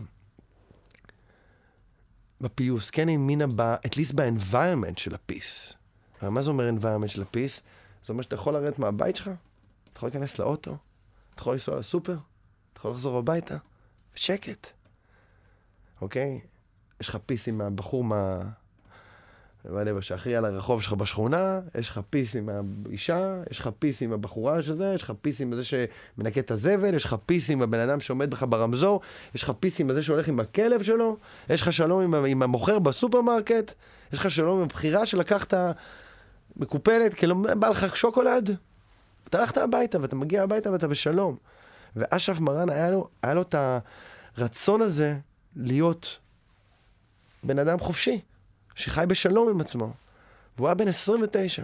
בפיוס, כן האמינה ב, at least ב-environment של הפיס. מה זה אומר environment של הפיס? זאת אומרת שאתה יכול לרדת מהבית שלך, אתה יכול להיכנס לאוטו, אתה יכול לנסוע לסופר, אתה יכול לחזור הביתה, ושקט. אוקיי? יש לך פיס עם הבחור מה... שאחראי על הרחוב שלך בשכונה, יש לך פיס עם האישה, יש לך פיס עם הבחורה שזה, יש לך פיס עם זה שמנקה את הזבל, יש לך פיס עם הבן אדם שעומד בך ברמזור, יש לך פיס עם זה שהולך עם הכלב שלו, יש לך שלום עם, עם המוכר בסופרמרקט, יש לך שלום עם הבחירה שלקחת מקופלת, כאילו בא לך שוקולד, אתה הלכת הביתה ואתה מגיע הביתה ואתה בשלום. ואשף מרן היה לו, היה לו את הרצון הזה להיות בן אדם חופשי, שחי בשלום עם עצמו. והוא היה בן עשרים ותשע.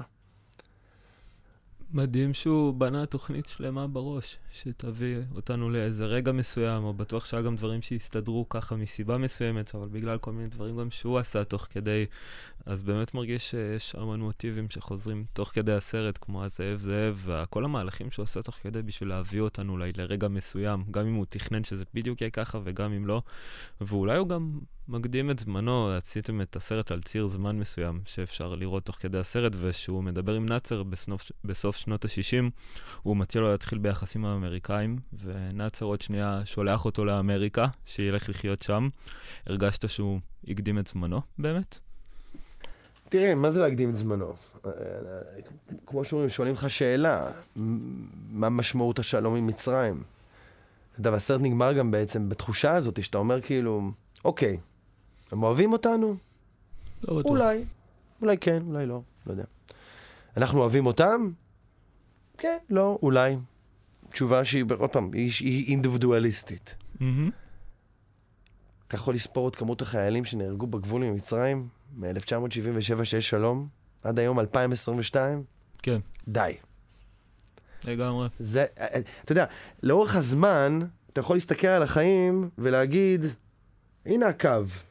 מדהים שהוא בנה תוכנית שלמה בראש, שתביא אותנו לאיזה רגע מסוים, או בטוח שהיה גם דברים שהסתדרו ככה מסיבה מסוימת, אבל בגלל כל מיני דברים גם שהוא עשה תוך כדי, אז באמת מרגיש שיש המון מוטיבים שחוזרים תוך כדי הסרט, כמו הזאב זאב, וכל המהלכים שהוא עושה תוך כדי בשביל להביא אותנו אולי לרגע מסוים, גם אם הוא תכנן שזה בדיוק יהיה ככה וגם אם לא, ואולי הוא גם מקדים את זמנו, עשיתם את הסרט על ציר זמן מסוים שאפשר לראות תוך כדי הסרט, ושהוא מדבר עם נאצר בסוף, בסוף שנות ה-שישים, הוא מציע לו להתחיל ביחסים האמריקאים, ונאצר עוד שנייה שולח אותו לאמריקה, שילך לחיות שם. הרגשת שהוא הקדים את זמנו, באמת? תראה, מה זה להקדים את זמנו? כמו שאומרים, שואלים לך שאלה, מה משמעות השלום עם מצרים? אתה יודע, והסרט נגמר גם בעצם בתחושה הזאת, שאתה אומר כאילו, אוקיי, הם אוהבים אותנו? לא בטוח. אולי, אולי כן, אולי לא, לא יודע. אנחנו אוהבים אותם? כן, לא, אולי. תשובה שהיא, עוד פעם, היא, היא אינדיבידואליסטית. Mm-hmm. אתה יכול לספור את כמות החיילים שנהרגו בגבול עם מצרים מ-אלף תשע מאות שבעים ושבע שיש שלום, עד היום אלפיים עשרים ושתיים? כן. די. לגמרי. זה, אתה יודע, לאורך הזמן, אתה יכול להסתכל על החיים ולהגיד, הנה הקו.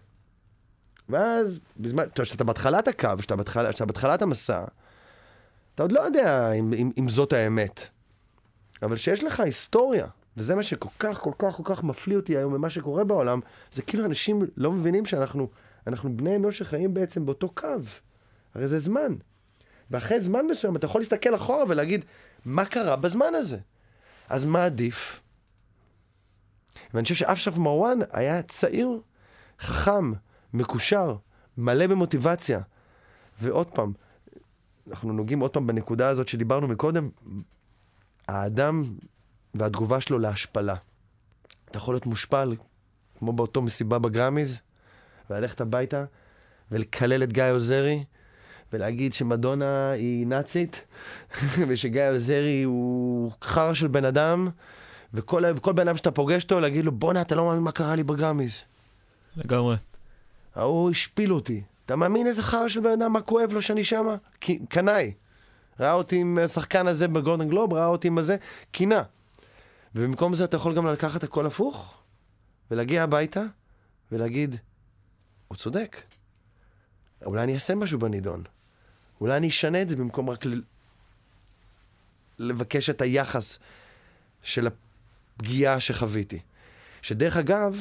ואז, בזמן, שאתה בהתחלת הקו, שאתה בהתחל, שאתה בהתחלת המסע, אתה עוד לא יודע אם, אם, אם זאת האמת. אבל שיש לך היסטוריה, וזה מה שכל כך, כל כך, כל כך מפליא אותי היום ממה שקורה בעולם, זה כאילו אנשים לא מבינים שאנחנו, אנחנו בני אנוש שחיים בעצם באותו קו. הרי זה זמן. ואחרי זמן מסוים, אתה יכול להסתכל אחורה ולהגיד, מה קרה בזמן הזה? אז מה עדיף? ואני חושב שאשף מרואן היה צעיר, חכם, מקושר, מלא במוטיבציה. ועוד פעם, אנחנו נוגעים עוד פעם בנקודה הזאת שדיברנו מקודם, האדם והתגובה שלו להשפלה. אתה יכול להיות מושפל, כמו באותו מסיבה בגרמיז, וללכת הביתה, ולקלל את גיא עוזרי, ולהגיד שמדונה היא נאצית, ושגיא עוזרי הוא חרא של בן אדם, וכל, וכל בן אדם שאתה פוגש אותו, להגיד לו, בונה, אתה לא מאמין מה קרה לי בגרמיז. לגמרי. הוא השפיל אותי. אתה מאמין איזה חרא של בן אדם, מה כואב לו שאני שמה? קנאי. ראה אותי עם השחקן הזה בגולדן גלוב, ראה אותי עם הזה, קינה. ובמקום זה אתה יכול גם לקחת הכל הפוך, ולהגיע הביתה, ולהגיד, הוא צודק. אולי אני אעשה משהו בנידון. אולי אני אשנה את זה במקום רק ל... לבקש את היחס של הפגיעה שחוויתי. שדרך אגב,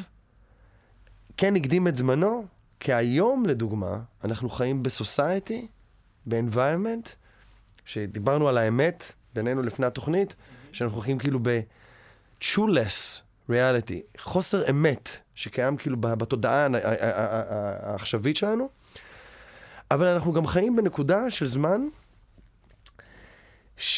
כן הקדים את זמנו, כי היום לדוגמה, אנחנו חיים בסוסייטי ב-environment, שדיברנו על האמת בינינו לפני התוכנית, שאנחנו הולכים כאילו ב-trueless reality, חוסר אמת, שקיים כאילו בתודעה העכשווית שלנו, אבל אנחנו גם חיים בנקודה של זמן, ש...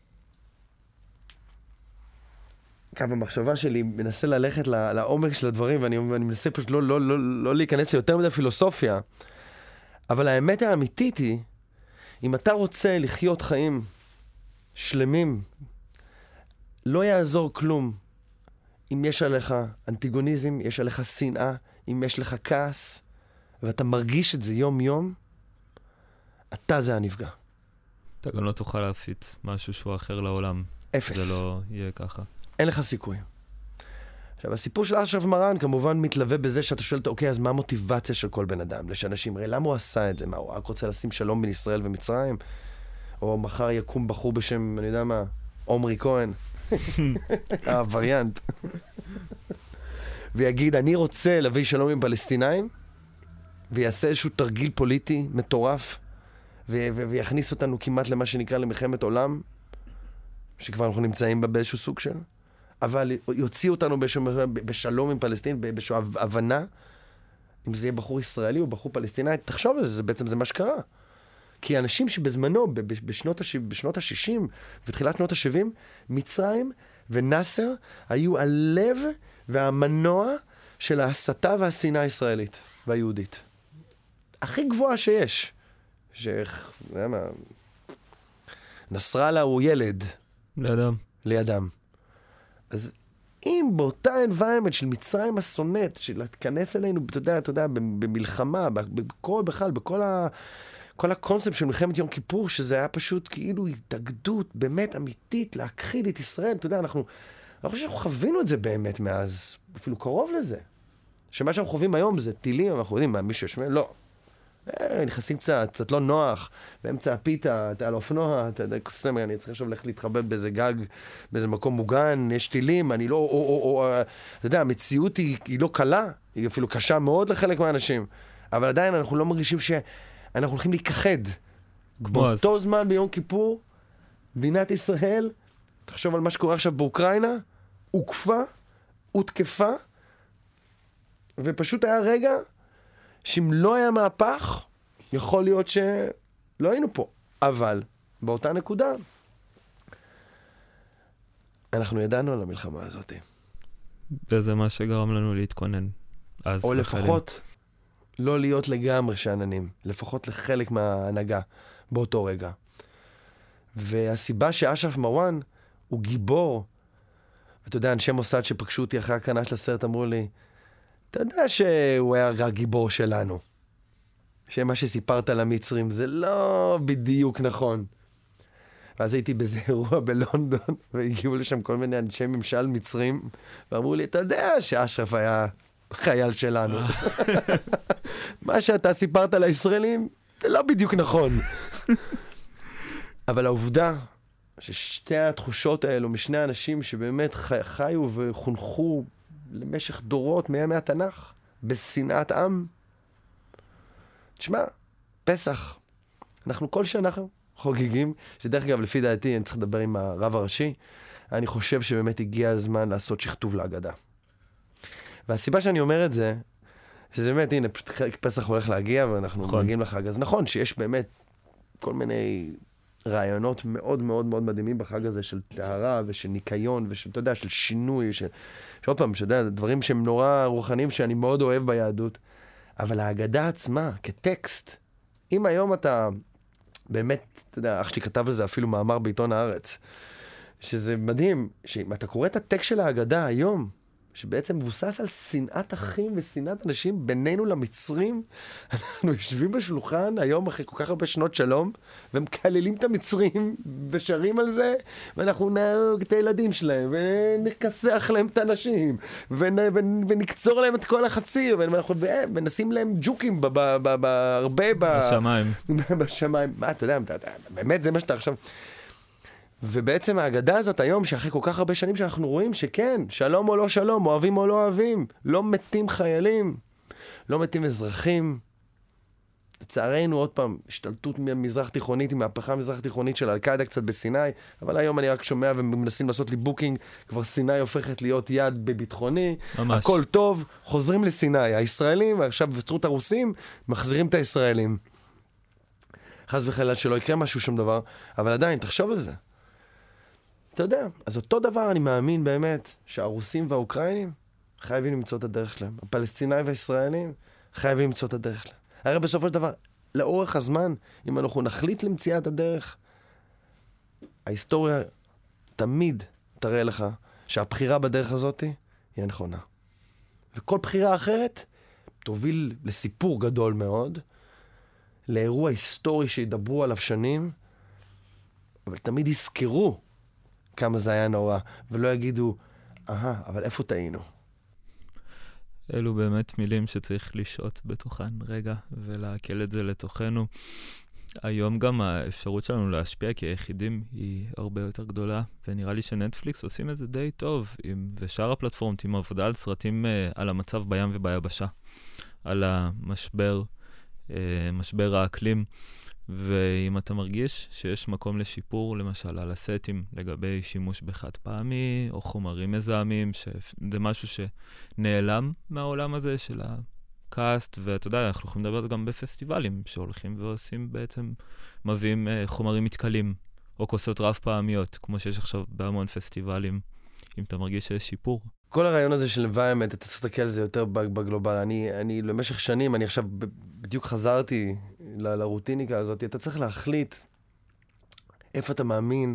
קו המחשבה שלי מנסה ללכת לעומק של הדברים, ואני מנסה פשוט לא, לא, לא, לא להיכנס ליותר מדי פילוסופיה, אבל האמת האמיתית היא, אם אתה רוצה לחיות חיים שלמים, לא יעזור כלום. אם יש עליך אנטיגוניזם, יש עליך שנאה, אם יש לך כעס, ואתה מרגיש את זה יום יום, אתה זה הנפגע. אתה גם לא תוכל להפיץ משהו שהוא אחר לעולם. אפס. זה לא יהיה ככה. אין לך סיכוי. עכשיו, הסיפור של אשרף מרן כמובן מתלווה בזה שאתה שואלת, אוקיי, אז מה המוטיבציה של כל בן אדם? לשאנשים, הרי למה הוא עשה את זה? מה, הוא רק רוצה לשים שלום בין ישראל ומצרים? או מחר יקום בחור בשם, אני יודע מה, עומרי כהן, הווריאנט, ויגיד, אני רוצה להביא שלום עם פלסטינאים, ויעשה איזשהו תרגיל פוליטי מטורף, ו- ו- ויכניס אותנו כמעט למה שנקרא למלחמת עולם, שכבר אנחנו נמצאים בה באיזשהו סוג של, אבל יוציאו אותנו באיזשהו, בשלום עם פלסטין, באיזשהו הבנה, אם זה יהיה בחור ישראלי או בחור פלסטיני, תחשוב על זה, זה בעצם זה מה שקרה. כי אנשים שבזמנו, בשנות, הש... בשנות ה-שישים ותחילת שנות ה-שבעים, מצרים ונאסר היו הלב והמנוע של ההסתה והשנאה הישראלית והיהודית. הכי גבוהה שיש. ש... מה... נסראללה הוא ילד. לידם. לידם. אז אם באותה environment של מצרים השונאת, של להתכנס אלינו, אתה יודע, אתה יודע, במלחמה, בכל, בכלל, בכל ה... כל הקונספט של מלחמת יום כיפור, שזה היה פשוט כאילו התאגדות באמת אמיתית להכחיד את ישראל. אתה יודע, אנחנו, אני חושב שאנחנו חווינו את זה באמת מאז, אפילו קרוב לזה. שמה שאנחנו חווים היום זה טילים, אנחנו יודעים מה, מישהו ישמע, לא. אה, נכנסים קצת, קצת לא נוח, באמצע הפיתה, אתה על אופנוע, אתה יודע, קוסם, אני צריך עכשיו ללכת להתחבא באיזה גג, באיזה מקום מוגן, יש טילים, אני לא, או, או, או, אתה יודע, המציאות היא, היא לא קלה, היא אפילו קשה מאוד לחלק מהאנשים, אבל עדיין אנחנו לא מרגישים ש... אנחנו הולכים להיכחד. באותו זמן ביום כיפור, מדינת ישראל, תחשוב על מה שקורה עכשיו באוקראינה, הוקפה, הותקפה, ופשוט היה רגע שאם לא היה מהפך, יכול להיות שלא היינו פה. אבל באותה נקודה, אנחנו ידענו על המלחמה הזאת. וזה מה שגרם לנו להתכונן. או לפחות... לא להיות לגמרי שעננים, לפחות לחלק מההנהגה באותו רגע. והסיבה שאשרף מרואן הוא גיבור, אתה יודע, אנשי מוסד שפגשו אותי אחרי הקרנה של הסרט אמרו לי, אתה יודע שהוא היה רק גיבור שלנו. שמה שסיפרת על המצרים זה לא בדיוק נכון. ואז הייתי באיזה אירוע בלונדון, והגיעו לשם כל מיני אנשי ממשל מצרים, ואמרו לי, אתה יודע שאשרף היה... חייל שלנו. מה שאתה סיפרת לישראלים, זה לא בדיוק נכון. אבל העובדה ששתי התחושות האלו משני האנשים שבאמת חיו וחונכו למשך דורות מימי התנ"ך, בשנאת עם. תשמע, פסח. אנחנו כל שנה חוגגים, שדרך אגב, לפי דעתי, אני צריך לדבר עם הרב הראשי, אני חושב שבאמת הגיע הזמן לעשות שכתוב להגדה. והסיבה שאני אומר את זה, שזה באמת, הנה, פשוט פסח הולך להגיע, ואנחנו נכון. מגיעים לחג. אז נכון שיש באמת כל מיני רעיונות מאוד מאוד מאוד מדהימים בחג הזה, של טהרה ושל ניקיון, ושל, אתה יודע, של שינוי, של, שעוד פעם, שאתה יודע, דברים שהם נורא רוחניים, שאני מאוד אוהב ביהדות. אבל ההגדה עצמה, כטקסט, אם היום אתה, באמת, אתה יודע, אח שלי כתב על זה אפילו מאמר בעיתון הארץ, שזה מדהים, שאם אתה קורא את הטקסט של ההגדה היום, שבעצם מבוסס על שנאת אחים ושנאת אנשים בינינו למצרים. אנחנו יושבים בשולחן היום אחרי כל כך הרבה שנות שלום, ומקללים את המצרים ושרים על זה, ואנחנו נהרוג את הילדים שלהם, ונכסח להם את האנשים, ונקצור להם את כל החציר, ואנחנו ונשים להם ג'וקים הרבה בשמיים. בשמיים. מה, אתה יודע, באמת זה מה שאתה עכשיו... ובעצם ההגדה הזאת היום, שאחרי כל כך הרבה שנים שאנחנו רואים שכן, שלום או לא שלום, אוהבים או לא אוהבים, לא מתים חיילים, לא מתים אזרחים, לצערנו, עוד פעם, השתלטות ממזרח תיכונית, עם מהפכה מזרח תיכונית של אל-קאעידה קצת בסיני, אבל היום אני רק שומע ומנסים לעשות לי בוקינג, כבר סיני הופכת להיות יד בביטחוני, ממש. הכל טוב, חוזרים לסיני. הישראלים, עכשיו עצרו את הרוסים, מחזירים את הישראלים. חס וחלילה שלא יקרה משהו, שום דבר, אבל עדיין, תחשוב על זה. אתה יודע, אז אותו דבר אני מאמין באמת, שהרוסים והאוקראינים חייבים למצוא את הדרך שלהם. הפלסטינאים והישראלים חייבים למצוא את הדרך שלהם. הרי בסופו של דבר, לאורך הזמן, אם אנחנו נחליט למציאת הדרך, ההיסטוריה תמיד תראה לך שהבחירה בדרך הזאת היא הנכונה. וכל בחירה אחרת תוביל לסיפור גדול מאוד, לאירוע היסטורי שידברו עליו שנים, אבל תמיד יזכרו כמה זה היה נורא, ולא יגידו, אהה, אבל איפה טעינו? אלו באמת מילים שצריך לשעות בתוכן רגע, ולהקל את זה לתוכנו. היום גם האפשרות שלנו להשפיע כיחידים היא הרבה יותר גדולה, ונראה לי שנטפליקס עושים את זה די טוב, עם, ושאר הפלטפורמות עם עבודה על סרטים uh, על המצב בים וביבשה, על המשבר, uh, משבר האקלים, ואם אתה מרגיש שיש מקום לשיפור, למשל על הסטים, לגבי שימוש בחד פעמי, או חומרים מזהמים, שזה משהו שנעלם מהעולם הזה של הקאסט, ואתה יודע, אנחנו יכולים לדבר גם בפסטיבלים, שהולכים ועושים בעצם, מביאים uh, חומרים מתקלים, או כוסות רב פעמיות, כמו שיש עכשיו בהמון פסטיבלים, אם אתה מרגיש שיש שיפור. כל הרעיון הזה של environment, אתה תסתכל על זה יותר בגלובל. אני, אני, למשך שנים, אני עכשיו בדיוק חזרתי ל- לרוטיניקה הזאת, אתה צריך להחליט איפה אתה מאמין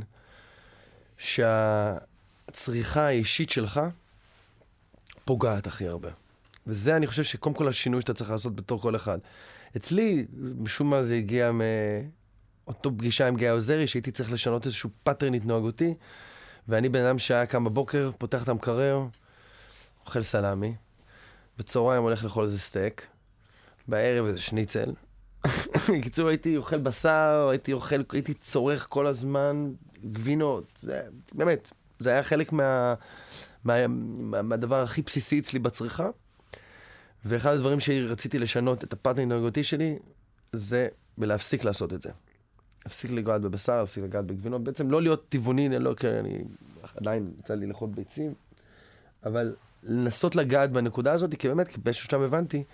שהצריכה האישית שלך פוגעת הכי הרבה. וזה אני חושב שקודם כל השינוי שאתה צריך לעשות בתור כל אחד. אצלי, משום מה זה הגיע מאותו פגישה עם גיא עוזרי, שהייתי צריך לשנות איזשהו פטרן התנהגותי, ואני בן אדם שהיה קם בבוקר, פותח את המקרר, אוכל סלמי, בצהריים הולך לאכול איזה סטייק, בערב איזה שניצל. בקיצור, הייתי אוכל בשר, הייתי אוכל, הייתי צורך כל הזמן גבינות, זה, באמת, זה היה חלק מה, מה, מה, מהדבר הכי בסיסי אצלי בצריכה, ואחד הדברים שרציתי לשנות את הפטרן ההתנהגותי שלי, זה בלהפסיק לעשות את זה. להפסיק לגעת בבשר, להפסיק לגעת בגבינות, בעצם לא להיות טבעוני, לא, אני עדיין יצא לי לאכול ביצים, אבל לנסות לגעת בנקודה הזאת, כי באמת, באיזשהו שלב הבנתי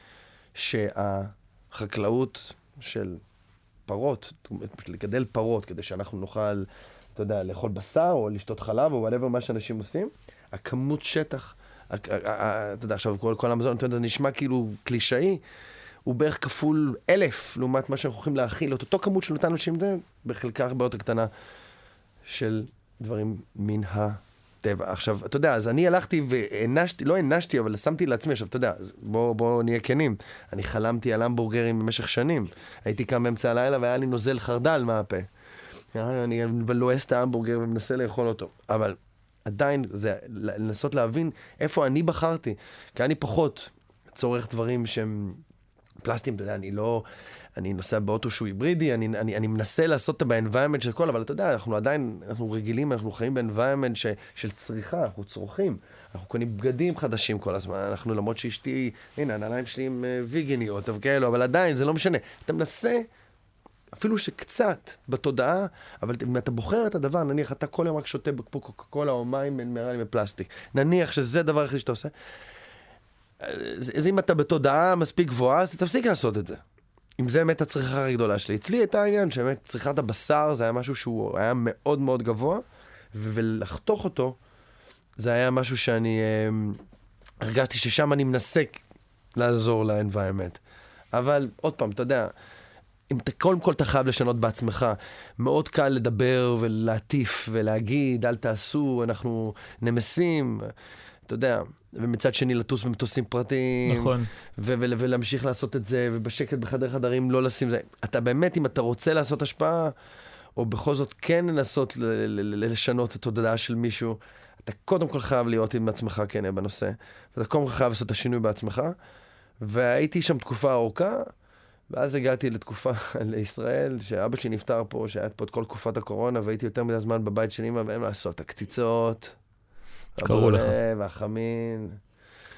שהחקלאות של פרות, לגדל פרות, כדי שאנחנו נוכל, אתה יודע, לאכול בשר או לשתות חלב או whatever מה שאנשים עושים, הכמות שטח, אתה יודע, עכשיו כל המזון, אתה יודע, זה נשמע כאילו קלישאי, הוא בערך כפול אלף, לעומת מה שאנחנו יכולים להכיל, אותו כמות של אותנו אנשים, בחלקה הרבה יותר קטנה של דברים מן הטבע. עכשיו, אתה יודע, אז אני הלכתי והנשתי, לא הנשתי, אבל שמתי לעצמי, עכשיו, אתה יודע, בוא, בוא נהיה כנים, אני חלמתי על המבורגרים במשך שנים, הייתי קם באמצע הלילה והיה לי נוזל חרדל מהפה. אני לועס את ההמבורגר ומנסה לאכול אותו, אבל עדיין זה לנסות להבין איפה אני בחרתי, כי אני פחות צורך דברים שהם פלסטים, אתה יודע, אני לא, אני נוסע באוטו שהוא היברידי, אני, אני, אני מנסה לעשות את ב-environment של כל, אבל אתה יודע, אנחנו עדיין, אנחנו רגילים, אנחנו חיים ב-environment ש, של צריכה, אנחנו צורכים, אנחנו קונים בגדים חדשים כל הזמן, אנחנו למרות שאשתי, הנה, הנעליים שלי עם ויגניות, וכאלו, אבל עדיין, זה לא משנה. אתה מנסה, אפילו שקצת בתודעה, אבל אם אתה בוחר את הדבר, נניח, אתה כל יום רק שותה בקבוק קוקה-קולה או מים מינרלים בפלסטיק, נניח שזה דבר הכי שאתה עושה, אז אם אתה בתודעה מספיק גבוהה, אז תפסיק לעשות את זה. אם זה באמת הצריכה הכי גדולה שלי. אצלי הייתה העניין שבאמת צריכת הבשר, זה היה משהו שהוא היה מאוד מאוד גבוה, ולחתוך אותו, זה היה משהו שאני אה, הרגשתי ששם אני מנסה לעזור ל-environment. אבל עוד פעם, אתה יודע, אם אתה קודם כל אתה חייב לשנות בעצמך, מאוד קל לדבר ולהטיף ולהגיד, אל תעשו, אנחנו נמסים, אתה יודע, ומצד שני לטוס במטוסים פרטיים, נכון. ו- ו- ולהמשיך לעשות את זה, ובשקט בחדר חדרים לא לשים זה. אתה באמת, אם אתה רוצה לעשות השפעה, או בכל זאת כן לנסות ל- ל- ל- לשנות את התודעה של מישהו, אתה קודם כל חייב להיות עם עצמך כן בנושא, ואתה קודם כל חייב לעשות את השינוי בעצמך, והייתי שם תקופה ארוכה, ואז הגעתי לתקופה לישראל, שאבא שלי נפטר פה, שהיה פה את כל תקופת הקורונה, והייתי יותר מדי זמן בבית של אמא, והם לעשות הקציצות, קראו לך. והחמין,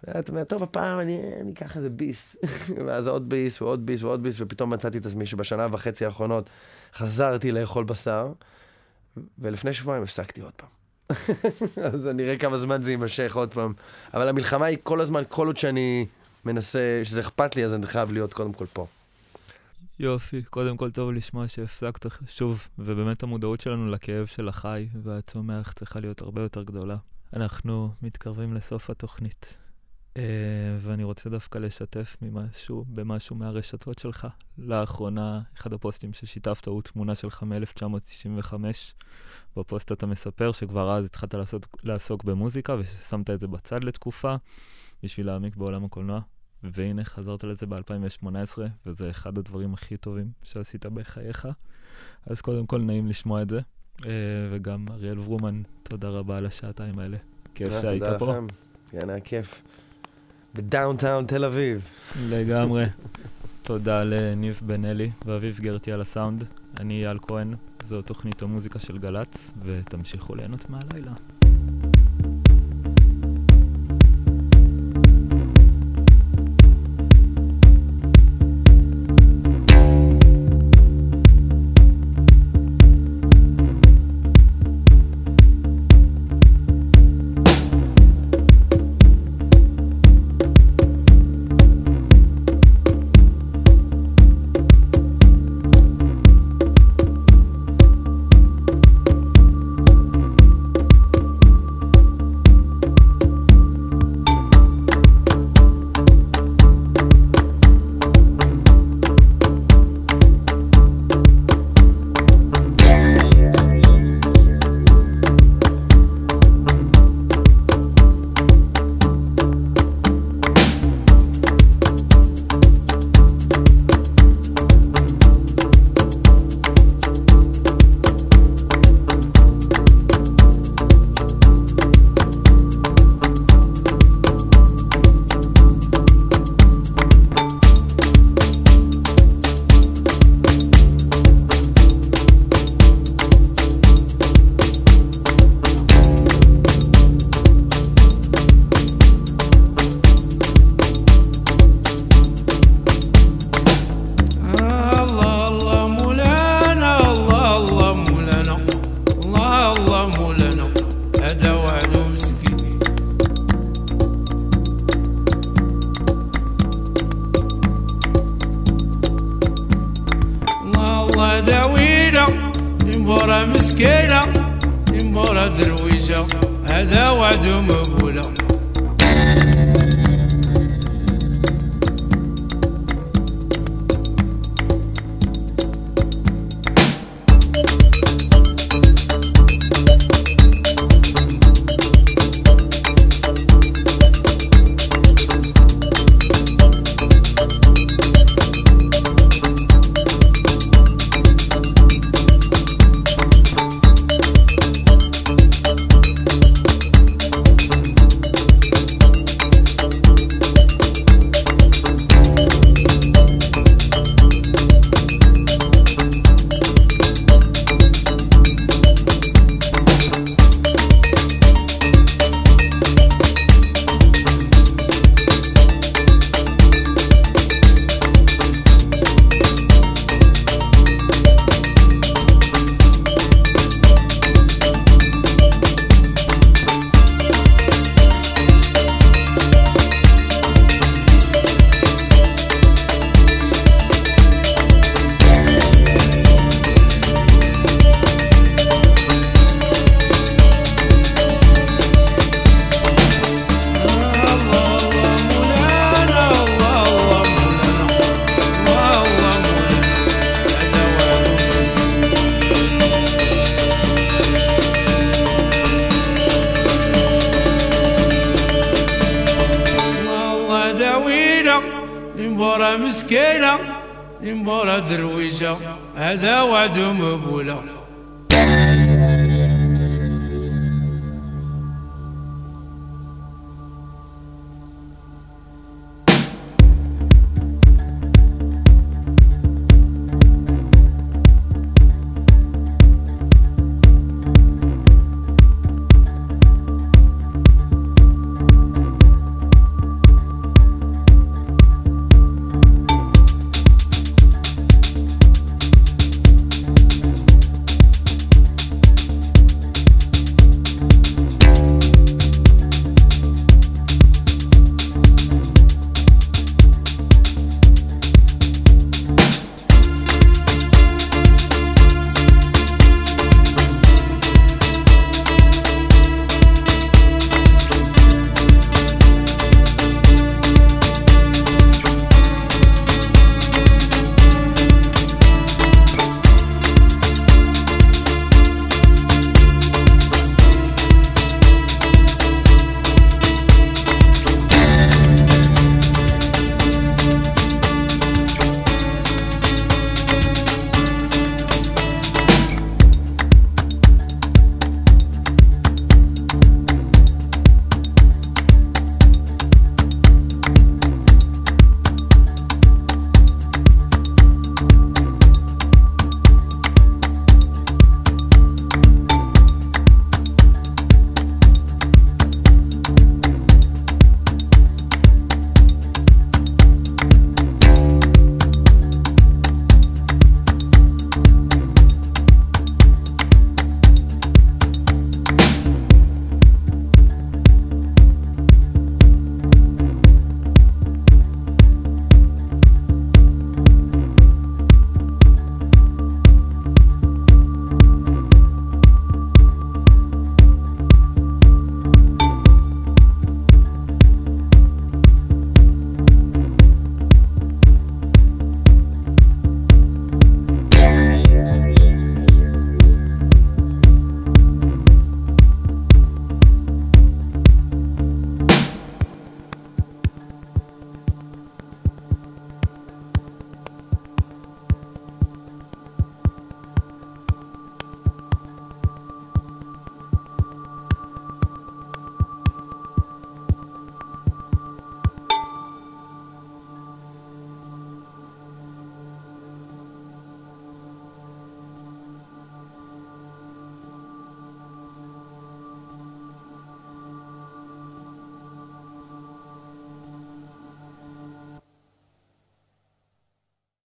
ואתה אומר, טוב, הפעם אני, אני אקח איזה ביס. ואז עוד ביס ועוד ביס ועוד ביס, ופתאום מצאתי את עצמי שבשנה וחצי האחרונות חזרתי לאכול בשר, ולפני שבועיים הפסקתי עוד פעם. אז אני אראה כמה זמן זה יימשך עוד פעם. אבל המלחמה היא כל הזמן, כל עוד שאני מנסה, שזה אכפת לי, אז אני חייב להיות קודם כל פה. יופי, קודם כל טוב לשמוע שהפסקת שוב, ובאמת המודעות שלנו לכאב של החי והצומח צריכה להיות הרבה יותר גדולה. אנחנו מתקרבים לסוף התוכנית, ואני רוצה דווקא לשתף ממשהו, במשהו מהרשתות שלך. לאחרונה, אחד הפוסטים ששיתפת הוא תמונה שלך מ-אלף תשע מאות תשעים וחמש. בפוסט אתה מספר שכבר אז התחלת לעסוק, לעסוק במוזיקה, וששמת את זה בצד לתקופה, בשביל להעמיק בעולם הקולנוע. והנה חזרת לזה ב-אלפיים שמונה עשרה, וזה אחד הדברים הכי טובים שעשית בחייך. אז קודם כל נעים לשמוע את זה. וגם אריאל ורומן, תודה רבה על השעתיים האלה. כיף שהיית פה. תודה לכם. כן, היה כיף. בדאונטאון תל אביב. לגמרי. תודה לניב בן אלי ואביב גרטי על הסאונד. אני אייל כהן, זו תוכנית המוזיקה של גלץ, ותמשיכו ליהנות מהלילה. مسكينة يمبورا درويشة هذا وعد مقبولة مسكينة يمبورا درويشة هذا وعد مقبولة